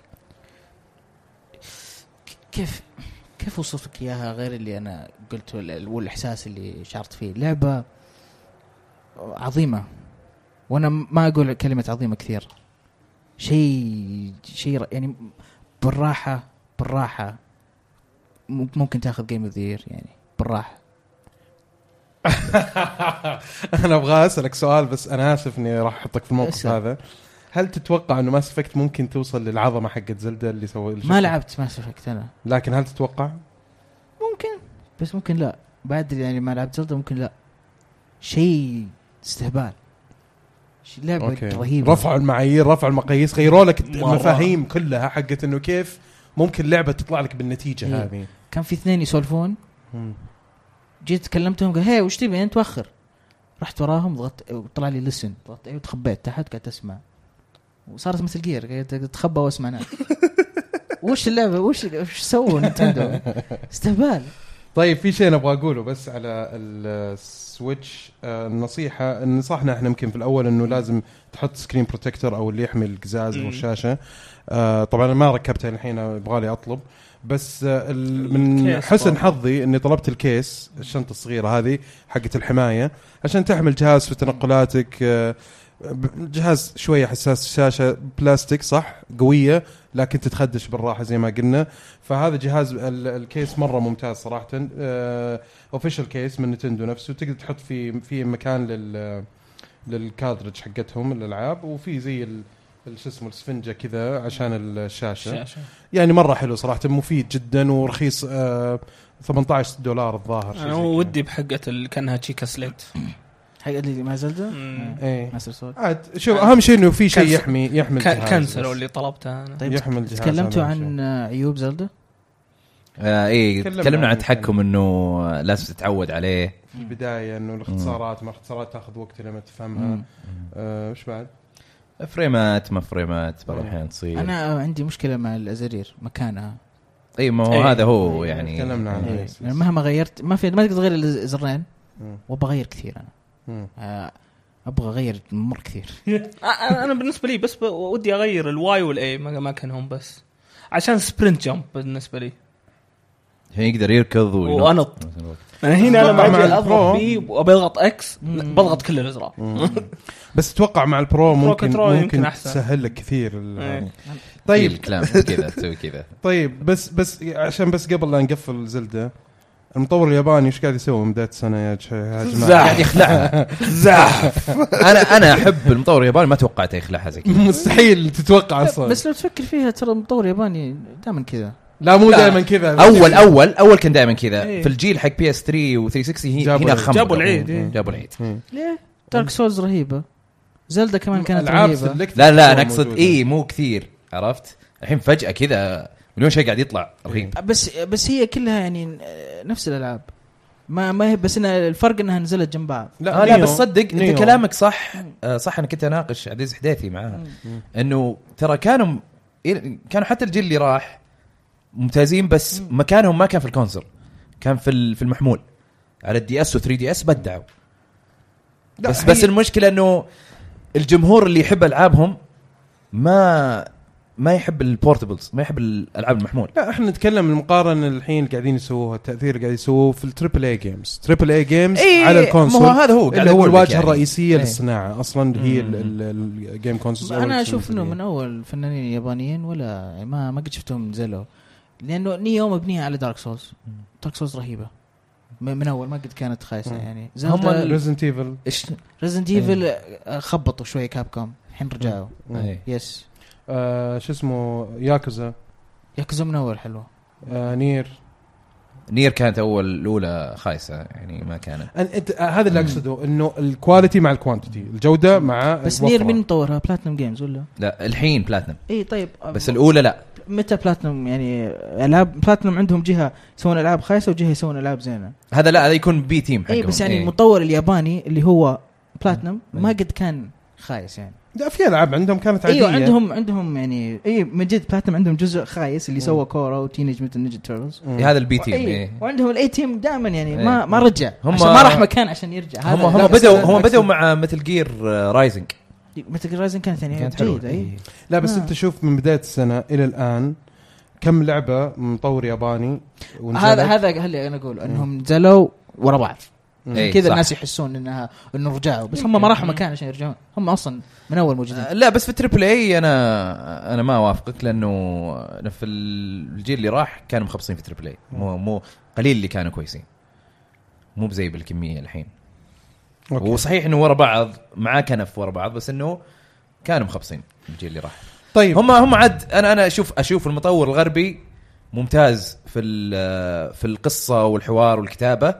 كيف اوصفك اياها غير اللي انا قلته والاحساس اللي شعرت فيه؟ لعبه عظيمه، وانا ما اقول كلمه عظيمه كثير. شيء يعني بالراحه ممكن تاخذ جيم اوف ذا يير يعني بالراحه. انا ابغى اسالك سؤال، بس انا اسف اني راح احطك في الموقف هذا. هل تتوقع انه ماس إفكت ممكن توصل للعظمه حقت زلدة اللي سوى؟ ما لعبت ماس إفكت انا، لكن هل تتوقع؟ ممكن، بس ممكن لا. بعد يعني ما لعبت زلدة ممكن لا. شيء استهبال، شيء لعبه رهيبه. رفعوا المعايير، رفعوا المقاييس، غيروا لك المفاهيم كلها حقت انه كيف ممكن لعبه تطلع لك بالنتيجه هذه. كان في 2 يسولفون، جيت كلمتهم قال هي وش تبي انت؟ توخر. رحت وراهم ضغطت وطلع لي لسن، ضغطت وتخبيت تحت قاعد اسمع، وصارت مثل جير قاعد تخبى واسمع ناس. وش اللعبه وش سووا نينتندو؟ استهبال. طيب في شيء نبغى اقوله بس على السويتش. النصيحه نصحنا احنا يمكن في الاول انه لازم تحط سكرين بروتكتور او اللي يحمي القزاز والشاشه. طبعا انا ما ركبتها الحين، ابغالي اطلب، بس من حسن حظي اني طلبت الكيس، الشنطه الصغيره هذه حقه الحمايه، عشان تحمل جهاز في تنقلاتك. جهاز شويه حساس، شاشه بلاستيك صح قويه لكن تتخدش بالراحه زي ما قلنا. فهذا جهاز الكيس مره ممتاز صراحه، اوفيشال كيس من نينتندو نفسه، تقدر تحط في مكان للكادرج حقتهم الالعاب، وفي زي شو اسمه السفنجه كذا عشان الشاشه. يعني مره حلو صراحه، مفيد جدا ورخيص. $18 الظاهر. انا ودي بحقه كانها تشيكا سليت حاجه اللي ما زلده. ايه عاد شوف اهم شيء انه في شيء يحمي كنسلوا اللي طلبتها انا. طيب يحمل جهاز. تكلمتوا عن عيوب زلده؟ ايه تكلمنا عن التحكم انه لازم تتعود عليه في البدايه، انه الاختصارات تاخذ وقت لما تفهمها. ايش بعد؟ فريمات ما فريمات بعض الأحيان تصير. أنا عندي مشكلة مع الأزرير مكانها. أي ما هو هذا هو يعني. تكلمنا عنه. مهما غيرت ما تقدر تغير الزرين، وبغير كثير أنا. ابغى اغير مره كثير. انا بالنسبه لي بس ودي اغير الواي والاي ما كانهم بس عشان سبرنت جامب بالنسبه لي يقدر يركض وانط. هنا انا ما ادري اضغط بي وبضغط اكس بضغط كل الازرار. بس اتوقع مع البرو ممكن تسهل لك كثير. طيب الكلام كذا تسوي كذا. طيب بس عشان بس قبل لا نقفل زلدة، المطور الياباني ايش قاعد يسوي من بداية السنة يا جماعة؟ قاعد يخلعها زاحف. انا احب المطور الياباني، ما توقعت يخلعها زي كذا. مستحيل تتوقع اصلا. بس لو تفكر فيها ترى المطور الياباني دائما كذا. لا مو دائما كذا. اول كان دائما كذا. في الجيل حق PS3 و360 هنا جابوا العيد. جابوا العيد. ليه؟ دارك سولز رهيبه، زلدة كمان كانت رهيبه. لا انا اقصد مو كثير، عرفت؟ الحين فجأة كذا مليون شيء قاعد يطلع رهيب. بس هي كلها يعني نفس الالعاب، ما هي بس الفرق انها نزلت جنب بعض. لا بس صدق انت كلامك صح. صح. انا كنت اناقش عزيز حديثي معاها انه ترى كانوا حتى الجيل اللي راح ممتازين، بس مكانهم ما كان في الكونسول، كان في المحمول على الدي اس و3 دي اس بدعوا. بس المشكله انه الجمهور اللي يحب العابهم ما يحب البورتبلز، ما يحب الالعاب المحمول. لا احنا نتكلم المقارنه الحين قاعدين يسووها، التاثير قاعد يسووه في التريبل اي جيمز. تريبل اي جيمز على الكونسول هذا هو اللي هو الواجهه الرئيسيه للصناعه اصلا، هي الجيم كونسول. انا اشوف انه من اول الفنانين اليابانيين ولا ما قد شفتهم نزلوا، لانه نيو مبنيه على دارك سولز. دارك سولز رهيبه من اول، ما قد كانت خايسه يعني. هم ريزنت ايفل ريزنت ايفل خبطوا شويه كاب كوم، الحين رجعوا. يس شو اسمه ياكوزا من اول حلوه. نير كانت الاولى خايسه يعني، ما كانت. هذا اللي اقصده، انه الكواليتي مع الكوانتيتي، الجوده مع بس نير من مطورها؟ بلاتنم جيمز ولا؟ لا الحين بلاتنم. طيب بس الاولى لا. متى بلاتنم يعني العاب بلاتنم عندهم جهه يسوون العاب خايسه وجهه يسوون العاب زينه؟ هذا يكون بي تيم حقهم. بس يعني المطور الياباني اللي هو بلاتنم ما قد كان خايس يعني. لا في العاب عندهم كانت عاديه. عندهم يعني من جد بلاتنم عندهم جزء خايس اللي سوى كورا وتينيج ميوتنت نينجا تيرلز. هذا البي تيم. وعندهم الاي تيم دائما يعني ما رجع، ما راح مكان عشان يرجع. هم بدأوا مع مثل جير رايزنج. مثل جير رايزنج كانت يعني جيدة. لا بس انت شوف من بداية السنة الى الان كم لعبة مطور ياباني هذا اللي انا اقول انهم نزلوا ورا بعض كذا. الناس يحسون انه رجعوا، بس هم ما راحوا مكان عشان يرجعون، هم اصلا من اول موجودين. لا بس في التريبل اي انا ما اوافقك، لانه في الجيل اللي راح كانوا مخبصين في التريبل اي، مو قليل اللي كانوا كويسين، مو بزي بالكميه الحين. وصحيح انه ورا بعض معاه كنف ورا بعض، بس انه كانوا مخبصين الجيل اللي راح. طيب هم عد انا اشوف المطور الغربي ممتاز في القصه والحوار والكتابه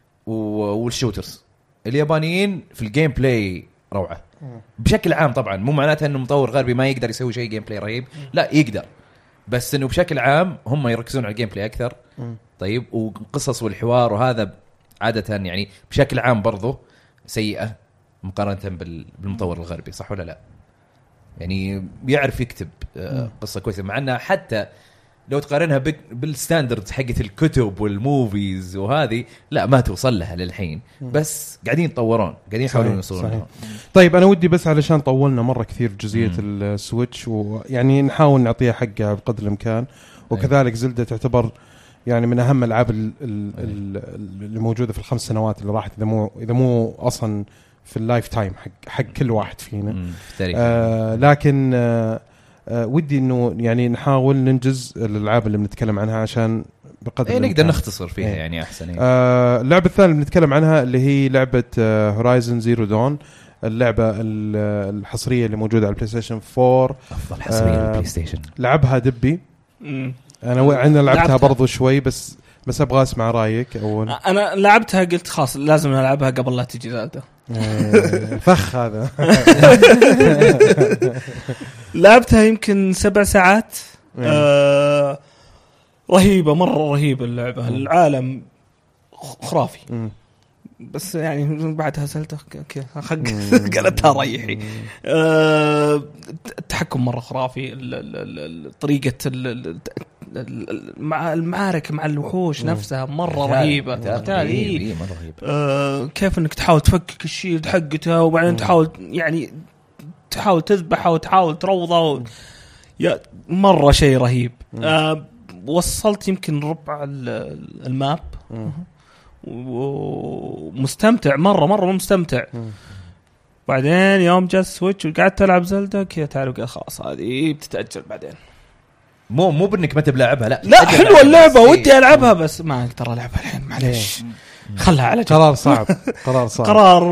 والشوترز. اليابانيين في الجيم بلاي روعه بشكل عام. طبعا مو معناته انه مطور غربي ما يقدر يسوي شيء جيم بلاي رهيب، لا يقدر، بس انه بشكل عام هم يركزون على الجيم بلاي اكثر. طيب والقصص والحوار وهذا عاده يعني بشكل عام برضو سيئه مقارنه بالمطور الغربي، صح ولا لا؟ يعني بيعرف يكتب قصه كويسه، مع انها حتى لو تقارنها بالستاندردز حقت الكتب والموفيز وهذه لا ما توصل لها للحين، بس قاعدين يطورون، قاعدين يحاولون يوصلون. طيب انا ودي بس علشان طولنا مره كثير جزئيه السويتش، ويعني نحاول نعطيها حقها بقدر الامكان. وكذلك زلدة تعتبر يعني من اهم الالعاب اللي موجوده في ال5 سنوات اللي راحت، اذا مو اصلا في اللايف تايم حق كل واحد فينا. لكن ودي انه يعني نحاول ننجز الالعاب اللي بنتكلم عنها عشان بقدر نقدر نختصر فيها يعني احسن. اللعبه الثانيه اللي بنتكلم عنها اللي هي لعبه هورايزن زيرو دون، اللعبه الحصريه اللي موجوده على البلاي ستيشن 4. افضل حصريه على البلاي ستيشن. لعبها دبي. انا لعبتها برضو شوي، بس ابغى اسمع رايك اول. انا لعبتها قلت خلاص لازم نلعبها قبل لا تجي زلدة. فخ هذا. لعبتها يمكن 7 ساعات. رهيبة، مرة رهيبة اللعبة. العالم خرافي بس يعني بعدها سألته قالتها ريحي. التحكم مرة خرافي، طريقة مع المعارك مع الوحوش نفسها مرة رهيبة. مرة رهيبة. كيف انك تحاول تفكك الشيلد حقته وبعدين تحاول تذبحه وتحاول تروضه مرة شيء رهيب. وصلت يمكن ربع الماب ومستمتع مرة مستمتع. بعدين يوم جاء السويتش وقعدت ألعب زلدة كذا تعالوا قال خلاص هذه بتتأجل بعدين. مو بانك ما تبلعبها، لا حلوة اللعبة ودي ألعبها بس ما أقدر ألعبها الحين معليش. خلها على جنب. قرار صعب قرار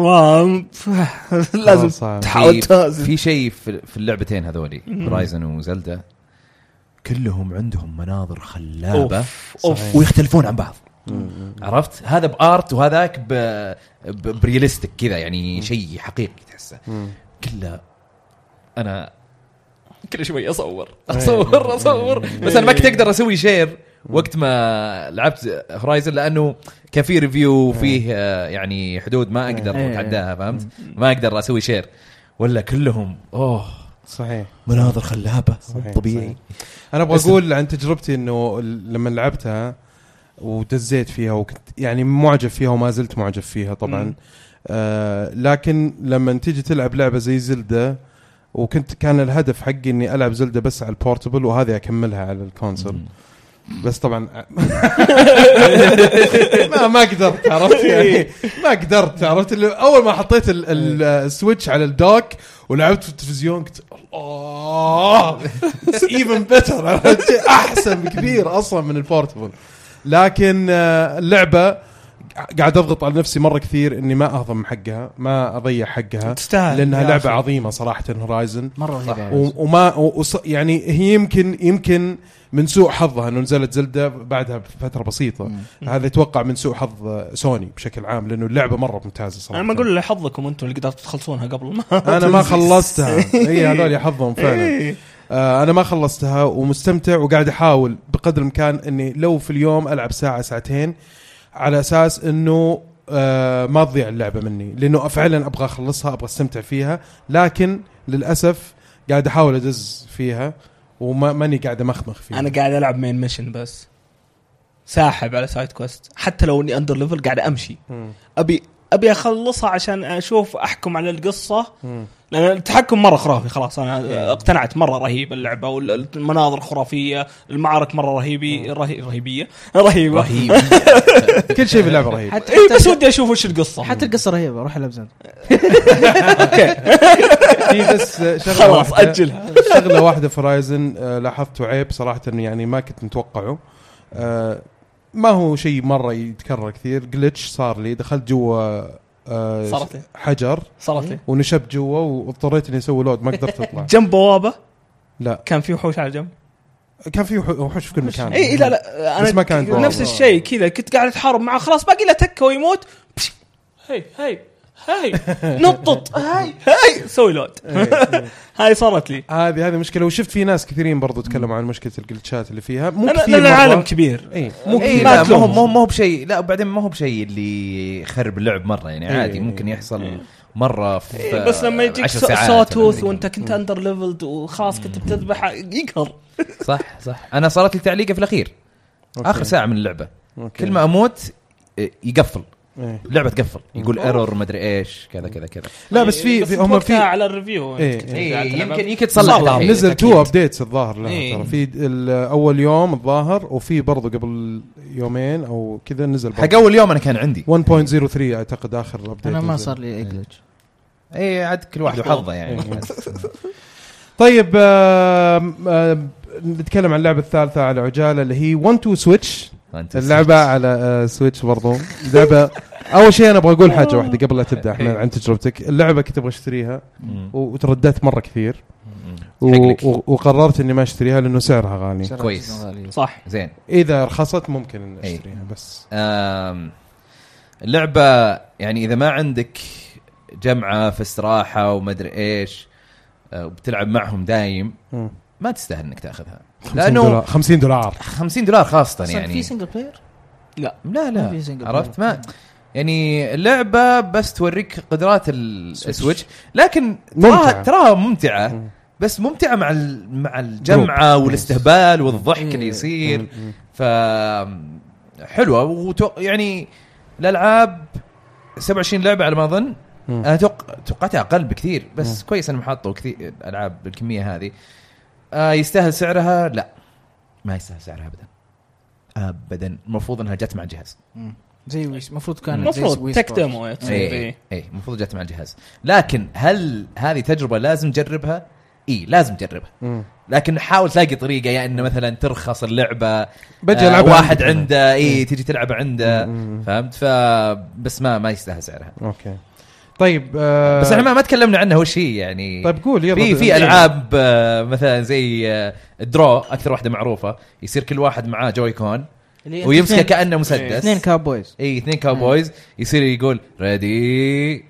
لازم تحاول توازن. في شيء في اللعبتين هذولي هورايزن وزلدة كلهم عندهم مناظر خلابة ويختلفون عن بعض. عرفت هذا بآرت وهذاك برياليستيك كذا يعني شيء حقيقي تحسه. كله أنا كل شوي أصور بس أنا ما كنت أقدر أسوي شير وقت ما لعبت هورايزن لأنه كان في ريفيو فيه يعني حدود ما أقدر أتعداها، فهمت؟ ما أقدر أسوي شير ولا كلهم صحيح مناظر خلابة طبيعي. صحيح. أنا أبغى أقول عن تجربتي إنه لما لعبتها ودزيت فيها وكنت يعني معجب فيها وما زلت معجب فيها طبعا. لكن لما تيجي تلعب لعبة زي زلدة كان الهدف حقي إني ألعب زلدة بس على البورتبل وهذه أكملها على الكونسول. بس طبعا ما قدرت، عرفت يعني ما قدرت، عرفت اول ما حطيت السويتش على الدوك ولعبت في التلفزيون قلت الله even better، احسن بكثير اصلا من البورتبل. لكن اللعبه قاعد اضغط على نفسي مره كثير اني ما اهضم حقها، ما اضيع حقها، لانها لعبه عظيمه صراحه هورايزن مره. وما يعني هي يمكن من سوء حظها انه نزلت زلدة بعدها بفتره بسيطه. هذا يتوقع من سوء حظ سوني بشكل عام لانه اللعبه مره ممتازه صراحه. انا ما اقول حظكم انتم اللي قدرتوا تخلصونها قبل ما انا ما خلصتها. هي هذول حظهم فعلا. انا ما خلصتها ومستمتع وقاعد احاول بقدر الامكان اني لو في اليوم العب ساعه ساعتين على اساس انه ما تضيع اللعبه مني، لانه فعلا ابغى اخلصها، ابغى استمتع فيها. لكن للاسف قاعد احاول ادز فيها وماني قاعد امخمخ فيها. انا قاعد العب مين ميشن بس ساحب على سايد كويست، حتى لو اني اندر ليفل قاعد امشي. ابي اخلصها عشان اشوف احكم على القصه، لان التحكم مره خرافي. خلاص انا اقتنعت، مره رهيبه اللعبه والمناظر خرافيه، المعارك مره رهيبه كل شيء في اللعبه رهيب. بس ودي اشوف وش القصه. حتى القصه رهيبه. روح العب زين. اوكي في بس شغله واحده اجلها. شغله واحده في رايزن لاحظت عيب صراحه انه يعني ما كنت متوقعه. ما هو شيء مره يتكرر كثير. جلitch صار لي، دخلت جوا حجر صارت لي ونشبت جوا واضطريت اني اسوي لود، ما قدرت اطلع. جنب بوابه لا كان في وحوش على جنب، كان في وحوش في كل مكان. اي لا انا ما كان نفس الشيء كذا، كنت قاعد اتحارب معه خلاص باقي له تكه ويموت. هاي نطط هاي سوي لود. هاي صارت لي. هذه مشكله. وشفت في ناس كثيرين برضو تكلموا عن مشكله الجلتشات اللي فيها. مو كثير، العالم كبير. مو كثير. لا مو بشيء. لا وبعدين ما هو بشيء اللي يخرب اللعب مره يعني. عادي ممكن يحصل مره في بس لما يجيك صوتوث وانت كنت اندر ليفلد وخلاص كنت بتذبح يقهر. صح انا صارت لي تعليقه في الاخير اخر ساعه من اللعبه. كل ما اموت يقفل لعبة تقفل، يقول ايرور ما ادري ايش كذا. لا بس في هم في على الريفيو يمكن تصلح. نزل 2 ابديتس الظاهر لها ترى في اول يوم الظاهر، وفي برضه قبل يومين او كذا نزل حق اول يوم. انا كان عندي 1.03 اعتقد اخر ابديت. انا ما صار لي جلتش. عاد كل واحد وحظه يعني. طيب نتكلم عن اللعبة الثالثة على عجالة اللي هي 1-2 سويتش. اللعبة على سويتش برضو لعبة. أول شيء أنا أبغى أقول حاجة واحدة قبل لا تبدأ أحمد عن تجربتك. اللعبة كنت أبغى أشتريها وترددت مرة كثير وقررت إني ما أشتريها لأنه سعرها غالي. كويس صح زين. إذا رخصت ممكن إن أشتريها بس اللعبة يعني إذا ما عندك جمعة في استراحة وما أدري إيش وبتلعب معهم دايم ما تستاهل انك تاخذها، لانه $50 $50 خاصه يعني. في سنجل بلاير؟ لا عرفت ما يعني اللعبه بس توريك قدرات السويتش، لكن ممتعة. تراها ممتعه، بس ممتعه مع الجمعه والاستهبال والضحك اللي يصير. ف حلوه يعني الالعاب 27 لعبه على ما اظن. انا توقعتها اقل بكثير، بس كويس انا محطه كثير العاب بالكميه هذه. يستاهل سعرها؟ لا، ما يستاهل سعرها ابدا. المفروض انها جت مع الجهاز زي المفروض كان المفروض تك ديمو اي المفروض جت مع الجهاز. لكن هل هذه تجربه لازم تجربها؟ لازم تجربها. لكن حاول تلاقي طريقه، يعني انه مثلا ترخص اللعبه، واحد عنده تيجي تلعب عنده، فهمت؟ فبس ما يستاهل سعرها. اوكي طيب بس احنا ما تكلمنا عنه وش هي يعني. طيب قول في العاب مثلا زي الدرو، اكثر واحده معروفه، يصير كل واحد معاه جوي كون ويمسك كأنه مسدس. 2 كاوبويز 2 كاوبويز يصير يقول ريدي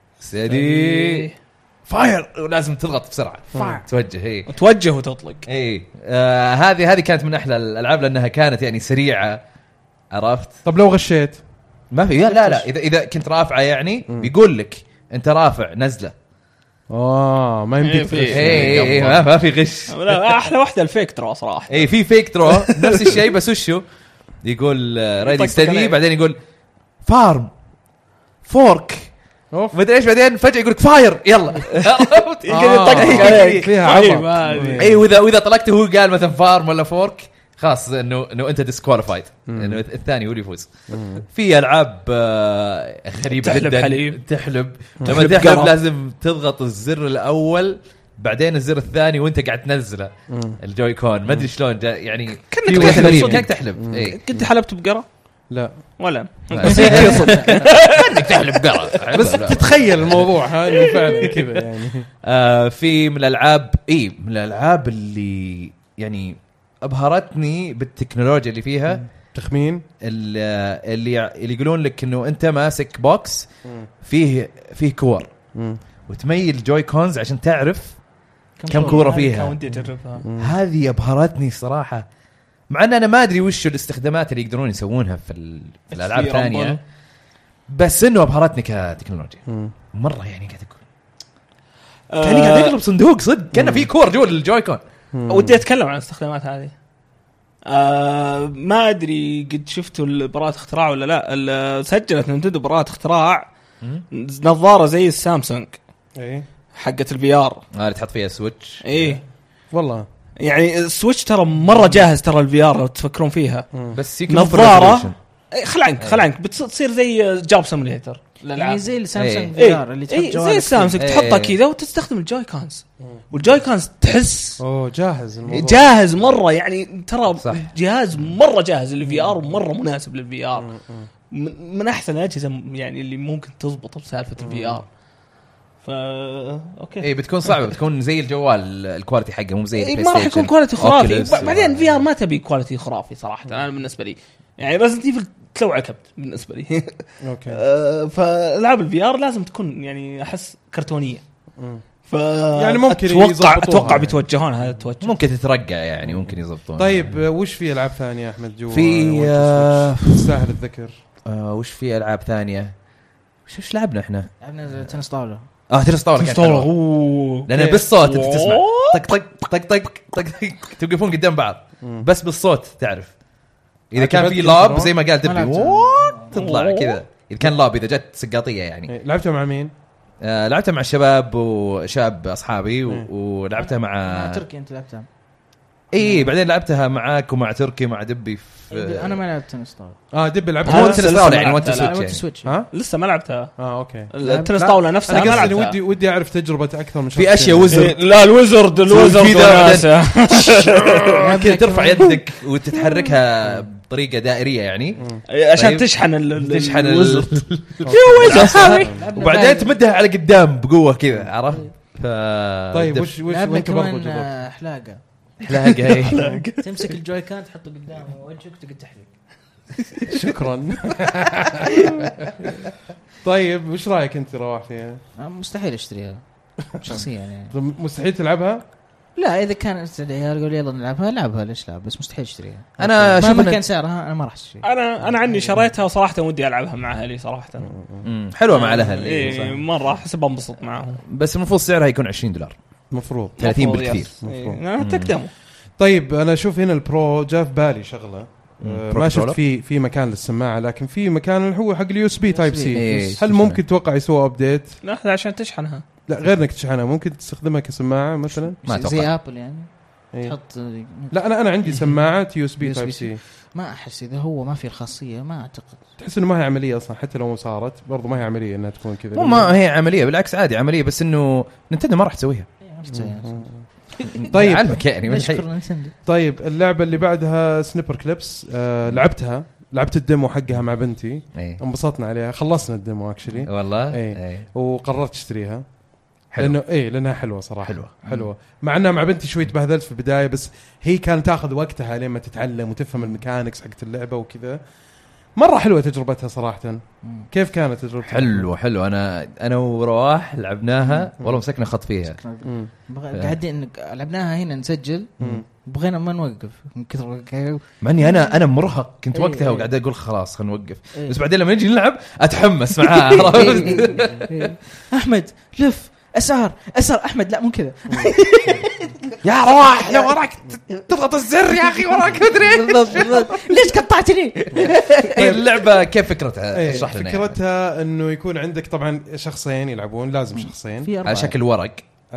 سيدي فاير، ولازم تضغط بسرعه توجه توجه وتطلق. هذه كانت من احلى الالعاب لانها كانت يعني سريعه، عرفت؟ طب لو غشيت ما في لا اذا كنت رافعه يعني بيقول لك انت رافع نزله. ما يمديك تغش. ما في غش. لا احلى واحده الفيك ترى صراحه. في فيك ترو نفس الشيء، بس وشو يقول ريدي ستدي، بعدين يقول فارم فورك ما ادري ايش، بعدين فجاه يقول لك فاير يلا يطقطق عليك فيها عظم. واذا طلقته هو قال مثلا فارم ولا فورك، خلاص انه انت ديسكواليفايد، انه الثاني هو اللي يفوز. في العاب غريبه جدا تحلب لما تحلب لازم تضغط الزر الاول بعدين الزر الثاني وانت قاعد تنزله الجوي كون، ما ادري شلون يعني كأنك تحلب. كنت حلبت بقره؟ لا ولا بس هي صدق كأنك تحلب بقره، بس تتخيل الموضوع هذا فعلا كذا يعني. في من الالعاب من الالعاب اللي يعني ابهرتني بالتكنولوجيا اللي فيها، تخمين اللي يقولون لك انه انت ماسك بوكس فيه كور وتميل الجوي كونز عشان تعرف كم كورة فيها. هذه ابهرتني صراحة، مع ان انا ما ادري وش الاستخدامات اللي يقدرون يسوونها في الالعاب الثانية، بس انه ابهرتني كتكنولوجيا مرة. يعني قاعد اقول كاني قاعد اقلب صندوق صدق، كان في كور جوا الجوي كون. ودي اتكلم عن الاستخدامات هذه. ما ادري قد شفتوا براءة اختراع ولا لا. سجلت نينتندو براءة اختراع نظارة زي السامسونج حقة الفي ار اللي تحط فيها سويتش. والله يعني السويتش ترى مرة جاهز، ترى الفي ار لو تفكرون فيها، بس نظارة خل عنك بتصير زي جاب سيموليتر يعني زي السامسونج في ار اللي تحط زي السامسونج تحطها كذا وتستخدم الجوي كونز، والجوي كونز تحس جاهز الموضوع، جاهز مرة. يعني ترى جهاز مرة جاهز للفي ار ومرة مناسب للفي ار، من احسن الاجهزة يعني اللي ممكن تضبط بسالفة الفي ار. اوكي بتكون صعبة، بتكون زي الجوال الكواليتي حقه مو زي ما راح يكون كواليتي خرافي. بعدين الفي ار ما تبي كواليتي خرافي صراحة انا بالنسبة لي، يعني ريزنت ايفل تلوع كبت بالنسبة لي. اوكي فالعاب الفي ار لازم تكون يعني احس كرتونية. يعني ممكن اتوقع بيتوجهون هذا التوجه، ممكن تترقى يعني ممكن يضبطون. طيب وش في العاب ثانيه احمد جو في تستاهل الذكر؟ وش في العاب ثانيه؟ وش لعبنا احنا؟ لعبنا تنس طاوله. تنس طاوله كانت حلوه لان بالصوت انت تسمع طق طق طق طق طق توقفون قدام بعض بس بالصوت تعرف اذا كان في لاب زي ما قال دبي تطلع كذا، اذا كان لاب اذا جت سقاطيه يعني. لعبتها مع مين؟ لعبتها مع الشباب وشاب اصحابي ولعبتها مع تركي. انت لعبتها؟ بعدين لعبتها معاك ومع تركي مع دبي انا ما لعبت تنس طاوله. دبي لعبتها تنس طاوله يعني وانت سويتش لسه ما لعبتها. اوكي التنس طاوله نفسها انا قصدي ودي اعرف تجربه اكثر من في اشياء وزر. لا الوزرد ممكن ترفع يدك وتتحركها بطريقه دائريه يعني عشان تشحن الوزرد وبعدين تمدها على قدام بقوه كذا، عرفت؟ طيب وش وانت برضو حلاقه تمسك الجوي كان تحطه قدام وجهك وتقعد تحلق. شكرا. طيب وش رايك انت رواح فيها؟ مستحيل اشتريها شخصيا يعني. مستحيل تلعبها؟ لا اذا كان يقول يلا نلعبها ليش لا، بس مستحيل اشتريها. انا اشوف كان سعرها انا ما راح اشتري. انا عني شريتها وصراحه ودي العبها مع اهلي صراحه. حلوه مع الاهل. إيه مره احسب انبسط معهم. بس المفروض سعرها يكون $20 مفروض 30 بالكثير. تقدموا. طيب انا اشوف هنا البرو جاء في بالي شغله. ما شفت في مكان للسماعه، لكن في مكان اللي هو حق اليو اس بي تايب سي. هل ممكن توقع يسوي ابديت؟ لا عشان تشحنها. لا غير انك تشحنها، ممكن تستخدمها كسماعه مثلا زي ابل يعني تحط. لا انا عندي سماعه يو اس بي تايب سي. ما احس اذا هو ما في الخاصيه ما اعتقد. تحس انه ما هي عمليه اصلا، حتى لو صارت برضو ما هي عمليه انها تكون كذا. ما هي عمليه، بالعكس عادي عمليه، بس انه نينتندو ما راح تسويها. طيب طيب اللعبه اللي بعدها سنيبر كليبس. لعبت الديمو حقها مع بنتي. انبسطنا عليها، خلصنا الديمو اكشلي والله. وقررت اشتريها لانها حلوه صراحه. حلوه مع انها مع بنتي شوي تبهدلت في البدايه، بس هي كانت تاخذ وقتها لين ما تتعلم وتفهم الميكانكس حقت اللعبه وكذا. مره حلوه تجربتها صراحه. كيف كانت تجربتها؟ حلو. انا ورواح لعبناها والله مسكنا خط فيها. قاعدين لعبناها هنا نسجل، بغينا ما نوقف من كثر مع اني انا مرهق كنت وقتها وقاعد اقول خلاص خلينا نوقف. بس بعدين لما نجي نلعب اتحمس معاه. احمد لف اسار احمد لا مو كذا. يا رواح لو وراك تضغط الزر يا اخي وراك مدري ليش قطعتني. اللعبه كيف فكرتها؟ اشرح لنا. فكرتها انه يكون عندك طبعا شخصين يلعبون، لازم شخصين على شكل ورق.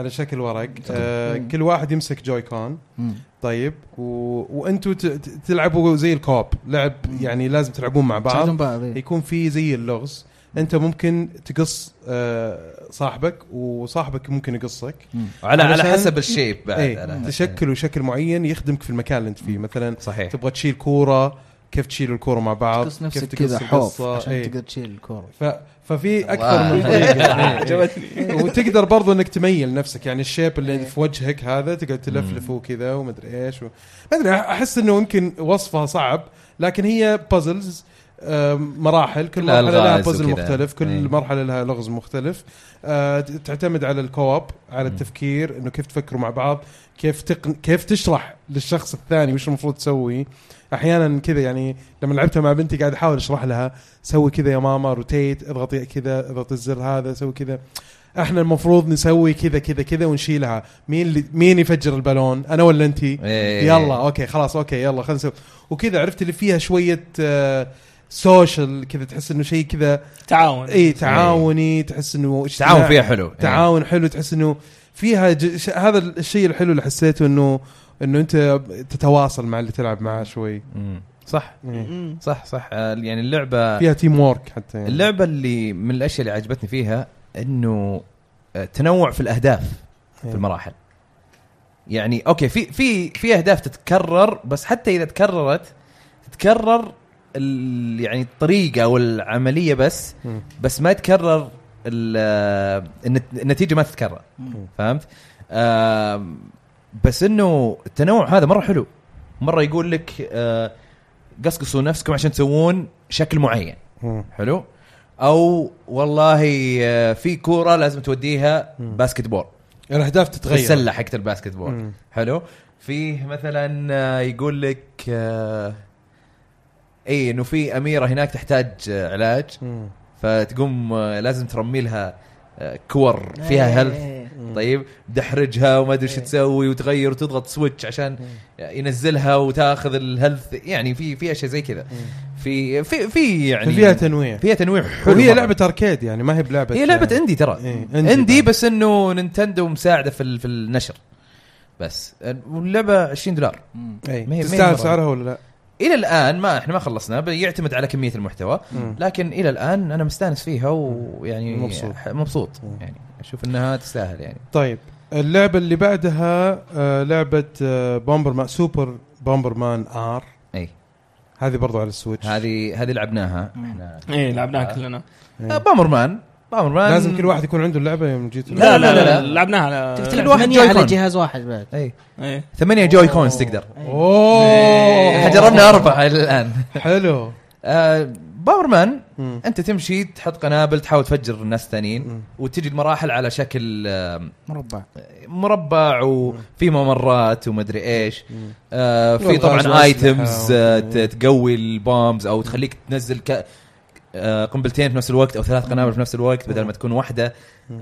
كل واحد يمسك جويكون. طيب وانتوا تلعبوا زي الكوب لعب، يعني لازم تلعبون مع بعض. يكون في زي اللغز، انت ممكن تقص صاحبك وصاحبك ممكن يقصك على حسب الشيب بعد. تشكله شكل معين يخدمك في المكان اللي انت فيه. مثلا صحيح. تبغى تشيل كورة، كيف تشيل الكورة مع بعض، كيف تقص القصة عشان تقدر تشيل الكورة. ففي اكثر من طريقه. وتقدر برضو انك تميل نفسك، يعني الشيب اللي في وجهك هذا تقدر تلفلفه كذا ومدري ايش ما ادري. احس انه يمكن وصفها صعب، لكن هي بازلز مراحل، كل مرحله لها بازل مختلف، كل مرحله لها لغز مختلف. تعتمد على الكواب، على التفكير، انه كيف تفكروا مع بعض، كيف تشرح للشخص الثاني وش المفروض تسوي. احيانا كذا يعني لما لعبتها مع بنتي قاعد احاول اشرح لها سوي كذا يا ماما، روتيت، اضغط كذا، اضغط الزر هذا، سوي كذا، احنا المفروض نسوي كذا كذا كذا ونشيلها. مين يفجر البالون، انا ولا انتي؟ يلا اوكي خلاص اوكي يلا خلينا نسوي وكذا. عرفت اللي فيها شويه سوشيال كذا، تحس انه شيء كذا تعاون. تعاوني، تحس انه تعاون فيها حلو. تعاون حلو، تحس انه فيها هذا الشيء الحلو اللي حسيته انه انت تتواصل مع اللي تلعب معه شوي. صح صح. يعني اللعبه فيها تيم وورك حتى. يعني اللعبه اللي من الاشياء اللي عجبتني فيها انه تنوع في الاهداف في المراحل. يعني اوكي في اهداف تتكرر، بس حتى اذا تتكرر يعني الطريقه او العمليه بس ما يتكرر النتيجه ما تتكرر. فهمت؟ بس انه التنوع هذا مره حلو. مره يقول لك قصقصوا نفسكم عشان تسوون شكل معين حلو، او والله في كوره لازم توديها باسكت بول، الاهداف تتغير، السله حقت الباسكت بول حلو. فيه مثلا يقول لك انه في اميره هناك تحتاج علاج، فتقوم لازم ترمي لها كور فيها هيلث. طيب دحرجها وما ادري ايش تسوي وتغير وتضغط سويتش عشان ينزلها وتاخذ الهيلث. يعني في اشياء زي كذا، في يعني فيها تنويع حلو. وهي لعبه اركيد يعني، ما هي بلعبه، هي لعبه اندي ترى. اندي بس انه نينتندو مساعده في النشر بس. واللعبه $20. تستاهل سعرها ولا لا؟ الى الان احنا ما خلصنا، يعتمد على كميه المحتوى. لكن الى الان انا مستانس فيها ويعني مبسوط. يعني اشوف انها تستاهل يعني. طيب اللعبه اللي بعدها لعبه بومبرمان، سوبر بومبرمان ار. هذه برضو على السويتش. هذه لعبناها احنا. لعبناها كلنا. بومبرمان لازم كل واحد يكون عنده اللعبه يوم جيت. لا لعبناها كل واحد على جهاز واحد بعد. 8 جوي كونز تقدر. اوه جربنا 4 الى الان. حلو. باورمان انت تمشي تحط قنابل تحاول تفجر الناس الثانيين وتجي المراحل على شكل مربع وفي ممرات ومدري ايش. في طبعا ايتمز تقوي البومبز او تخليك تنزل قنبلتين في نفس الوقت او 3 قنابل في نفس الوقت بدل ما تكون واحدة.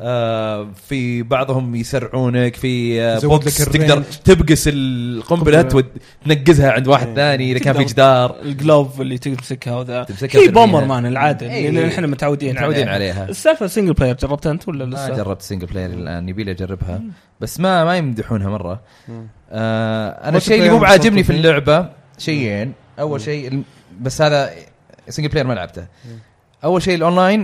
في بعضهم يسرعونك في بوكس تقدر تبقس القنبلة وتنقزها عند واحد ثاني اذا كان في جدار. الجلوف اللي تمسكها وذا هي بومر مان العاده اللي احنا متعودين عليها. السالفه سنجل بلاير جربتها انت ولا لسه؟ ما جربت سنجل بلاير الان يبي لي اجربها بس ما يمدحونها مره. انا الشيء اللي مو بعاجبني في اللعبه شيئين. اول شيء بس هذا سنجل بلاير ما لعبته. اول شيء الاونلاين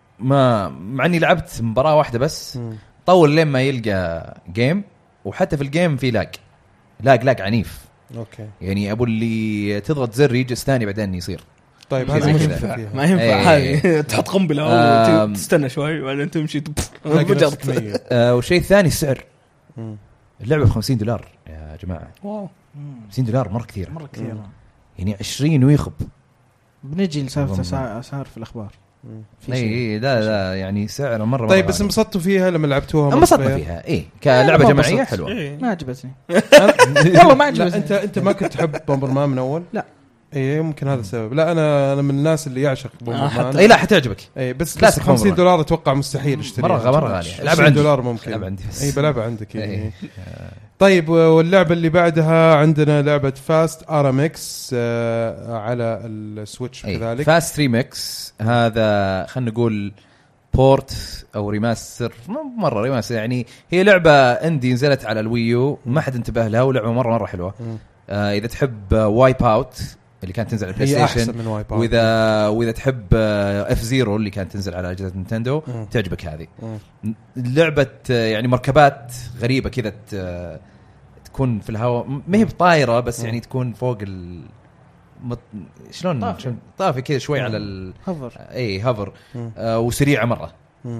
مع اني لعبت مباراه واحده بس طول لين ما يلقى جيم وحتى في الجيم في لاج عنيف. اوكي يعني ابو اللي تضغط زر يجي ثاني بعدين يصير. طيب هذا ما ينفع هذه تحط قنبله وتستنى شوي وبعدين تمشي والشيء الثاني السعر. اللعبه ب$50 يا جماعه. واو $50 مره كثير يعني 20 ويخب. بنجي لسالفه اسعار في الاخبار. اي لا يعني سعر مره. طيب بس انبسطتوا فيها لما لعبتوها؟ انبسطنا فيها كلعبه جماعيه حلوه. ما عجبتني والله ما عجبتني. انت ما كنت تحب بومبرمان من اول؟ لا ممكن هذا السبب. لا انا من الناس اللي يعشق بومبرمان. لا حتعجبك. بس $50 اتوقع مستحيل اشتريها مره غاليه. لعبه عندي $50 ممكن. لعبه عندي بس بلعبه عندك. طيب واللعبه اللي بعدها عندنا لعبه فاست ارامكس على السويتش كذلك. فاست ريمكس هذا خلينا نقول بورت او ريماستر. مره ريماستر يعني. هي لعبه اندي نزلت على الويو ما حد انتبه لها ولعبه مره حلوه. اذا تحب وايب اوت اللي كانت تنزل على البلاي ستيشن واذا تحب اف زيرو اللي كانت تنزل على اجهزه نينتندو تعجبك هذه. لعبه يعني مركبات غريبه كذا تكون في الهواء ما هي بطايره بس يعني تكون فوق شلون طافي كذا شوي على الهوفر. هوفر وسريعه مره.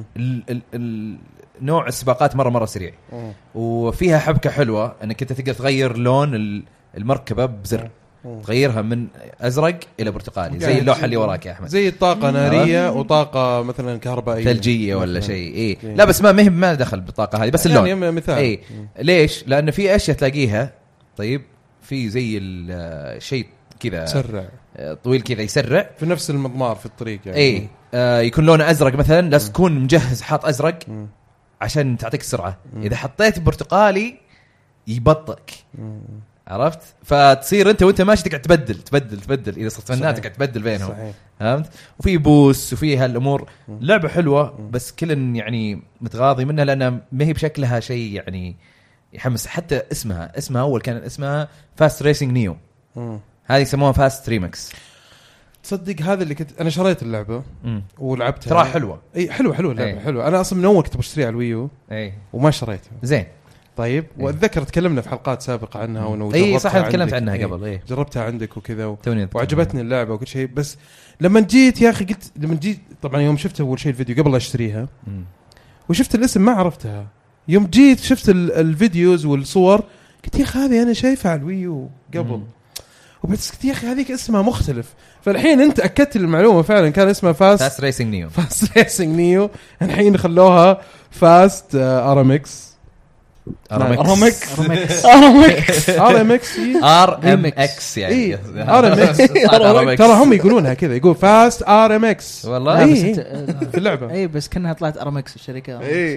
نوع السباقات مره سريع وفيها حبكه حلوه انك انت تقدر تغير لون المركبه بزر. تغيرها من ازرق الى برتقالي زي اللوحه اللي وراك يا احمد. زي الطاقه ناريه وطاقه مثلا كهربائيه ثلجيه ولا شيء. لا بس ما دخل بالطاقه هذه بس اللون يعني مثال. ليش؟ لان في اشياء تلاقيها طيب في زي الشيء كذا سرع طويل كذا يسرع في نفس المضمار في الطريق يعني. يكون لونه ازرق مثلا لازم تكون مجهز حاط ازرق عشان تعطيك السرعه. اذا حطيت برتقالي يبطئك. عرفت؟ فتصير انت وانت ماشي تقعد تبدل اذا صرت فنان تقعد تبدل بينهم. فهمت؟ وفي بوس وفي هالامور. لعبه حلوه بس كلن يعني متغاضي منها لانها ما هي بشكلها شيء يعني يحمس. حتى اسمها اول كان اسمها فاست ريسنج نيو. هذه يسموها فاست ريمكس. تصدق هذا اللي كنت انا شريت اللعبه ولعبتها ترى حلوه. حلوه اللعبه حلوه. انا اصلا من اول كنت بشتريها على الويو وما شريتها. زين طيب واتذكر تكلمنا في حلقات سابقه عنها صح تكلمت عنها قبل. جربتها عندك وكذا وعجبتني اللعبه وكل شيء. بس لما جيت يا اخي قلت لما جيت طبعا يوم شفت اول شيء الفيديو قبل لا اشتريها وشفت الاسم ما عرفتها. يوم جيت شفت الفيديوز والصور قلت يا اخي هذه انا شايفها على الويو قبل وبس قلت يا اخي هذيك اسمها مختلف. فالحين انت اكدت المعلومه فعلا كان اسمها فاست ريسنج نيو. الحين خلوها فاست ارامكس يعني ترى هم يقولونها كذا يقول فاست ار ام اكس والله في اللعبه. بس كانها طلعت ارامكس الشركه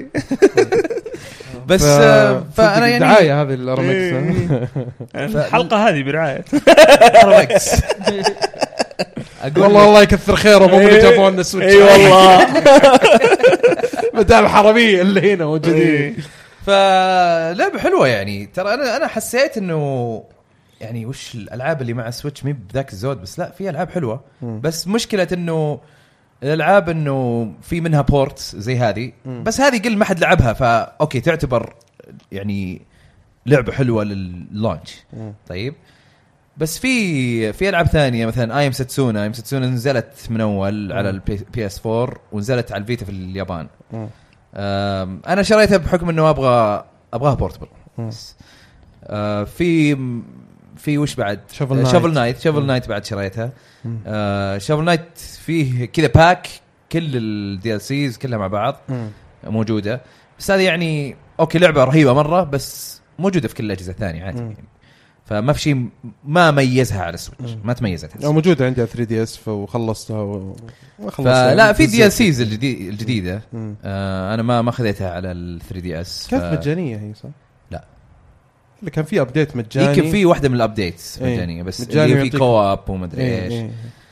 بس فانا يعني دعايه هذه الارامكس. الحلقه هذه برعايه ارامكس. اقول والله الله يكثر خيرهم هم اللي جابوا لنا السويتش. اي والله بدال الحراميه اللي هنا موجودين. فلعبة حلوة يعني. ترى أنا حسيت إنه يعني وش الألعاب اللي مع السويتش مي بذاك الزود بس لا في ألعاب حلوة. بس مشكلة إنه الألعاب إنه في منها بورتس زي هذه بس هذه قل ما حد لعبها فأوكي تعتبر يعني لعبة حلوة لللونش. طيب بس في ألعاب ثانية مثلا ايم ساتسونا نزلت من أول على البي اس 4 ونزلت على الفيتا في اليابان. انا شريتها بحكم انه ابغاه بورتبل. في في وش بعد شوفل نايت بعد شريتها. شوفل نايت فيه كذا باك كل الدي ال سيز كلها مع بعض موجوده، بس هذه يعني اوكي لعبه رهيبه مره، بس موجوده في كل الاجهزه الثانيه عادي يعني. فما في شيء ما ميزها على السويتش، ما تميزت. موجوده عندي 3DS وخلصتها وخلصتها. لا في دي ال سيز الجديده انا ما خذيتها على ال 3DS. كانت مجانيه هي صح؟ لا اللي كان في ابديت مجاني، يمكن في واحده من الابديتس مجانيه بس اللي في كواب وما ادري ايش.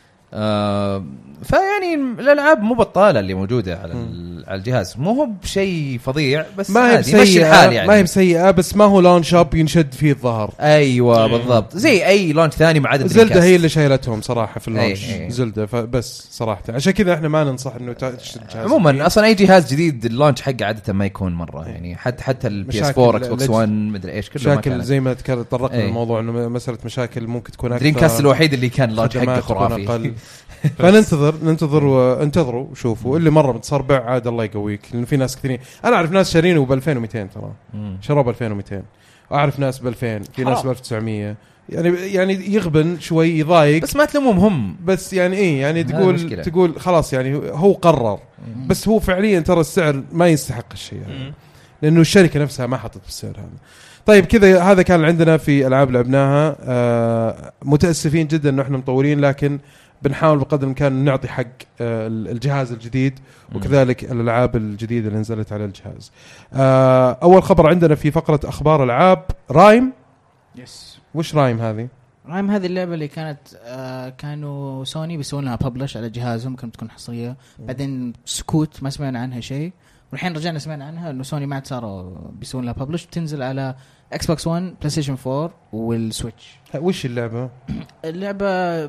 فيعني الالعاب مو بطاله اللي موجوده على الجهاز، مو هو بشيء فظيع بس ما هي سيئة يعني. ما هي سيئه بس ما هو لونش اب ينشد فيه الظهر. ايوه بالضبط زي اي لونش ثاني ما عدا زلدة هي اللي شايلتهم صراحه في اللونش. زلدة فبس صراحه عشان كذا احنا ما ننصح انه تشتري جهاز عموما. اصلا اي جهاز جديد اللونش حقه عاده ما يكون مره يعني حتى البي اس 4 اكس بوكس 1 مدري ايش كله مشاكل زي ما تطرقنا الموضوع انه مساله مشاكل ممكن تكون اكثر. دريم كاست الوحيد اللي كان اللونش حقه خرافي. فننتظر وانتظروا وشوفوا اللي مره متصربع عاد الله يقويك، لانه في ناس كثيرين انا اعرف ناس شارينه ب 2200 ترى شروه ب 2200 واعرف ناس ب 2000 في ناس ب 1900 يعني يغبن شوي يضايق بس ما تلومهم هم بس يعني ايه يعني تقول خلاص يعني هو قرر بس هو فعليا ترى السعر ما يستحق الشيء يعني لانه الشركه نفسها ما حطت بالسعر هذا. طيب كذا هذا كان عندنا في العاب لعبناها. متاسفين جدا انه احنا مطورين لكن بنحاول بقدر الامكان نعطي حق الجهاز الجديد وكذلك الالعاب الجديده اللي نزلت على الجهاز. اول خبر عندنا في فقره اخبار العاب رايم. وش رايم هذه؟ رايم هذه اللعبه اللي كانت كانوا سوني بيسوون لها ببلش على جهازهم، كانت تكون حصريه بعدين سكوت ما سمعنا عنها شيء، والحين رجعنا سمعنا عنها انه سوني ما صاروا بيسوون لها ببلش بتنزل على اكس بوكس 1 بلاي ستيشن 4 والسويتش. وش اللعبه؟ اللعبه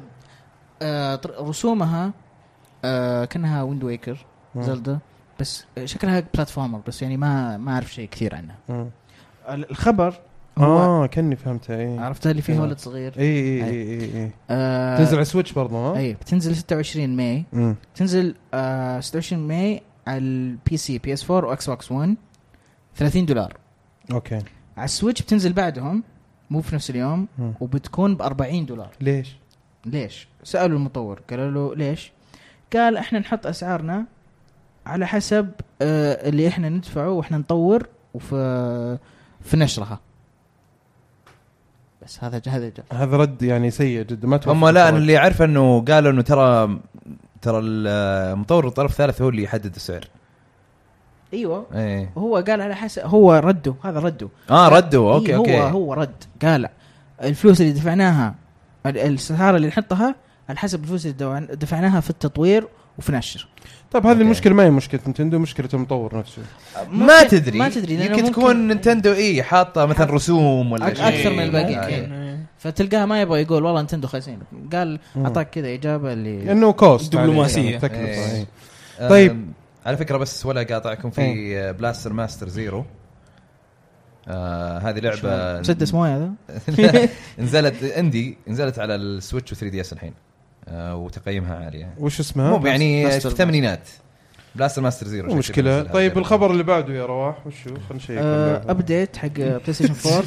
رسومها كأنها ويند ويكر زلدة بس شكلها بلاتفورمر بس يعني ما أعرف شيء كثير عنها. الخبر كني فهمتها. ايه عرفتها اللي فيه ولد صغير. ايه تنزل على السويتش برضه. اي بتنزل 26 ماي. تنزل 26 ماي على البي سي بي اس 4 واكس بوكس 1 $30. اوكي. على السويتش بتنزل بعدهم مو في نفس اليوم وبتكون $40. ليش؟ سألوا المطور قالوا له ليش؟ قال احنا نحط اسعارنا على حسب اللي احنا ندفعه واحنا نطور في نشرها. بس هذا رد يعني سيء جدا. ما هم لا أنا اللي عارف انه قالوا انه ترى المطور الطرف الثالث هو اللي يحدد السعر. ايوه ايه. هو قال على حسب هو رده هذا رده اوكي اوكي هو رد قال الفلوس اللي دفعناها السعر اللي نحطها على حسب الفلوس اللي دفعناها في التطوير وفي نشر. طيب هذه المشكله ما هي مشكله نينتندو، مشكله المطور نفسه. ما تدري يمكن تكون نينتندو حاطه مثلا رسوم ولا شيء اكثر من الباقيين فتلقاها ما يبغى يقول والله نينتندو خايسين. قال اعطاك كذا اجابه اللي انه كوست دبلوماسيه تكلفه. طيب على فكره بس ولا قاطعكم في بلاستر ماستر زيرو. هذه لعبه مسدس مويه هذا نزلت على السويتش و 3 دي اس الحين وتقييمها عاليه. وش اسمها؟ مو يعني في الثمانينات بلاستر ماستر زيرو مشكله. طيب الخبر اللي بعده يا رواح وشو خلينا نشيك ابديت حق بلاي ستيشن 4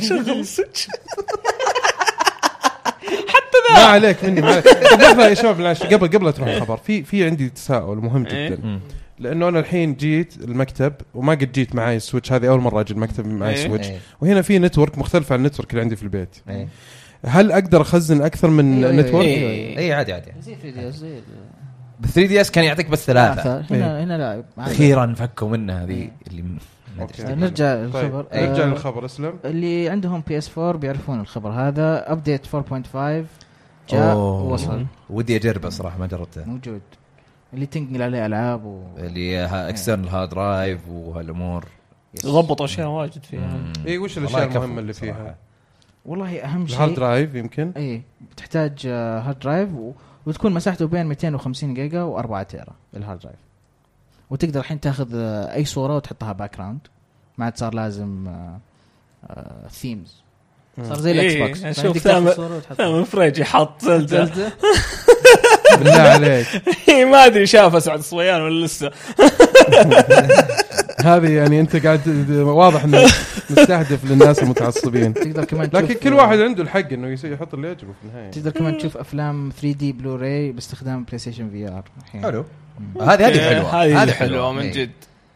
حتى ذا ما عليك مني ما عليك. لحظه يا شباب قبل تروح الخبر في عندي تساؤل مهم جدا. لانه انا الحين جيت المكتب وما قد جيت معي السويتش، هذه اول مره اجي المكتب معي السويتش وهنا في نتورك مختلف عن النتورك اللي عندي في البيت. هل اقدر اخزن اكثر من نتورك؟ اي عادي زي 3 دي اس زي ب 3 دي اس كان يعطيك بس 3. هنا لا اخيرا فكوا منها هذه اللي نرجع للخبر. نرجع للخبر. اسلم اللي عندهم بي اس 4 بيعرفون الخبر هذا. ابديت 4.5 جاء ووصل. ودي اجربه صراحه ما جربته. موجود اللي تنقل عليه العاب اللي اكسترنال هارد درايف وهالامور ضبطوا اشياء واجد فيها. اي وش الاشياء المهمه اللي فيها صراحة. والله اهم شيء الهارد درايف يمكن بتحتاج هارد درايف وتكون مساحته بين 250 جيجا و4 تيرا الهارد درايف، وتقدر الحين تاخذ اي صوره وتحطها باك جراوند. ما عاد صار لازم ثيمز، صار زي الاكس بوكس. شوف ثامن فريجي حط زلدة بالله عليك ما ادري شافه سعد الصويان ولا لسه. هذه يعني انت قاعد واضح انه مستهدف للناس المتعصبين. تقدر كمان لكن كل واحد عنده الحق انه يحط اللي يعجبه في النهايه. تقدر كمان تشوف افلام 3D بلوراي باستخدام بلاي ستيشن في ار. حلو. هذه حلوه من جد.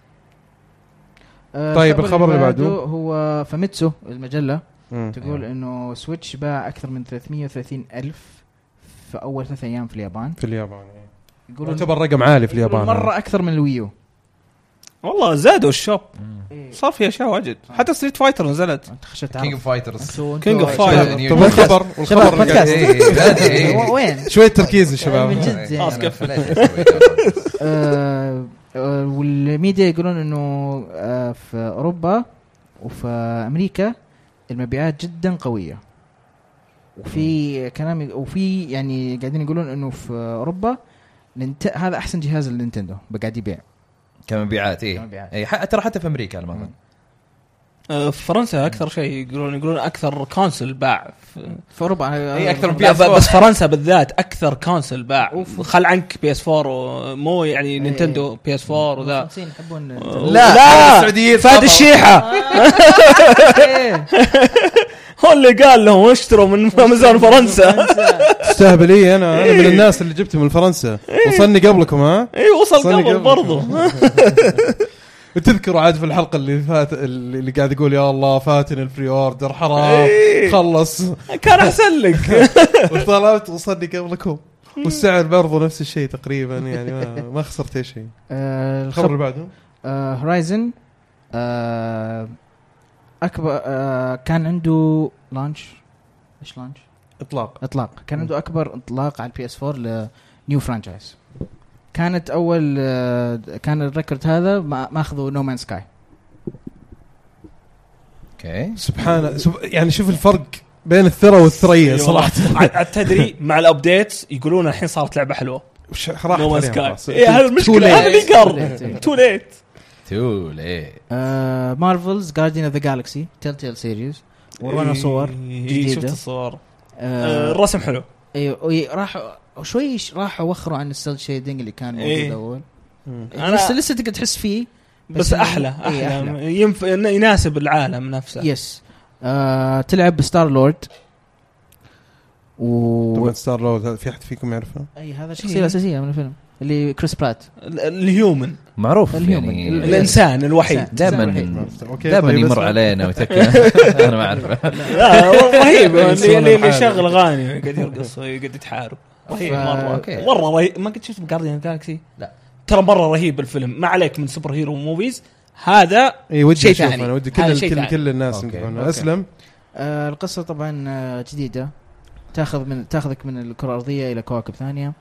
طيب الخبر اللي بعده هو فاميتسو المجله تقول انه سويتش باع اكثر من 330,000 في اول 3 ايام في اليابان. يقولون يعتبر رقم عالي في اليابان، مره اكثر من الويو. والله زادوا الشوب، صار في اشياء واجد. حتى ستريت فايتر نزلت، كينج اوف فايترز. كينج اوف فايتر. طب الخبر وين شويه تركيز الشباب من جد والميديا يقولون انه في اوروبا وفي امريكا المبيعات جدا قويه، وفي كلام وفي يعني قاعدين يقولون انه في اوروبا هذا احسن جهاز للنينتندو قاعد يبيع كمبيعات. اي ترى حتى في امريكا الموضوع. في فرنسا اكثر شيء يقولون اكثر كونسل باع في اوروبا. اي اكثر بس فرنسا بالذات اكثر كونسل باع. خل عنك PS4 مو يعني نينتندو PS4 وذا. لا السعوديين فهد الشيحه هو اللي قال لهم اشتروا من امازون فرنسا. تستهبل لي انا من الناس اللي جبته من فرنسا. وصلني قبلكم. ها اي وصل قبل برضو. وتذكروا عاد في الحلقه اللي فات اللي قاعد يقول يا الله فاتن الفري اوردر حرام خلص كان احسن لك. وطلبت وصلني قبلكم والسعر برضو نفس الشيء تقريبا، يعني ما خسرت اي شيء. الخبر اللي بعده هورايزن اكبر كان عنده لانش. ايش لانش؟ اطلاق كان عنده اكبر اطلاق على البي اس 4 لنيو فرانشايز. كانت اول كان الريكورد هذا ماخذه نو مان سكاي. اوكي سبحان يعني شوف الفرق بين الثرى والثريا صراحه. تدري مع الابديتس يقولون الحين صارت لعبه حلوه نو مان سكاي. هذا المشكله، هذا اللي قال تو ليت. مارفلز جارديان اوف ذا جالكسي تيل سيريز ورانا صور جديده. شفت الصور الرسم حلو. ايوه راحوا وخروا عن السيل شيدنج اللي كان موجود اول. انا لسه تقدر تحس فيه بس احلى ينفع يناسب العالم نفسه. يس تلعب بستار لورد طبعا ستار لورد في احد فيكم يعرفه؟ اي هذا الشخصيه الاساسيه من الفيلم اللي كريس برات الهيومن معروف يعني الانسان الوحيد دائما يمر علينا وتكلم. انا ما اعرفه. لا رهيب اللي يشغل اغاني قاعد يرقص وقاعد يتحارب. رهيب مره رهيب. ما قد شفت جارديان جالكسي؟ لا ترى مره رهيب الفيلم. ما عليك من سوبر هيرو موفيز هذا شيء ثاني. انا ودي كل الناس يمدحونه. اسلم. القصه طبعا جديده تاخذك من الكره الارضيه الى كواكب ثانيه.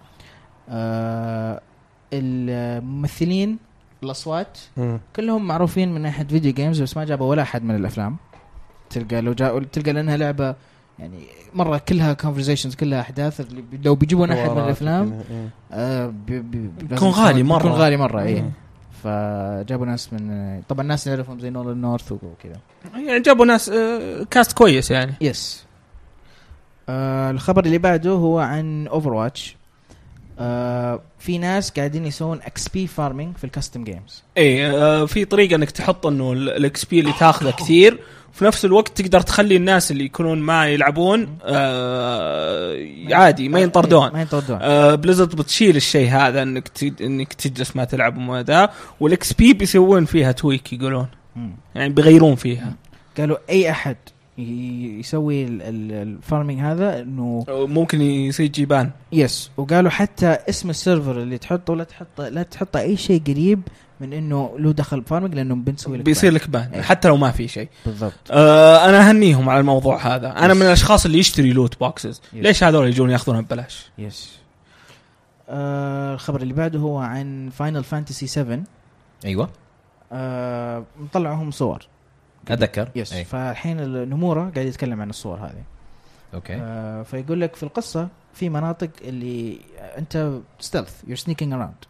الممثلين الأصوات كلهم معروفين من ناحية فيديو جيمز، بس ما جابوا ولا أحد من الأفلام. تلقى لأنها لعبة يعني مرة كلها conversations كلها أحداث. لو بيجيبون أحد من الأفلام يكون غالي مرة إيه. فجابوا ناس من طبعا ناس نعرفهم زي نولان نورث وكذا، يعني جابوا ناس كاست كويس يعني. يس. الخبر اللي بعده هو عن Overwatch. في ناس قاعدين يسوون XP فارمينج في الكاستم جيمز. اي في طريقه انك تحط انه الXP اللي تاخذه كثير، وفي نفس الوقت تقدر تخلي الناس اللي يكونون ما يلعبون عادي ما ينطردون. بليزرد بتشيل الشيء هذا انك تجلس ما تلعب وما ذا، والXP بيسوون فيها تويك يقولون يعني بيغيرون فيها. قالوا اي احد يسوي الفارمينج هذا انه ممكن يصير جيبان. يس. وقالوا حتى اسم السيرفر اللي تحطه لا تحط اي شيء قريب من انه له دخل فارمينج، لانه بيصير لك بان حتى لو ما في شيء. بالضبط. انا اهنيهم على الموضوع هذا. انا من الاشخاص اللي يشتري لوت بوكسز. ليش هذول يجون ياخذونها ببلاش؟ يس. الخبر اللي بعده هو عن فاينل فانتسي 7. ايوه. مطلعهم صور اتذكر. يس. فالحين النمورة قاعد يتكلم عن الصور هذه. اوكي. فيقول لك في القصة في مناطق اللي انت stealth you're sneaking around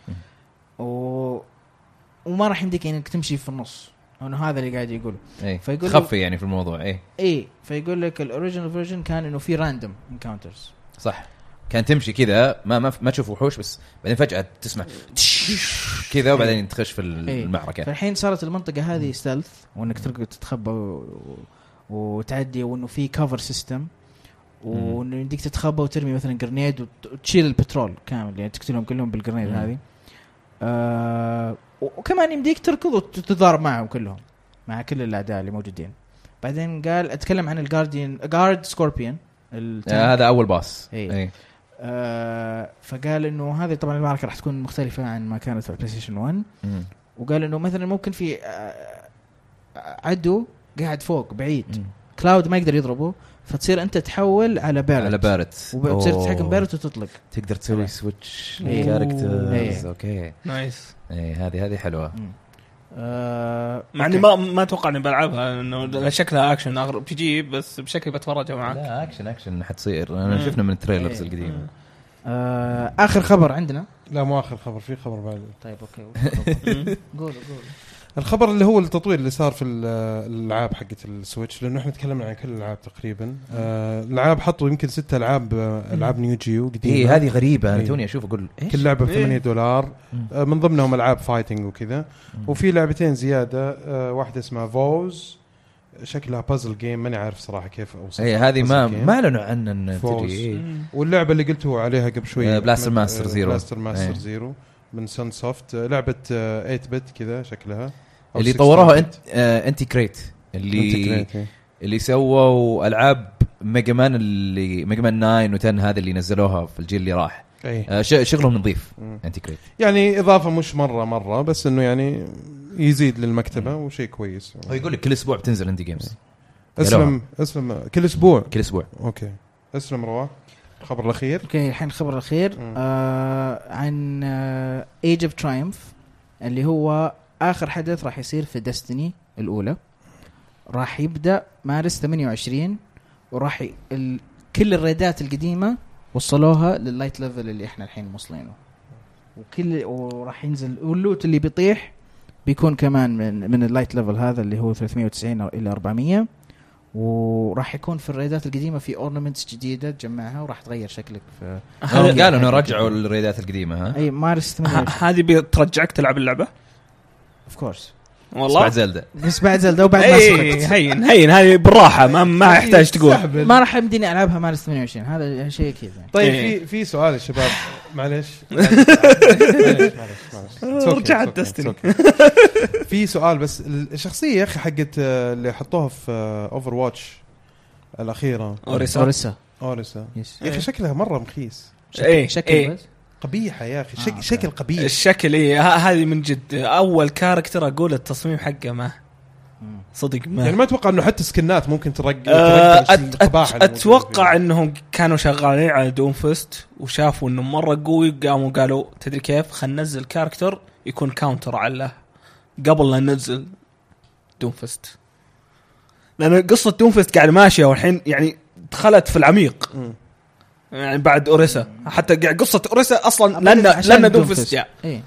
وما راح يمديك انك تمشي في النص، انه هذا اللي قاعد يقول. فيقول خفي يعني في الموضوع. ايه فيقول لك الاوريجينال فيرجن كان انه في راندوم انكاونترز. صح. كان تمشي كذا ما تشوف وحوش، بس بعدين فجأة تسمع كذا وبعدين تخش في المعركه. فالحين صارت المنطقه هذه ستيلث وانك ترقد تتخبى وتعدي وانه في كفر سيستم وانه يمديك تتخبى وترمي مثلا جرنيد وتشيل البترول كامل يعني تقتلهم كلهم بالجرنيد هذه. وكمان يمديك تركض وتتضارب معهم كلهم مع كل الاعداء اللي موجودين. بعدين قال اتكلم عن الجارديان جارد سكوربيون هذا اول باص. فقال انه هذه طبعا المعركه راح تكون مختلفه عن ما كانت في البلاي ستيشن 1. وقال انه مثلا ممكن في عدو قاعد فوق بعيد كلاود ما يقدر يضربه فتصير انت تحول على بارت وتصير تتحكم بارت وتطلق تقدر تسوي سويتش كاركترز. اوكي نايس. هذه حلوه. مع اني ما اتوقع اني بلعبها انه شكلها اكشن اغرب بيجي بس بشكل بتفرج معك. لا اكشن حتصير. انا شفنا من التريلرز القديمه. اخر خبر عندنا. لا مو اخر خبر في خبر بعد. طيب اوكي قول الخبر اللي هو التطوير اللي صار في الالعاب حقت السويتش لانه احنا تكلمنا عن كل الالعاب تقريبا. الالعاب حطوا يمكن 6 العاب نيو جيو قديمه. هذه غريبه. انا توني اشوف اقول كل لعبه $8 من ضمنهم العاب فايتنج وكذا. وفي لعبتين زياده واحده اسمها فوز شكلها بازل جيم ماني عارف صراحه كيف اوصفها. هذه ما اعلنوا عنها ان تجي. واللعبه اللي قلتوا عليها قبل شوي بلاستر ماستر زيرو من سان سوفت لعبه 8 بت كذا شكلها اللي طوروها انتي كريت اللي سووا العاب ميجا مان اللي ميجا مان 9 و10 هذا اللي نزلوها في الجيل اللي راح. شغلهم نظيف انتي كريت يعني اضافه مش مره بس انه يعني يزيد للمكتبه وشيء كويس. هو يقول لك كل اسبوع بتنزل اندي جيمز. اسلم كل اسبوع اوكي. اسلم رواح الخبر الاخير. اوكي الحين الخبر الاخير عن ايج اوف ترايمف اللي هو اخر حدث راح يصير في ديستني الاولى. راح يبدا مارس 28 وراح كل الريدات القديمه وصلوها لللايت ليفل اللي احنا الحين موصلينه وراح ينزل واللوت اللي بيطيح بيكون كمان من اللايت ليفل هذا اللي هو 390 الى 400. وراح يكون في الريدات القديمه في اورنمنتس جديده تجمعها وراح تغير شكلك. في قالوا انه رجعوا الريدات القديمه. اي مارس 28 هذه بترجعك تلعب اللعبه اوف كورس والله بس بعد زلدة وبعد ما سمعت هين هذه بالراحه ما يحتاج تقول ما راح يمديني العبها مارس 28 هذا شيء كذا. طيب في سؤال يا شباب معلش رجعت دستني. في سؤال بس الشخصيه يا اخي حقت اللي حطوها في اوفر واتش الاخيره اوريسا يا اخي شكلها مره مخيس. شكل بس قبيحه يا اخي. شكل قبيح الشكل. هذه من جد اول كاركتر اقول التصميم حقه ما صدق ما يعني ما اتوقع انه حتى سكنات ممكن ترقع اتوقع انهم كانوا شغالين على دوم فيست وشافوا انه مره قوي قاموا قالوا تدري كيف خلينا ننزل كاركتر يكون كاونتر على قبل لا ننزل دوم فيست لان قصه دوم فيست قاعد ماشيه والحين يعني دخلت في العميق يعني بعد أوريسا حتى قصة أوريسا أصلا لأن دوم فيست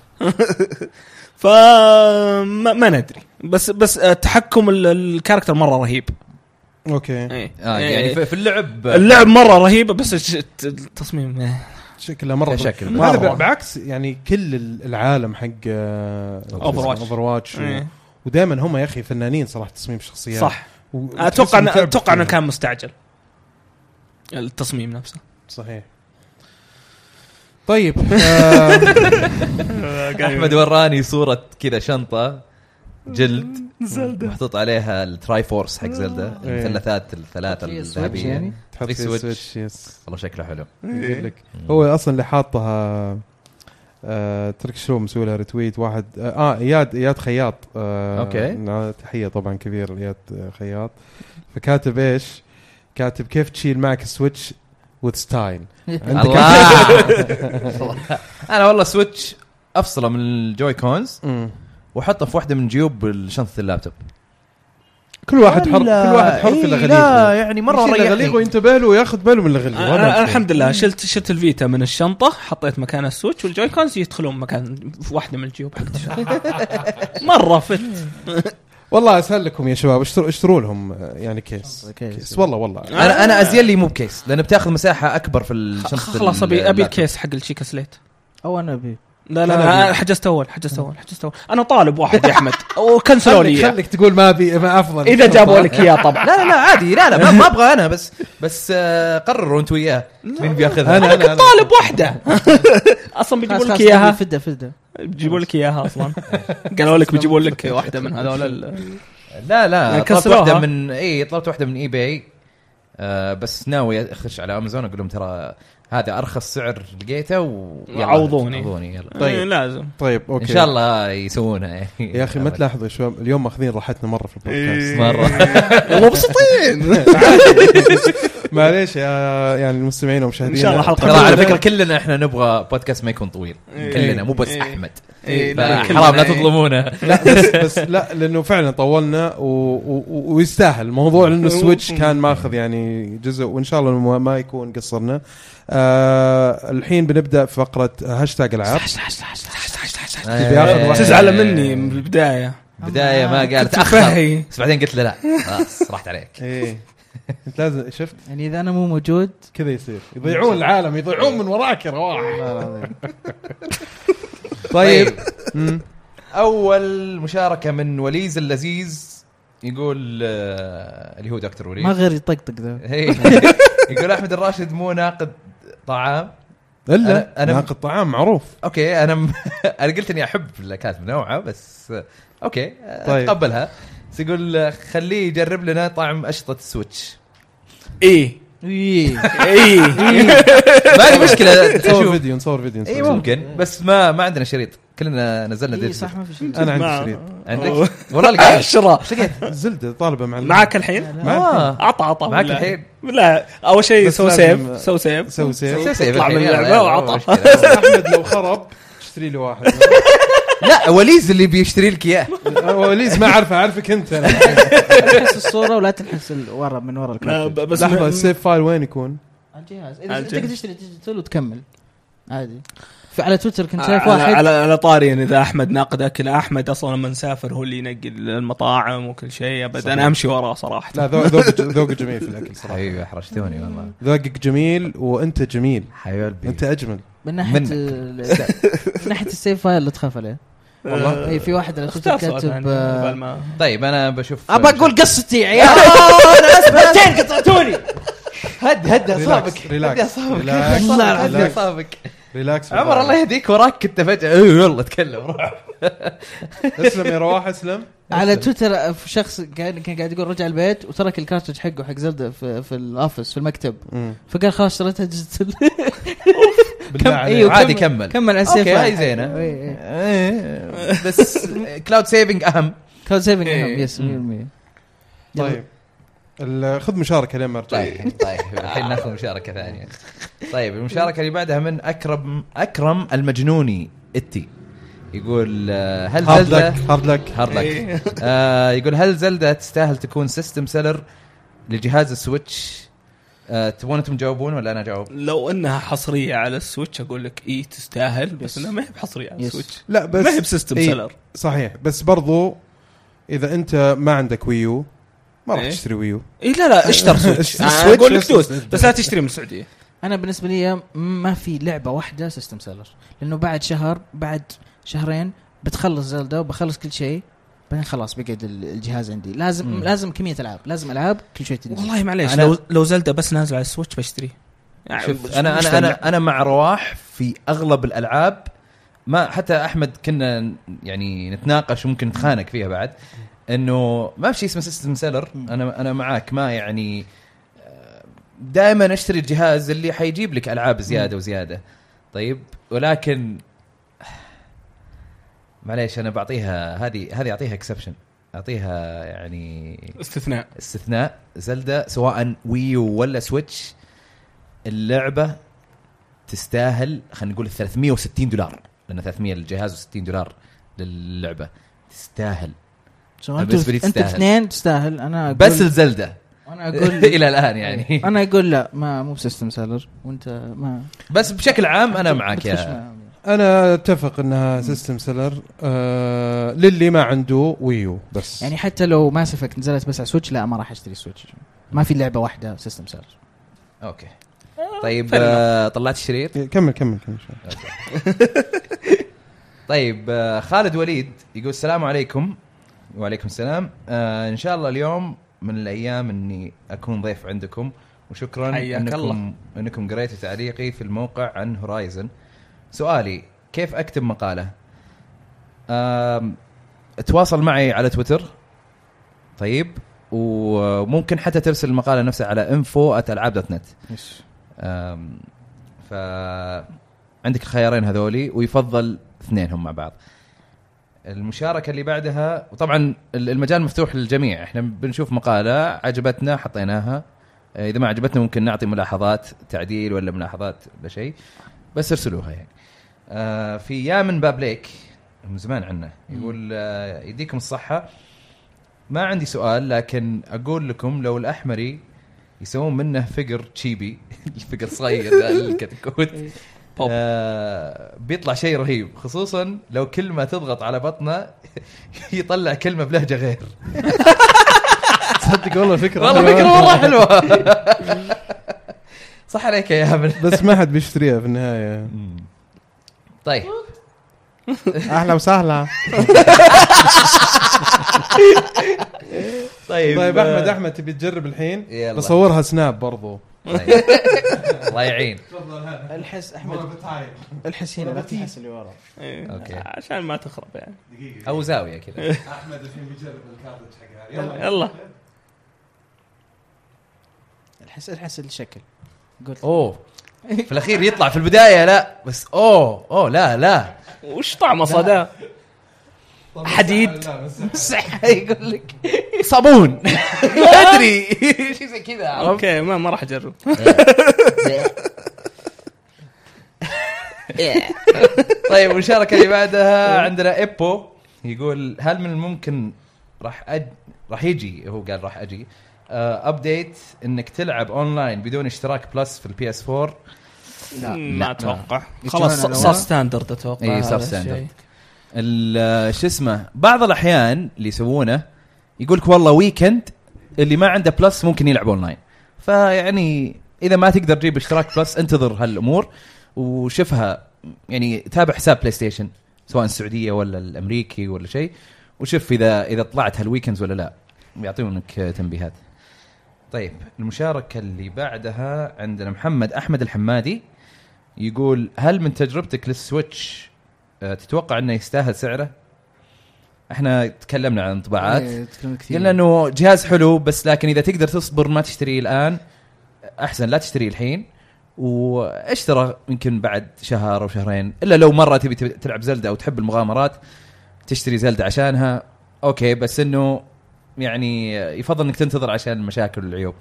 فما ندري بس تحكم الكاركتر مرة رهيب. اوكي يعني في اللعب مرة رهيبة بس التصميم شكله مرة شكل هذا بعكس يعني كل العالم حق اوفر واتش ودائما هم يا اخي فنانين صراحة تصميم الشخصيات صح. اتوقع انه كان مستعجل التصميم نفسه. صحيح. طيب احمد وراني صورة كذا شنطة جلد محطوط عليها التراي فورس حق زلدة المثلثات الثلاثة الذهبية يعني تحط سويتش والله شكله حلو. يقول لك هو اصلا اللي حاطها ترك شو مسوي لها ريتويت واحد اياد خياط اوكي تحية طبعا كبير اياد خياط. فكاتب ايش كاتب كيف تشيل معك السويتش with style. انا والله سويتش افصله من الجوي كونز وحطه في واحده من جيوب شنطه اللابتوب. كل واحد حر في الغليظ. لا يعني مره ريحني وينتبه له وياخذ باله من الغليظ. الحمد لله شلت الفيتا من الشنطه حطيت مكان السويتش والجوي كونز يدخلون مكان في واحده من الجيوب حقت الشنطه. مره فت والله اسهل لكم يا شباب اشتروا لهم يعني كيس والله انا ازين لي مو بكيس لان بتاخذ مساحه اكبر في الشنطه. خلاص ابي الكيس حق الشيكا سليت او انا ابي لا حجزت اول انا طالب واحد يا احمد وكنسلوا لي خليك تقول ما افضل اذا جابوا لك اياه طبعا. لا عادي، لا ما ابغى انا، بس قرروا انتوا اياه مين بياخذها. انا كنت طالب واحده اصلا بيجيبوا لك اياها، فده بيجيبوا لك اياها اصلا قالوا لك بيجيبوا لك واحده من هذول. لا طلبت واحده من طلبت واحده من اي باي، بس ناوي اخش على امازون اقول لهم ترى هذا ارخص سعر لقيته وعوضوني. طيب لازم. طيب اوكي ان شاء الله يسوونها. يا اخي ما تلاحظوا شو اليوم ماخذين راحتنا مره في البودكاست مره مبسوطين. معليش يعني المستمعين والمشاهدين ان شاء الله حلقه على فكره كلنا احنا نبغى بودكاست ما يكون طويل كلنا، مو بس احمد. حرام لا تظلمونا. لا بس لا لانه فعلا طولنا ويستاهل موضوع انه السويتش كان ماخذ يعني جزء، وان شاء الله ما يكون قصرنا. الحين بنبدا في فقره هاشتاج العاب. تزعل مني من البدايه ما قال تاخر بس بعدين قلت له لا خلاص راحت عليك. انت لازم شفت يعني اذا انا مو موجود كذا يصير يضيعون العالم، يضيعون من وراك يا رواح. طيب اول مشاركه من وليز اللذيذ يقول اللي هو دكتور وليد ما غير يطقطق ذا. يقول احمد الراشد مو ناقد طعام الا أنا ناقد طعام معروف. اوكي انا قلت اني احب الاكلات منوعه بس اوكي طيب. اتقبلها. يقول خليه يجرب لنا طعم اشطه السويتش. ما عندي مشكله نصور فيديو اي ممكن، بس ما عندنا شريط، كلنا نزلنا ديسك. صح ما في شيء. انا عندي شريط. عندك والله لقيت الشراء زلده طالبه معك الحين. عطى معك الحين. لا اول شيء سو سيف اطلع من اللعبه وعطى. احمد لو خرب اشتري له واحد. لا وليز اللي بيشتري لك اياه. وليز ما اعرفك انت. تحس الصوره ولا تنحس ورا من ورا الكلام. بس لحظه السيف فايل وين يكون؟ على الجهاز. اذا تقدر تشتري وتكمل عادي. على تويتر كنت شايف واحد على طاري يعني اذا احمد ناقد اكل، احمد اصلا لما نسافر هو اللي ينقل المطاعم وكل شيء. ابدا انا امشي وراه صراحه. لا ذوق جميل في الاكل صراحه. ايوه احرجتوني والله. ذوقك جميل وانت جميل حبيبي، انت اجمل من ناحيه السيف فايل اللي تخاف عليه والله. اي في واحد على تويتر كاتب طيب انا بشوف ابى اقول قصتي يا عيال. انا اسف قطعتوني. هد اصابك ريلاكس عمر الله يهديك وراك كنت فجأة يلا تكلم. اسلم يا رواح اسلم. على تويتر في شخص كان قاعد يقول رجع البيت وترك الكارتج حقه حق زلدة في الاوفيس في المكتب. فقال خلاص اشتريتها ديجيتال. عادي كمل على السيف. هاي زينة بس كلاود سيفنج أهم. يس 100%. طيب خذ مشاركة لين ما ارجع. طيب الحين ناخذ مشاركة ثانية. طيب المشاركة اللي بعدها من أكرم المجنوني إتي. يقول هل زلدة هارد لك يقول هل زلدة تستاهل تكون سيستم سيلر لجهاز السويتش؟ تبون انتم تجاوبون ولا انا اجاوب؟ لو انها حصريه على السويتش اقول لك تستاهل، بس انها ما هي بحصريه على السويتش. لا بس ما هي بسيستم سيلر صحيح. بس برضو اذا انت ما عندك ويو ما راح تشتري ويو. لا اشتر سويتش. اقول لك دوس بس لا تشتري من السعوديه. انا بالنسبه لي ما في لعبه واحده سيستم سيلر، لانه بعد شهرين بتخلص زلدة وبخلص كل شيء، بعدين خلاص بقعد الجهاز عندي. لازم كميه العاب، لازم العاب كل شيء تنزل. والله معليش لو زلدة بس نازل على السويتش بشتري. يعني انا مع رواح في اغلب الالعاب. ما حتى احمد كنا يعني نتناقش وممكن نتخانق فيها بعد انه ما في شيء اسمه سيستم سيلر. انا معاك، ما يعني دائما اشتري الجهاز اللي حيجيب لك العاب زياده وزياده. طيب ولكن معليش انا بعطيها هذه اعطيها اكسبشن، اعطيها يعني استثناء. زلدة سواء ويو ولا سويتش اللعبه تستاهل، خلينا نقول $360 لان 300 للجهاز و$60 للعبه. تستاهل. انت اثنين تستاهل. انا أقول بس الزلدة انا اقول الى الان يعني انا اقول لا مو بسيستم سيلر. وانت ما بس بشكل عام انا معك انا اتفق انها سيستم سيلر للي ما عنده ويو بس. يعني حتى لو ما سفك نزلت بس على سويتش لا ما راح اشتري سويتش. ما في لعبه واحده سيستم سيلر. اوكي طيب طلعت الشريط. كمل طيب خالد وليد يقول السلام عليكم. وعليكم السلام. ان شاء الله اليوم من الايام اني اكون ضيف عندكم، وشكرا انكم قريتوا تعليقي في الموقع عن هورايزن. سؤالي كيف اكتب مقالة؟ اتواصل معي على تويتر. طيب وممكن حتى ترسل المقالة نفسها على info@alab.net. فعندك خيارين هذولي، ويفضل اثنينهم مع بعض. المشاركة اللي بعدها، وطبعا المجال مفتوح للجميع، احنا بنشوف مقالة عجبتنا حطيناها، اذا ما عجبتنا ممكن نعطي ملاحظات تعديل ولا ملاحظات ولا شيء، بس ارسلوها يعني. في يامن بابليك من زمان عنه يقول يديكم الصحة، ما عندي سؤال لكن أقول لكم لو الأحمري يسوون منه فقر تشيبي الفقر صغير ده الكتكوت بيطلع شيء رهيب، خصوصا لو كل ما تضغط على بطنه يطلع كلمة بلهجة غير. تصدق والله فكرة والله حلوة. صح عليك يا يامن، بس ما حد بيشتريها في النهاية. طيب أهلا وسهلا. طيب أحمد تبي تجرب الحين؟ بصورها سناب برضو. الله يعين. الحس أحمد الحس هنا، لا تحس اللي ورا. أوكي عشان ما تخرب يعني. دقيقة. أو زاوية كذا. أحمد الحين بيجرب الكارت حقها. يلا. الحس الشكل. قلت. أوه. في الأخير يطلع في البداية لا بس أوه لا. وش طعمه صدى؟ حديد. صح يقول لك صابون. أدري شيء زي كذا. أوكي ما راح أجرب. طيب المشاركة اللي بعدها عندنا إبو يقول هل من الممكن راح يجي، هو قال راح أجي أبديت إنك تلعب أونلاين بدون اشتراك بلس في البي اس 4؟ لا ما أتوقع، خلاص صار ستاندرد أتوقع. إيه صار ستاندرد. شو اسمه بعض الأحيان اللي يسوونه يقولك والله ويكند اللي ما عنده بلس ممكن يلعب أونلاين، فيعني إذا ما تقدر تجيب اشتراك بلس انتظر هالأمور وشوفها، يعني تابع حساب بلاي ستيشن سواء السعودية ولا الأمريكي ولا شيء، وشوف إذا طلعت هالويكندز ولا لا، بيعطيونك تنبيهات. طيب المشاركة اللي بعدها عندنا محمد أحمد الحمادي يقول هل من تجربتك للسويتش تتوقع أنه يستاهل سعره؟ احنا تكلمنا عن انطباعات، قلنا أنه جهاز حلو، بس لكن إذا تقدر تصبر ما تشتريه الآن أحسن لا تشتريه الحين، واشترى يمكن بعد شهر أو شهرين، إلا لو مرة تبي تلعب زلدة أو تحب المغامرات تشتري زلدة عشانها أوكي، بس إنه يعني يفضل إنك تنتظر عشان المشاكل والعيوب.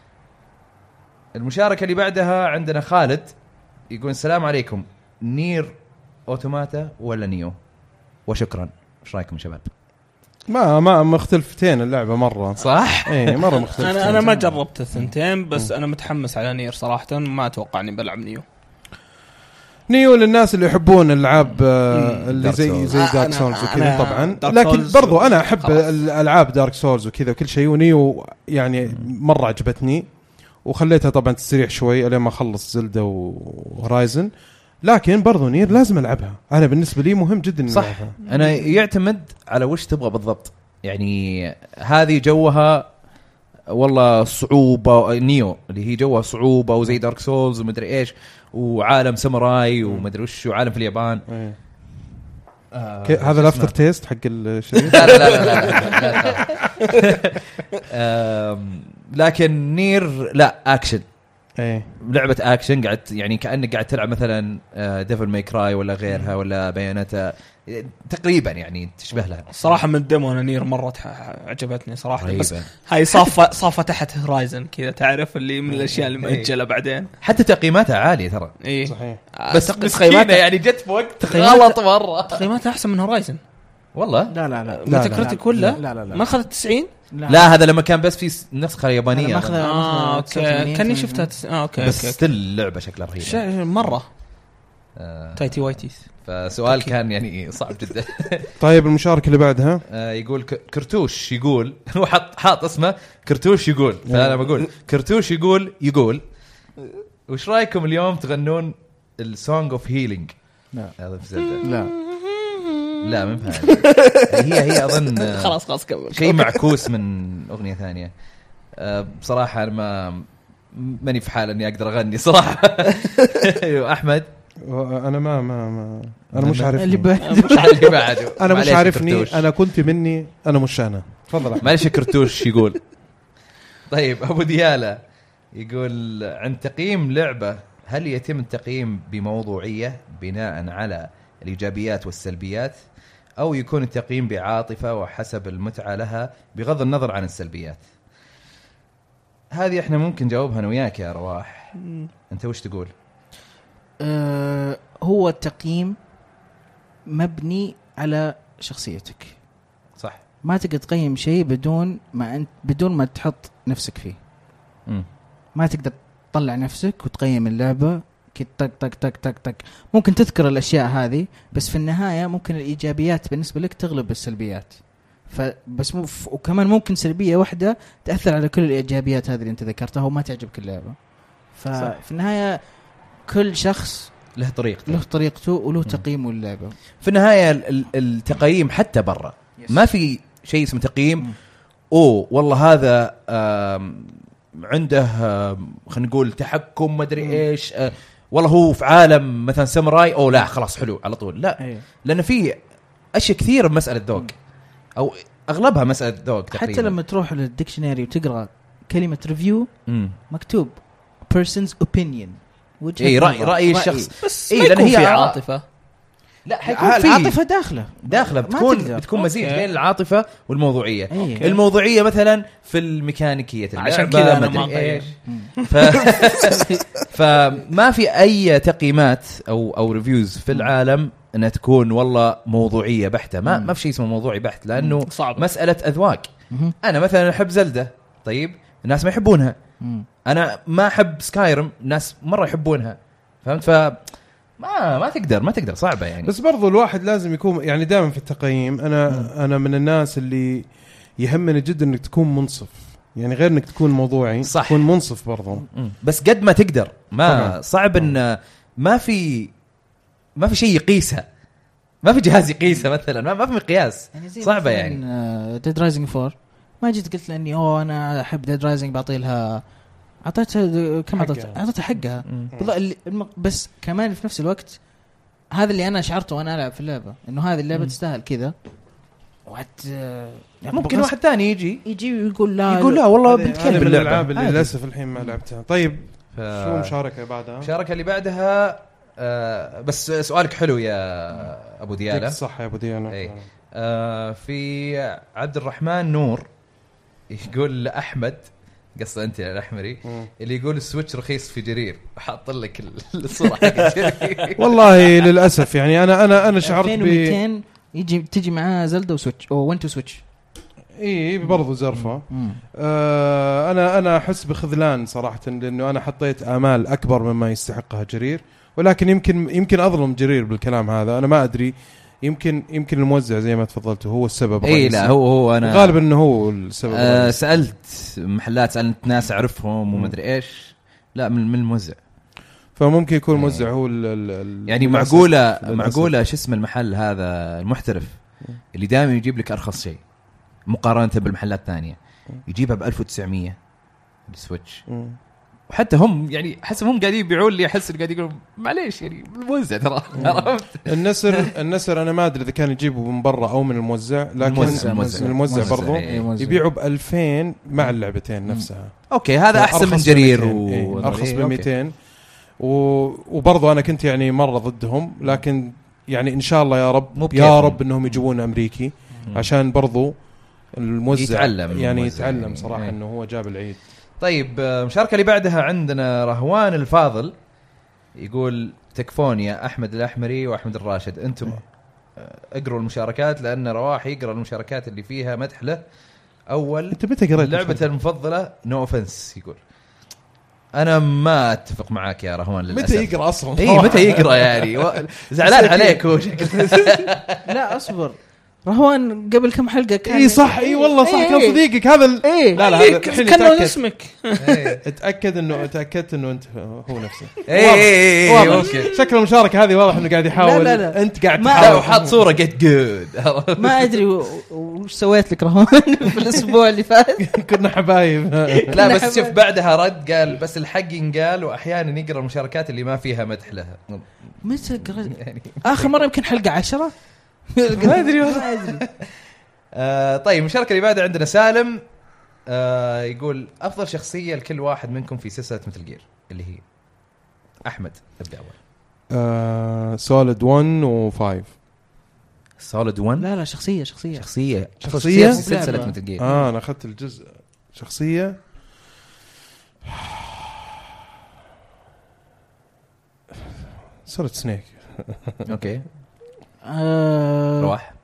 المشاركة اللي بعدها عندنا خالد يقول السلام عليكم، نير أوتوماتا ولا نيو؟ وشكرا. ايش رايكم يا شباب؟ ما مختلفتين اللعبة مرة، صح؟ ايه مرة مختلفتين. انا ما جربت الثنتين، بس انا متحمس على نير صراحة، ما اتوقع اني بلعب نيو للناس اللي يحبون الالعاب اللي زي دارك سولز وكذا طبعا، لكن برضو انا احب الالعاب دارك سولز وكذا وكل شيء، ونيو يعني مرة عجبتني وخليتها طبعا تستريح شوي لين ما اخلص زلدة وهورايزن، لكن برضو نير لازم ألعبها. أنا بالنسبة لي مهم جدا صح ألعبها. أنا يعتمد على وش تبغى بالضبط، يعني هذه جوها والله صعوبة، نيو اللي هي جوها صعوبة وزي دارك سولز ومدري إيش وعالم ساموراي ومدري وش وعالم في اليابان. هذا الأفتر تيست حق الشيء. لا. لكن نير لا أكشن، ايه لعبة اكشن، قاعد يعني كأنك قاعد تلعب مثلا ديفل ماي كراي ولا غيرها ولا بياناتا تقريبا، يعني تشبه لها صراحة. من الديمو انا نير مرة عجبتني صراحة رهيبة. بس هاي صافة تحت هورايزن كذا، تعرف اللي من الاشياء اللي مأجلة بعدين. حتى تقييماتها عالية ترى. ايه صحيح. بس تقييماتها يعني جت في وقت غلط مرة. تقييماتها احسن من هورايزن والله. لا متكرتي كلها ما اخذت 90. لا هذا لما كان بس في نسخة يابانية. اوكي كاني شفتها اوكي بس ستيل اللعبة شكلها رهيبة مرة. تايتي وايتيس. فسؤال كان يعني صعب جدا. طيب المشاركة اللي بعدها يقول كرتوش يقول هو حاط اسمه كرتوش يقول، فأنا بقول كرتوش يقول وش رأيكم اليوم تغنون السونج اوف هيلينج؟ لا هذا في زلدة. لا لا من هي اظن خلاص كمل شيء معكوس من اغنيه ثانيه. بصراحه انا ماني في حال اني اقدر اغني صراحه. احمد انا ما انا مش عارف اللي بعده انا مش عارفني انا كنت مني انا مش انا. تفضل معلش كرتوش يقول. طيب ابو دياله يقول عن تقييم لعبه هل يتم التقييم بموضوعيه بناء على الايجابيات والسلبيات او يكون التقييم بعاطفه وحسب المتعه لها بغض النظر عن السلبيات؟ هذه احنا ممكن نجاوبها انا وياك يا رواح. انت وش تقول؟ هو التقييم مبني على شخصيتك، صح؟ ما تقدر تقيم شيء بدون ما تحط نفسك فيه. ما تقدر تطلع نفسك وتقيم اللعبة تك تك تك تك تك. ممكن تذكر الأشياء هذه بس في النهاية ممكن الإيجابيات بالنسبة لك تغلب السلبيات. فبس وكمان ممكن سلبية واحدة تأثر على كل الإيجابيات هذه اللي أنت ذكرتها وما تعجبك اللعبة. ففي النهاية كل شخص له طريقته وله تقييمه اللعبة. في النهاية التقييم حتى برا ما في شيء اسمه تقييم والله هذا عنده خلينا نقول تحكم ما ادري ايش والله هو في عالم مثلا ساموراي لا خلاص حلو على طول. لا لأن في أشياء كثيرة مسألة ذوق أو أغلبها مسألة ذوق تقريبا. حتى لما تروح للديكشنري وتقرأ كلمة ريفيو مكتوب person's opinion رأي الشخص بس لأن هي عاطفة. لا حيكون في العاطفة داخلة بتكون مزيج بين العاطفة والموضوعية. الموضوعية مثلا في الميكانيكية عشان كذا أنا ما أغير. فما في أي تقييمات أو ريفيوز في العالم أنها تكون والله موضوعية بحتة. ما في شيء اسمه موضوعي بحت لأنه صعب. مسألة أذواق. أنا مثلا أحب زلدة طيب الناس ما يحبونها. أنا ما أحب سكايرم الناس مرة يحبونها. فهمت؟ ما تقدر صعبة يعني. بس برضو الواحد لازم يكون يعني دائما في التقييم أنا من الناس اللي يهمني جدا إنك تكون منصف. يعني غير إنك تكون موضوعي صح. تكون منصف برضو. بس قد ما تقدر ما صعب إن ما في شيء يقيسها. ما في جهاز يقيسها مثلا ما في مقياس يعني صعبة يعني. ديد رايزنج 4 ما جيت قلت لأني أنا أحب ديد رايزنج بعطي لها أعطيتها كم أعطيتها حقها بس كمان في نفس الوقت هذا اللي أنا شعرته وأنا ألعب في اللعبة إنه هذه اللعبة تستاهل كذا. ممكن واحد ثاني يجي ويقول لا والله بنتكلم بالألعاب اللي للأسف الحين ما لعبتها. طيب شو مشاركة بعدها؟ المشاركة اللي بعدها بس سؤالك حلو يا أبو ديالة. صح يا أبو ديالة. في عبد الرحمن نور يقول لأحمد قصة أنت يا الأحمري اللي يقول السويتش رخيص في جرير حاط لك الصورة حق جرير. والله للأسف يعني أنا شعرت 2200 تجي معاه زلدة وسويتش أو 1 تو سويتش. برضو زرفة. أنا أحس بخذلان صراحة لأنه أنا حطيت آمال أكبر مما يستحقها جرير. ولكن يمكن أظلم جرير بالكلام هذا أنا ما أدري. يمكن الموزع زي ما تفضلت هو السبب. لا هو أنا غالبا إنه هو السبب. سألت محلات سألت ناس أعرفهم وما أدري إيش لا من الموزع. فممكن يكون الموزع هو يعني معقولة شو اسم المحل هذا المحترف اللي دائما يجيب لك أرخص شيء مقارنة بالمحلات الثانية يجيبها ب1900 السويتش. وحتى هم يعني حسبهم قاعدين يبيعون لي أحس قاعد يقولون معليش يعني الموزع ترى. النسر أنا ما أدري إذا كان يجيبه من برا أو من الموزع لكن الموزع برضو يبيعوا ب2000 مع اللعبتين نفسها. أوكي هذا أحسن من جرير أرخص ب200 وبرضو أنا كنت يعني مرة ضدهم لكن يعني إن شاء الله يا رب إنهم يجيبون أمريكي عشان برضو الموزع يتعلم صراحة إنه هو جاب العيد. طيب مشاركة اللي بعدها عندنا رهوان الفاضل يقول تكفون يا أحمد الأحمري وأحمد الراشد أنتم اقروا المشاركات لأن رواح يقرأ المشاركات اللي فيها مدح له. أول أنت متى قرأت لعبة المفضلة نو أوفنس يقول أنا ما أتفق معاك يا رهوان للأسف. متى يقرأ أصلا؟ متى يقرأ يعني زعلان عليك لا أصبر رهوان قبل كم حلقه كان اي صح اي والله صح كان صديقك هذا لا لا الحين كان اسمك اتاكدت انه انت هو نفسه. اي اوكي شكل المشاركه هذه واضح انه قاعد يحاول. لا. انت قاعد لا وحاط صوره جيت جود. ما ادري وش سويت لك رهوان في الاسبوع اللي فات. كنا حبايب. لا بس شوف بعدها رد قال بس الحق ينقال واحيانا يقرا المشاركات اللي ما فيها مدح لها. متى قرأت اخر مره يمكن حلقه 10 ما ادري. طيب المشاركه اللي بعدها عندنا سالم يقول افضل شخصيه لكل واحد منكم في سلسله مثل جير اللي هي احمد ابدا اول. سوليد 1 و5. سوليد 1 لا شخصيه في سلسله مثل جير. انا اخذت الجزء شخصيه صرت سنيك. اوكي رواح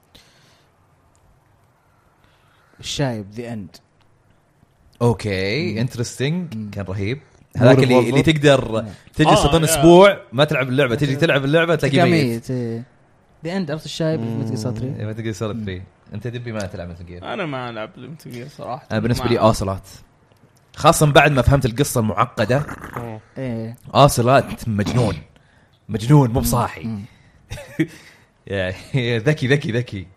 الشايب ذا اند. اوكي انترستينج كان رهيب. هذاك اللي تقدر تجلس اظن اسبوع ما تلعب اللعبه تيجي تلعب اللعبه تلاقي ميت. ذا اند عرفت الشايب مثل صار 3 ما تقدر صار 3. انت دبي ما تلعب مثل جير. انا ما العب مثل جير صراحه. انا بالنسبه لي اوسلات خاصه بعد ما فهمت القصه المعقده. اوسلات مجنون مو بصاحي. يعني ذكي.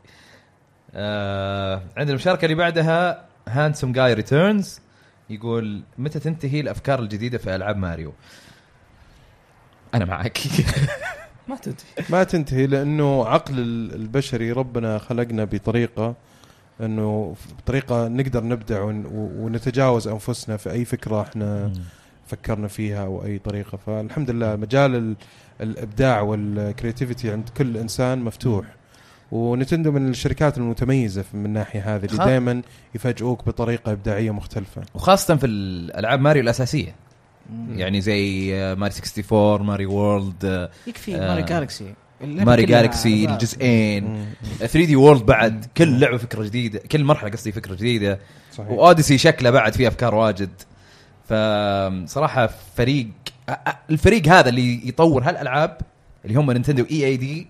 عندنا المشاركة اللي بعدها هاندسوم جاي ريتيرنز يقول متى تنتهي الأفكار الجديدة في ألعاب ماريو؟ أنا معك. ما تنتهي لأنه عقل البشري ربنا خلقنا بطريقة أنه بطريقة نقدر نبدع ونتجاوز أنفسنا في أي فكرة احنا فكرنا فيها أو أي طريقة. فالحمد لله مجال الإبداع والكرياتيفيتي عند كل إنسان مفتوح. ونتندو من الشركات المتميزة من الناحية هذه اللي دائما يفاجئوك بطريقة إبداعية مختلفة وخاصة في الألعاب ماريو الأساسية. يعني زي ماري 64 ماري وورلد يكفي ماري جالكسي الجزئين 3D وورلد بعد كل لعبة فكرة جديدة كل مرحلة قصدي فكرة جديدة. وأوديسي شكله بعد فيه أفكار واجد. فصراحة الفريق هذا اللي يطور هالألعاب اللي هم نينتندو EAD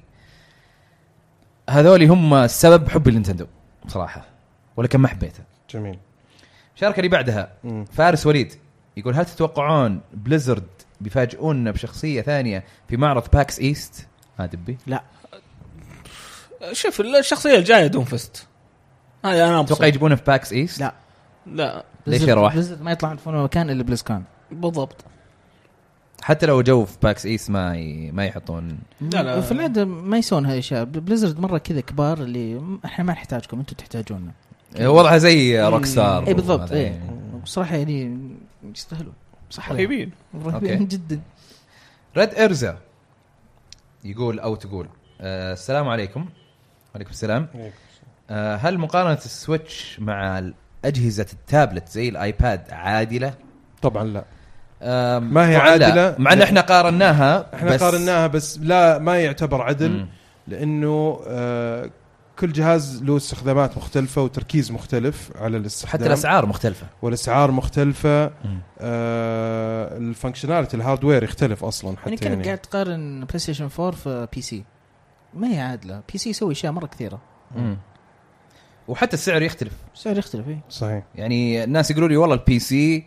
هذول هم السبب حب النينتندو صراحة ولكن ما حبيته. جميل. شاركة اللي بعدها فارس وليد يقول هل تتوقعون بليزرد بيفاجئوننا بشخصية ثانية في معرض باكس إيست؟ دبي لا شوف الشخصية الجاية دون فست هاي أنا أتوقع يجيبونه في باكس إيست. لا ليش يا رواح؟ ما يطلع في مكان إلا بليزكون بالضبط. حتى لو جو في باكس إيست ما يحطون. لا في العادة ما يسوون هاي الأشياء. بليزرد مرة كذا كبار اللي احنا ما نحتاجكم انتم تحتاجوننا. وضعها زي روكستار. اي بالضبط. بصراحة يعني يستاهلون صح رهيبين جدا. ريد إرزا يقول أو تقول السلام عليكم. وعليكم السلام. هل مقارنة السويتش مع أجهزة التابلت زي الآيباد عادلة؟ طبعا لا. ما هي عادلة مع أن احنا قارناها بس لا ما يعتبر عدل. لأنه كل جهاز له استخدامات مختلفة وتركيز مختلف على الاستخدام. حتى الأسعار مختلفة والأسعار مختلفة. الفانكشناليتي الهاردوير يختلف أصلا. حتى يعني كنت قاعد تقارن بلاي ستيشن 4 في بي سي ما هي عادلة. بي سي يسوي أشياء مرة كثيرة وحتى السعر يختلف. إيه صحيح. يعني الناس يقولوا لي والله البي سي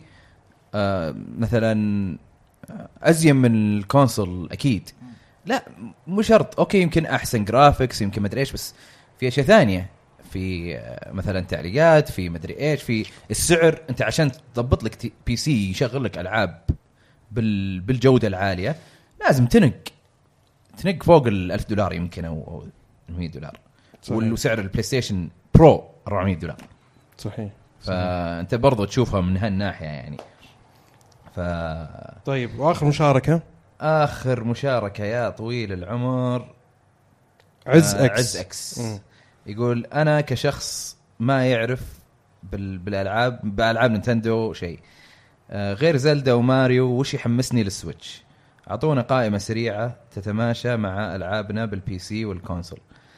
مثلا أزين من الكونسول أكيد. لا مو شرط. أوكي يمكن أحسن جرافيكس يمكن مدري إيش بس في أشياء ثانية في مثلا تعليقات في مدري إيش في السعر. أنت عشان تضبط لك بي سي يشغل لك ألعاب بالجودة العالية لازم تنق فوق $1,000 يمكن أو $100. وسعر البلاي ستيشن برو $400. صحيح. فأنت برضو تشوفها من هالناحية يعني. طيب وآخر مشاركة يا طويل العمر عز اكس يقول أنا كشخص ما يعرف بألعاب نينتندو شيء غير زلدا وماريو وش يحمسني للسويتش. أعطونا قائمة سريعة تتماشى مع ألعابنا بالبي سي والكونسول.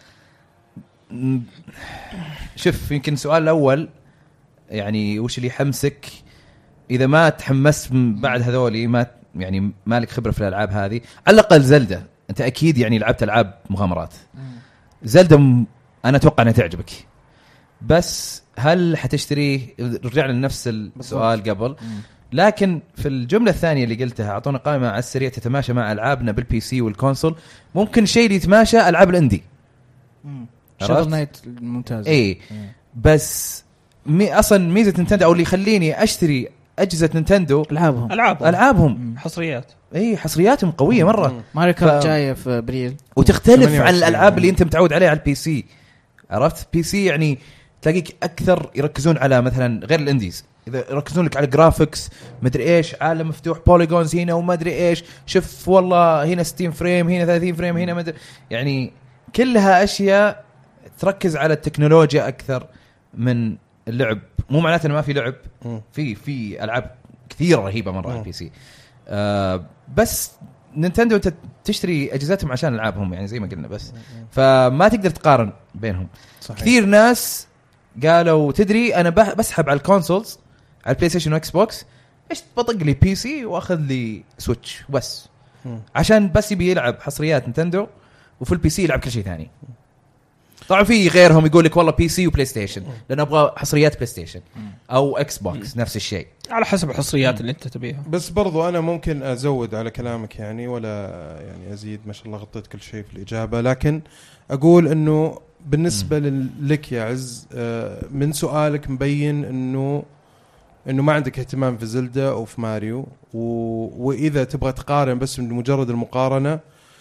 شوف يمكن سؤال الأول يعني وش اللي يحمسك إذا ما تحمست بعد هذولي ما يعني مالك خبرة في الألعاب هذه. على الأقل زلدة أنت أكيد يعني لعبت ألعاب مغامرات. زلدة انا اتوقع انها تعجبك، بس هل حتشتريه؟ رجعنا لنفس السؤال قبل. لكن في الجمله الثانيه اللي قلتها اعطونا قائمه على السريع تتماشى مع العابنا بالبي سي والكونسول. ممكن شيء اللي يتماشى العاب الاندي. شغل نايت ممتاز. اي بس اصلا ميزه نينتندو او اللي يخليني اشتري اجهزه نينتندو العابهم حصريات. اي حصرياتهم قويه مره. ماريو كارت جايه في ابريل وتختلف عن الالعاب اللي انت متعود عليها على البي سي. عرفت بي سي يعني تلاقيك اكثر يركزون على مثلا غير الانديز، اذا يركزون لك على الجرافيكس مدري ايش، عالم مفتوح بوليجونز هنا وما ادري ايش، شوف والله هنا 60 فريم هنا 30 فريم هنا مدري، يعني كلها اشياء تركز على التكنولوجيا اكثر من اللعب. مو معناته انه ما في لعب، في العاب كثيره رهيبه مره على البي سي. بس نينتندو انت تشتري اجهزتهم عشان العابهم يعني زي ما قلنا، بس فما تقدر تقارن بينهم. صحيح. كثير ناس قالوا تدري انا بسحب على الكونسولز على البلاي ستيشن واكس بوكس، ايش بطق لي بي سي واخذ لي سويتش بس عشان بس يبي يلعب حصريات نينتندو، وفي البي سي يلعب كل شيء ثاني. طبعا في غيرهم يقول لك والله بي سي وبلاي ستيشن لان ابغى حصريات بلاي ستيشن او اكس بوكس نفس الشيء على حسب الحصريات اللي انت تبيها. بس برضو انا ممكن ازود على كلامك يعني، ولا يعني ازيد؟ ما شاء الله غطيت كل شيء في الاجابه. لكن اقول انه بالنسبه لك يا عز، من سؤالك مبين انه ما عندك اهتمام في زلدا او في ماريو، واذا تبغى تقارن بس بمجرد المقارنه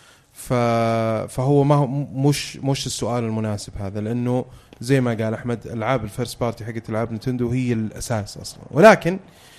فهو ما مش السؤال المناسب هذا، لانه زي ما قال احمد العاب الفيرست بارتي حقت العاب نينتندو هي الاساس اصلا. ولكن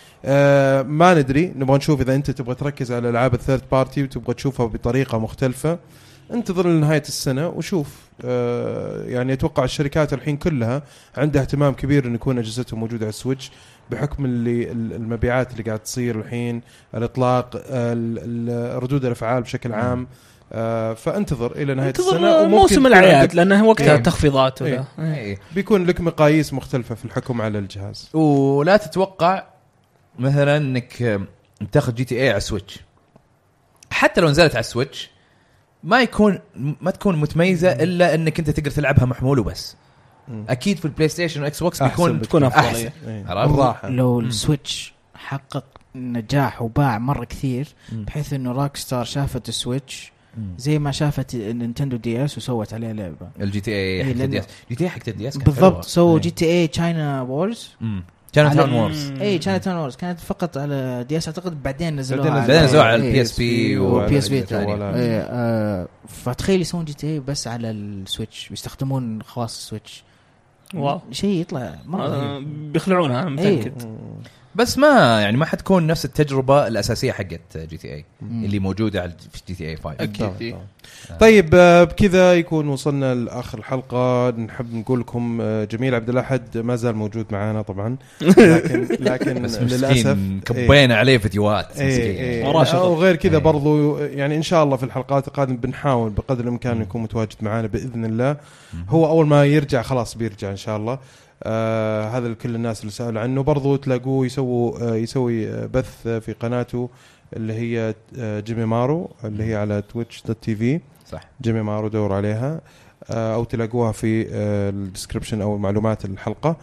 ما ندري، نبغى نشوف اذا انت تبغى تركز على العاب الثيرد بارتي وتبغى تشوفها بطريقه مختلفه، انتظر لنهايه السنه وشوف. يعني اتوقع الشركات الحين كلها عندها اهتمام كبير ان يكون اجهزتهم موجوده على السويتش بحكم اللي المبيعات اللي قاعد تصير الحين، الاطلاق، ردود الافعال بشكل عام. فانتظر الى نهايه السنه موسم العياد لانه وقتها تخفيضات بيكون لك مقاييس مختلفه في الحكم على الجهاز. ولا تتوقع مثلا انك تاخذ جي تي اي على السويتش، حتى لو نزلت على السويتش ما تكون متميزه الا انك انت تقدر تلعبها محمول وبس. اكيد في البلاي ستيشن واكس بوكس بتكون افضل. لو السويتش حقق نجاح وباع مره كثير بحيث انه روك ستار شافت السويتش زي ما شافت نينتندو دي اس وسوت عليه لعبه الجي تي اي حق دي اس. جي تي اي حق دي اس بالضبط، سووا جي تي اي تشاينا وورز، تشاينا تاون وورز. اي تشاينا تاون وورز كانت فقط على دي اس اعتقد، بعدين نزلوها على البي اس بي وبي اس بي ثاني. فتخيل يسوون جي تي اي بس على السويتش، بيستخدمون خواص السويتش. واو، شيء يطلع مره بيخلعونها انا متاكد. بس ما حتكون نفس التجربه الاساسيه حقت جي تي اي اللي موجوده على جي تي اي 5 اكيد. طيب بكذا يكون وصلنا لاخر الحلقه. نحب نقول لكم جميل عبد الاحد ما زال موجود معنا طبعا، لكن للاسف كبينا عليه فيديوهات وغير كذا برضو. يعني ان شاء الله في الحلقات القادمه بنحاول بقدر الامكان يكون متواجد معنا باذن الله. هو اول ما يرجع خلاص بيرجع ان شاء الله. هذا لكل الناس اللي سألوا عنه. برضو تلاقوه يسوي بث في قناته اللي هي جيمي مارو اللي هي على twitch.tv. صح، جيمي مارو دور عليها أو تلاقوها في الديسكريبشن أو معلومات الحلقة.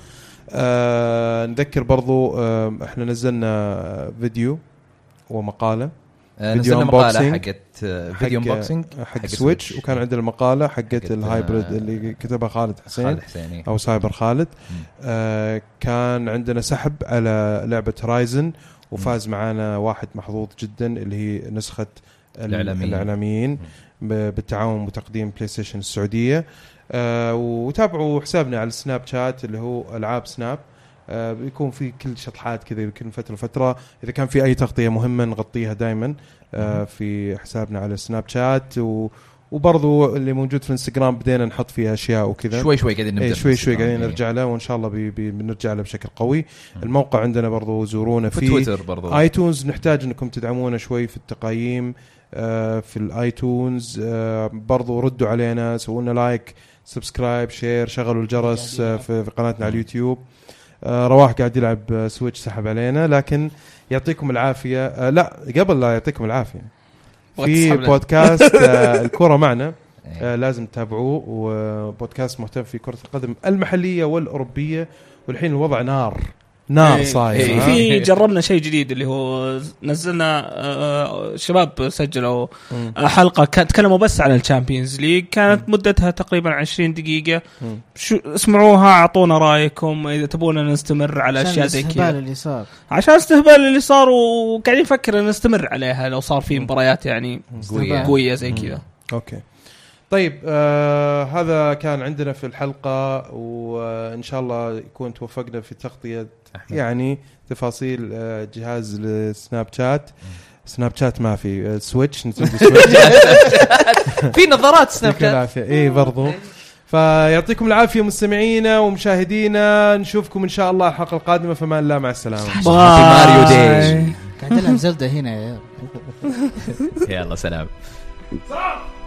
نذكر برضو احنا نزلنا فيديو ومقالة، نزلنا مقالة حقت فيديو انبوكسينج حق سويتش، وكان عندنا مقالة حقت الهايبريد اللي كتبها خالد حسين أو سايبر خالد. كان عندنا سحب على لعبة هورايزن وفاز معنا واحد محظوظ جدا اللي هي نسخة الإعلاميين بالتعاون وتقديم بلاي ستيشن السعودية. وتابعوا حسابنا على السناب شات اللي هو ألعاب سناب. بيكون في كل شطحات كذا يمكن فترة إذا كان في أي تغطية مهمة نغطيها دائما في حسابنا على السناب شات. وبرضو اللي موجود في الانستغرام بدينا نحط فيها أشياء وكذا شوي قاعدين نبدأ شوي قاعدين نرجع له، وإن شاء الله بنرجع له بشكل قوي. الموقع عندنا برضو زورونا في تويتر، برضو آيتونز نحتاج أنكم تدعمونا شوي في التقييم في الآيتونز. برضو ردوا علينا، سوونا لايك، سبسكرايب، شير، شغلوا الجرس في قناتنا على اليوتيوب. رواح قاعد يلعب سويتش سحب علينا، لكن يعطيكم العافية. لا قبل لا يعطيكم العافية في بودكاست الكرة معنا لازم تتابعوه، وبودكاست مهتم في كرة القدم المحلية والأوروبية. والحين الوضع نار صاير. في جربنا شيء جديد اللي هو نزلنا شباب سجلوا حلقة تكلموا بس عن الشامبيونز ليج، كانت مدتها تقريبا 20 دقيقة. اسمعوها، اعطونا رايكم اذا تبونا نستمر على اشياء زي كذا عشان استهبال اللي صار، وقاعدين نفكر نستمر عليها لو صار في مباريات يعني قوية زي كذا. اوكي طيب، هذا كان عندنا في الحلقة، وإن شاء الله يكون توفقنا في تغطية يعني تفاصيل جهاز السناب شات ما في سويتش في نظارات سناب شات برضو. فيعطيكم العافية مستمعينا ومشاهدينا، نشوفكم إن شاء الله الحلقة القادمة. فمان الله، مع السلامة. ماريو داي قاعد نلعب زلدة هنا يلا سلام.